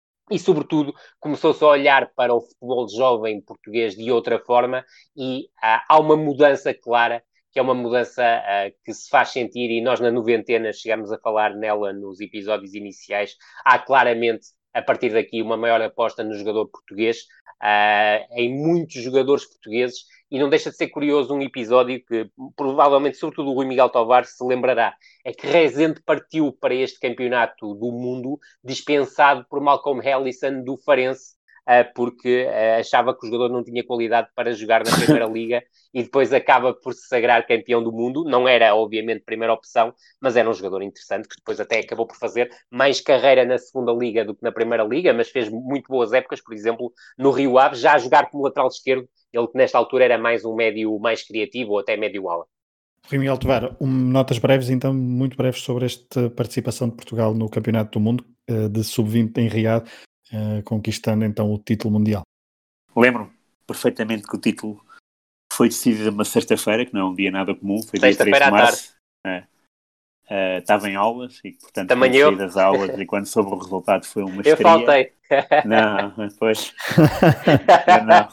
e sobretudo começou-se a olhar para o futebol jovem português de outra forma, e ah, há uma mudança clara, que é uma mudança ah, que se faz sentir, e nós na noventena chegamos a falar nela nos episódios iniciais. Há claramente a partir daqui uma maior aposta no jogador português, Uh, em muitos jogadores portugueses, e não deixa de ser curioso um episódio que provavelmente, sobretudo o Rui Miguel Tovar se lembrará, é que Rezende partiu para este campeonato do mundo dispensado por Malcolm Ellison do Farense, uh, porque uh, achava que o jogador não tinha qualidade para jogar na Primeira Liga, e depois acaba por se sagrar campeão do mundo. Não era obviamente primeira opção, mas era um jogador interessante, que depois até acabou por fazer mais carreira na segunda Liga do que na Primeira Liga, mas fez muito boas épocas, por exemplo, no Rio Ave, já a jogar como lateral esquerdo, ele que nesta altura era mais um médio mais criativo, ou até médio ala. Rui Miguel Tovar, um, notas breves, então, muito breves sobre esta participação de Portugal no Campeonato do Mundo uh, de sub vinte em Riad, uh, conquistando então o título mundial. Lembro perfeitamente que o título foi decidido uma sexta-feira, que não é um dia nada comum, foi dia três de março. É. Uh, estava em aulas e, portanto, também quando eu. saí das aulas e quando soube o resultado foi uma Eu histeria. faltei. Não, depois. não.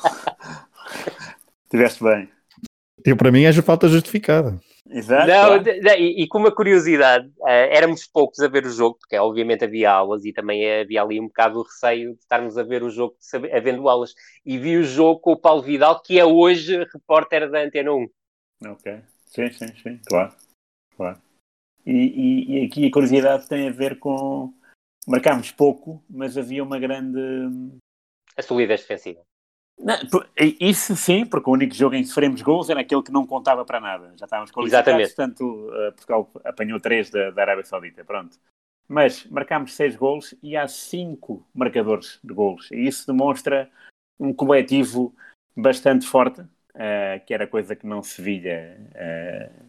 Tiveste bem. Eu, para mim, é falta justificada. Exato. Não, claro. e, e com uma curiosidade, uh, éramos poucos a ver o jogo, porque obviamente havia aulas e também havia ali um bocado o receio de estarmos a ver o jogo saber, havendo aulas. E vi o jogo com o Paulo Vidal, que é hoje repórter da Antena um. Ok. Sim, sim, sim. Claro. Claro. E, e, e aqui a curiosidade tem a ver com... Marcámos pouco, mas havia uma grande... A solidez defensiva. Não, isso sim, porque o único jogo em que sofremos gols era aquele que não contava para nada. Já estávamos qualificados, portanto, uh, Portugal apanhou três da, da Arábia Saudita, pronto. Mas marcámos seis gols e há cinco marcadores de gols. E isso demonstra um coletivo bastante forte, uh, que era coisa que não se via uh,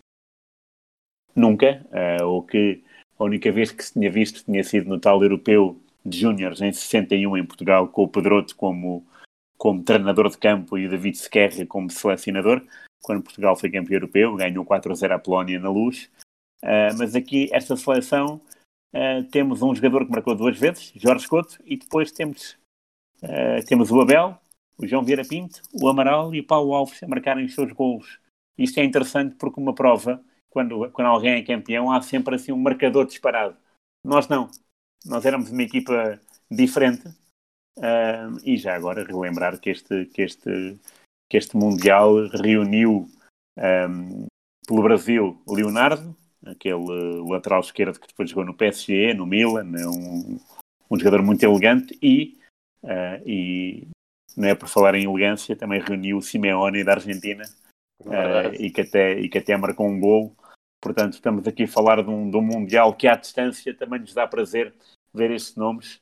nunca, uh, ou que a única vez que se tinha visto tinha sido no tal europeu de júniores em sessenta e um em Portugal, com o Pedroto como... como treinador de campo e o David Sequerra como selecionador, quando Portugal foi campeão europeu, ganhou quatro a zero à Polónia na Luz. Uh, mas aqui, esta seleção, uh, temos um jogador que marcou duas vezes, Jorge Couto, e depois temos, uh, temos o Abel, o João Vieira Pinto, o Amaral e o Paulo Alves a marcarem os seus golos. Isto é interessante porque uma prova quando, quando alguém é campeão, há sempre assim um marcador disparado. Nós não. Nós éramos uma equipa diferente. Uh, e já agora relembrar que este, que este, que este Mundial reuniu um, pelo Brasil Leonardo, aquele lateral esquerdo que depois jogou no P S G, no Milan, é um, um jogador muito elegante, e, uh, e não é por falar em elegância, também reuniu o Simeone da Argentina, uh, e, que até, e que até marcou um gol. Portanto, estamos aqui a falar de um, de um Mundial que à distância também nos dá prazer ver estes nomes.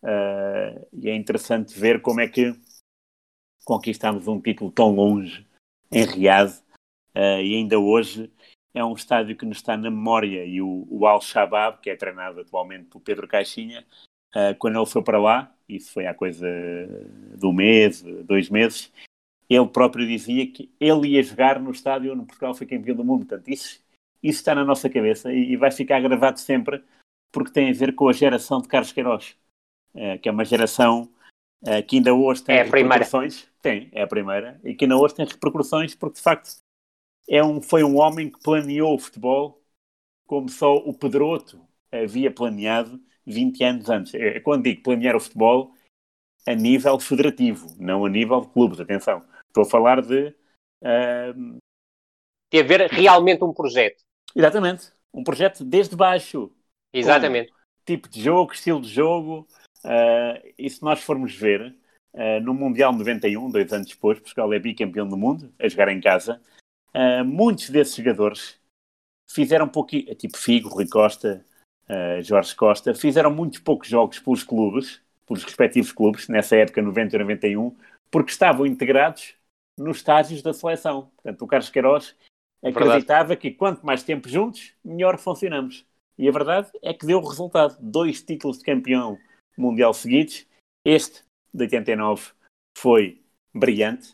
Uh, e é interessante ver como é que conquistamos um título tão longe em Riad, uh, e ainda hoje é um estádio que nos está na memória. E o, o Al-Shabaab, que é treinado atualmente por Pedro Caixinha, uh, quando ele foi para lá, isso foi há coisa de um mês, dois meses, ele próprio dizia que ele ia jogar no estádio onde Portugal foi campeão do mundo. Portanto, isso, isso está na nossa cabeça e, e vai ficar gravado sempre, porque tem a ver com a geração de Carlos Queiroz. Uh, que é uma geração uh, que ainda hoje tem é repercussões. Tem, é a primeira. E que ainda hoje tem repercussões porque, de facto, é um, foi um homem que planeou o futebol como só o Pedroto havia planeado vinte anos antes. É, quando digo planear o futebol, a nível federativo, não a nível de clubes. Atenção, estou a falar de... Uh... De haver realmente um projeto. Exatamente. Um projeto desde baixo. Exatamente. Tipo de jogo, estilo de jogo... Uh, e se nós formos ver, uh, no Mundial noventa e um, dois anos depois, Portugal é bicampeão do mundo, a jogar em casa, uh, muitos desses jogadores fizeram pouquinho, tipo Figo, Rui Costa, uh, Jorge Costa, fizeram muito poucos jogos pelos clubes, pelos respectivos clubes, nessa época, noventa e noventa e um, porque estavam integrados nos estágios da seleção. Portanto, o Carlos Queiroz acreditava Verdade. que quanto mais tempo juntos, melhor funcionamos. E a verdade é que deu o resultado. Dois títulos de campeão mundial seguidos. Este, de oitenta e nove, foi brilhante.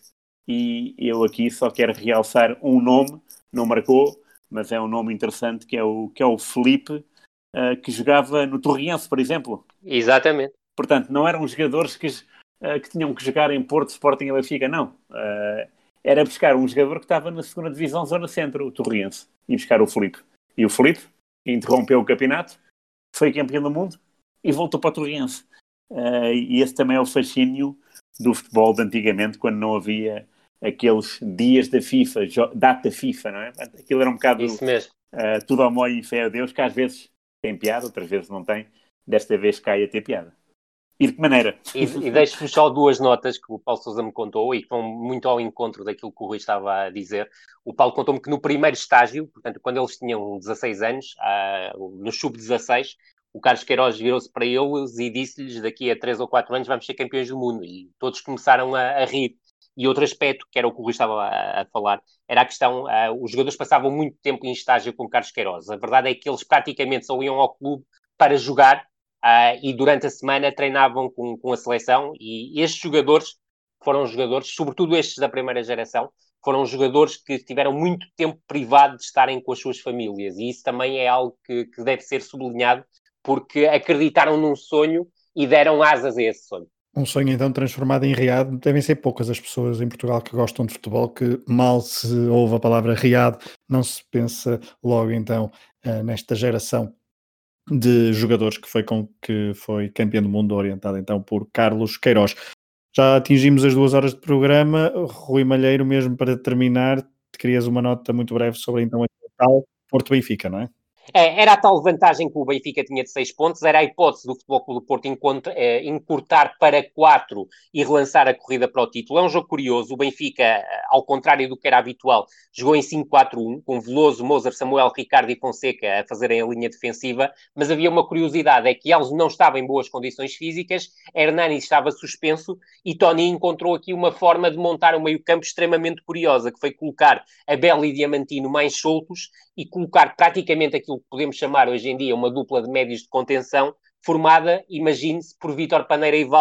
E eu aqui só quero realçar um nome, não marcou, mas é um nome interessante, que é o, que é o Felipe, uh, que jogava no Torriense, por exemplo. Exatamente. Portanto, não eram jogadores que, uh, que tinham que jogar em Porto, Sporting e Benfica, não. Uh, era buscar um jogador que estava na segunda divisão, Zona Centro, o Torriense, e buscar o Felipe. E o Felipe interrompeu o campeonato, foi campeão do mundo, e voltou para o Torriense. Uh, e esse também é o fascínio do futebol de antigamente, quando não havia aqueles dias da FIFA, data FIFA, não é? Aquilo era um bocado Isso mesmo. Uh, tudo ao molho e fé a Deus, que às vezes tem piada, outras vezes não tem. Desta vez cai a ter piada. E de que maneira? E, e deixo-vos só duas notas que o Paulo Sousa me contou e que vão muito ao encontro daquilo que o Rui estava a dizer. O Paulo contou-me que no primeiro estágio, portanto, quando eles tinham dezasseis anos, uh, no sub dezasseis, o Carlos Queiroz virou-se para eles e disse-lhes: daqui a três ou quatro anos vamos ser campeões do mundo. E todos começaram a, a rir. E outro aspecto, que era o que o Rui estava a, a falar, era a questão, uh, os jogadores passavam muito tempo em estágio com o Carlos Queiroz. A verdade é que eles praticamente só iam ao clube para jogar uh, e durante a semana treinavam com, com a seleção. E estes jogadores foram jogadores, sobretudo estes da primeira geração, foram jogadores que tiveram muito tempo privado de estarem com as suas famílias. E isso também é algo que, que deve ser sublinhado, porque acreditaram num sonho e deram asas a esse sonho. Um sonho então transformado em Riad. Devem ser poucas as pessoas em Portugal que gostam de futebol, que mal se ouve a palavra Riad, não se pensa logo então nesta geração de jogadores que foi, com, que foi campeão do mundo, orientado então por Carlos Queiroz. Já atingimos as duas horas de programa. Rui Malheiro, mesmo para terminar, te querias uma nota muito breve sobre então a tal Porto-Benfica, não é? É, era a tal vantagem que o Benfica tinha de seis pontos, era a hipótese do Futebol Clube do Porto eh, encurtar para quatro e relançar a corrida para o título. É um jogo curioso. O Benfica, ao contrário do que era habitual, jogou em cinco quatro um, com Veloso, Moser, Samuel, Ricardo e Fonseca a fazerem a linha defensiva, mas havia uma curiosidade, é que eles não estavam em boas condições físicas, Hernani estava suspenso e Tony encontrou aqui uma forma de montar um meio-campo extremamente curiosa, que foi colocar Abel e Diamantino mais soltos e colocar praticamente aquilo que podemos chamar hoje em dia uma dupla de médios de contenção, formada, imagine-se, por Vítor Paneira e Valdo,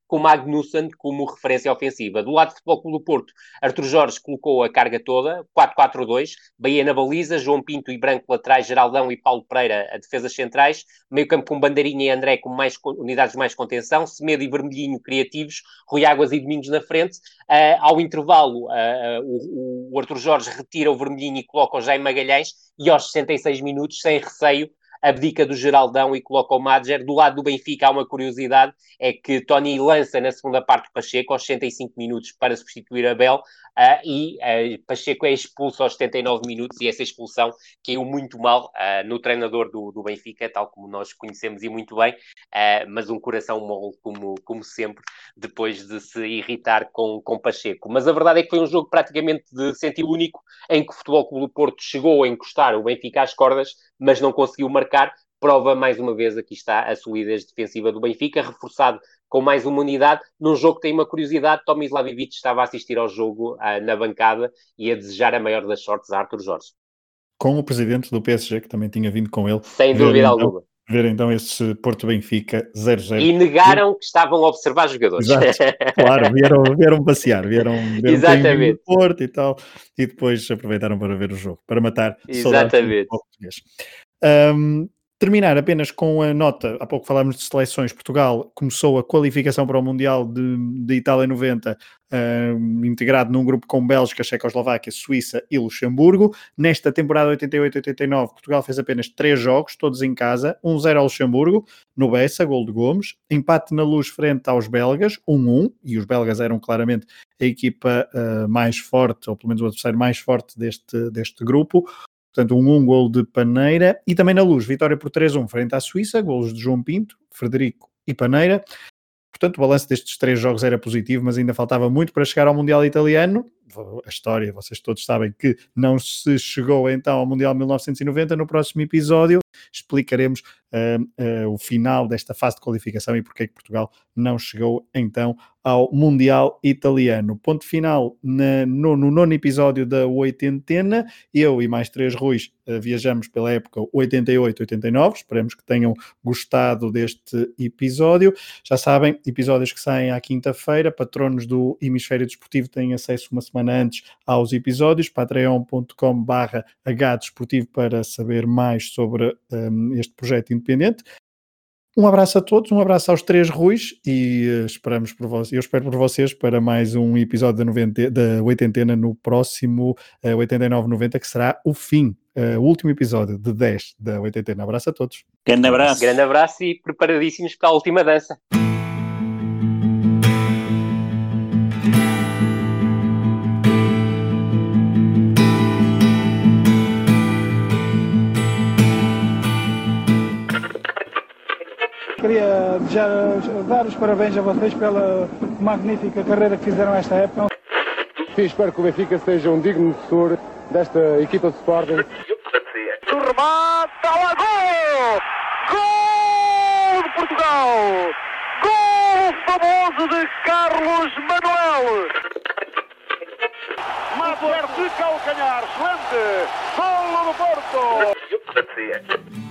com Magnussen como referência ofensiva. Do lado do Futebol Clube do Porto, Arthur Jorge colocou a carga toda, quatro quatro dois, Bahia na baliza, João Pinto e Branco laterais, Geraldão e Paulo Pereira a defesas centrais, meio campo com Bandeirinha e André com mais, unidades de mais contenção, Semedo e Vermelhinho criativos, Rui Águas e Domingos na frente. Uh, ao intervalo, uh, uh, o, o Arthur Jorge retira o Vermelhinho e coloca o Jaime Magalhães, e aos sessenta e seis minutos, sem receio, abdica do Geraldão e coloca o Madger. Do lado do Benfica há uma curiosidade, é que Tony lança na segunda parte o Pacheco aos sessenta e cinco minutos para substituir Abel, uh, e uh, Pacheco é expulso aos setenta e nove minutos, e essa expulsão caiu muito mal uh, no treinador do, do Benfica, tal como nós conhecemos e muito bem, uh, mas um coração mole, como, como sempre, depois de se irritar com, com Pacheco. Mas a verdade é que foi um jogo praticamente de sentido único, em que o Futebol Clube do Porto chegou a encostar o Benfica às cordas, mas não conseguiu marcar. Prova mais uma vez, aqui está a solidez defensiva do Benfica, reforçado com mais uma unidade, num jogo que tem uma curiosidade. Tomislav Ivic estava a assistir ao jogo uh, na bancada e a desejar a maior das sortes a Arthur Jorge. Com o presidente do P S G, que também tinha vindo com ele. Sem dúvida então, alguma. Ver então esse Porto-Benfica zero zero. E negaram e... que estavam a observar jogadores. Exato, claro, vieram, vieram passear, vieram ver Exatamente. Um Porto e tal, e depois aproveitaram para ver o jogo, para matar Exatamente. do português. Um, terminar apenas com a nota, há pouco falámos de seleções. Portugal começou a qualificação para o Mundial de, de Itália noventa, uh, integrado num grupo com Bélgica, Checoslováquia, Suíça e Luxemburgo. Nesta temporada oitenta e oito oitenta e nove, Portugal fez apenas três jogos, todos em casa, um zero ao Luxemburgo, no Bessa, gol de Gomes, empate na Luz frente aos belgas, um um, e os belgas eram claramente a equipa uh, mais forte, ou pelo menos o adversário mais forte deste, deste grupo. Portanto, um um, gol de Paneira. E também na Luz, vitória por três a um frente à Suíça, golos de João Pinto, Frederico e Paneira. Portanto, o balanço destes três jogos era positivo, mas ainda faltava muito para chegar ao Mundial Italiano. A história, vocês todos sabem que não se chegou então ao Mundial mil novecentos e noventa. No próximo episódio explicaremos uh, uh, o final desta fase de qualificação e porque é que Portugal não chegou então ao Mundial Italiano. Ponto final na, no, no nono episódio da oitentena. Eu e mais três Ruis uh, viajamos pela época oitenta e oito oitenta e nove. Esperemos que tenham gostado deste episódio. Já sabem, episódios que saem à quinta-feira. Patronos do Hemisfério Desportivo têm acesso uma semana antes aos episódios. patreon ponto com barra h desportivo para saber mais sobre um, este projeto independente. Um abraço a todos, um abraço aos três Ruis e uh, esperamos por vocês, eu espero por vocês para mais um episódio da, noventa, da oitentena no próximo uh, oitenta e nove noventa, que será o fim, uh, o último episódio de dez da oitentena. Abraço a todos. Grande abraço. Grande abraço e preparadíssimos para a última dança. Queria desejar, dar os parabéns a vocês pela magnífica carreira que fizeram esta época. Sim, espero que o Benfica seja um digno sucessor desta equipa de Sporting. O remate, está lá, gol! Gol de Portugal! Gol famoso de Carlos Manuel! Madler de calcanhar, excelente! Gol do Porto!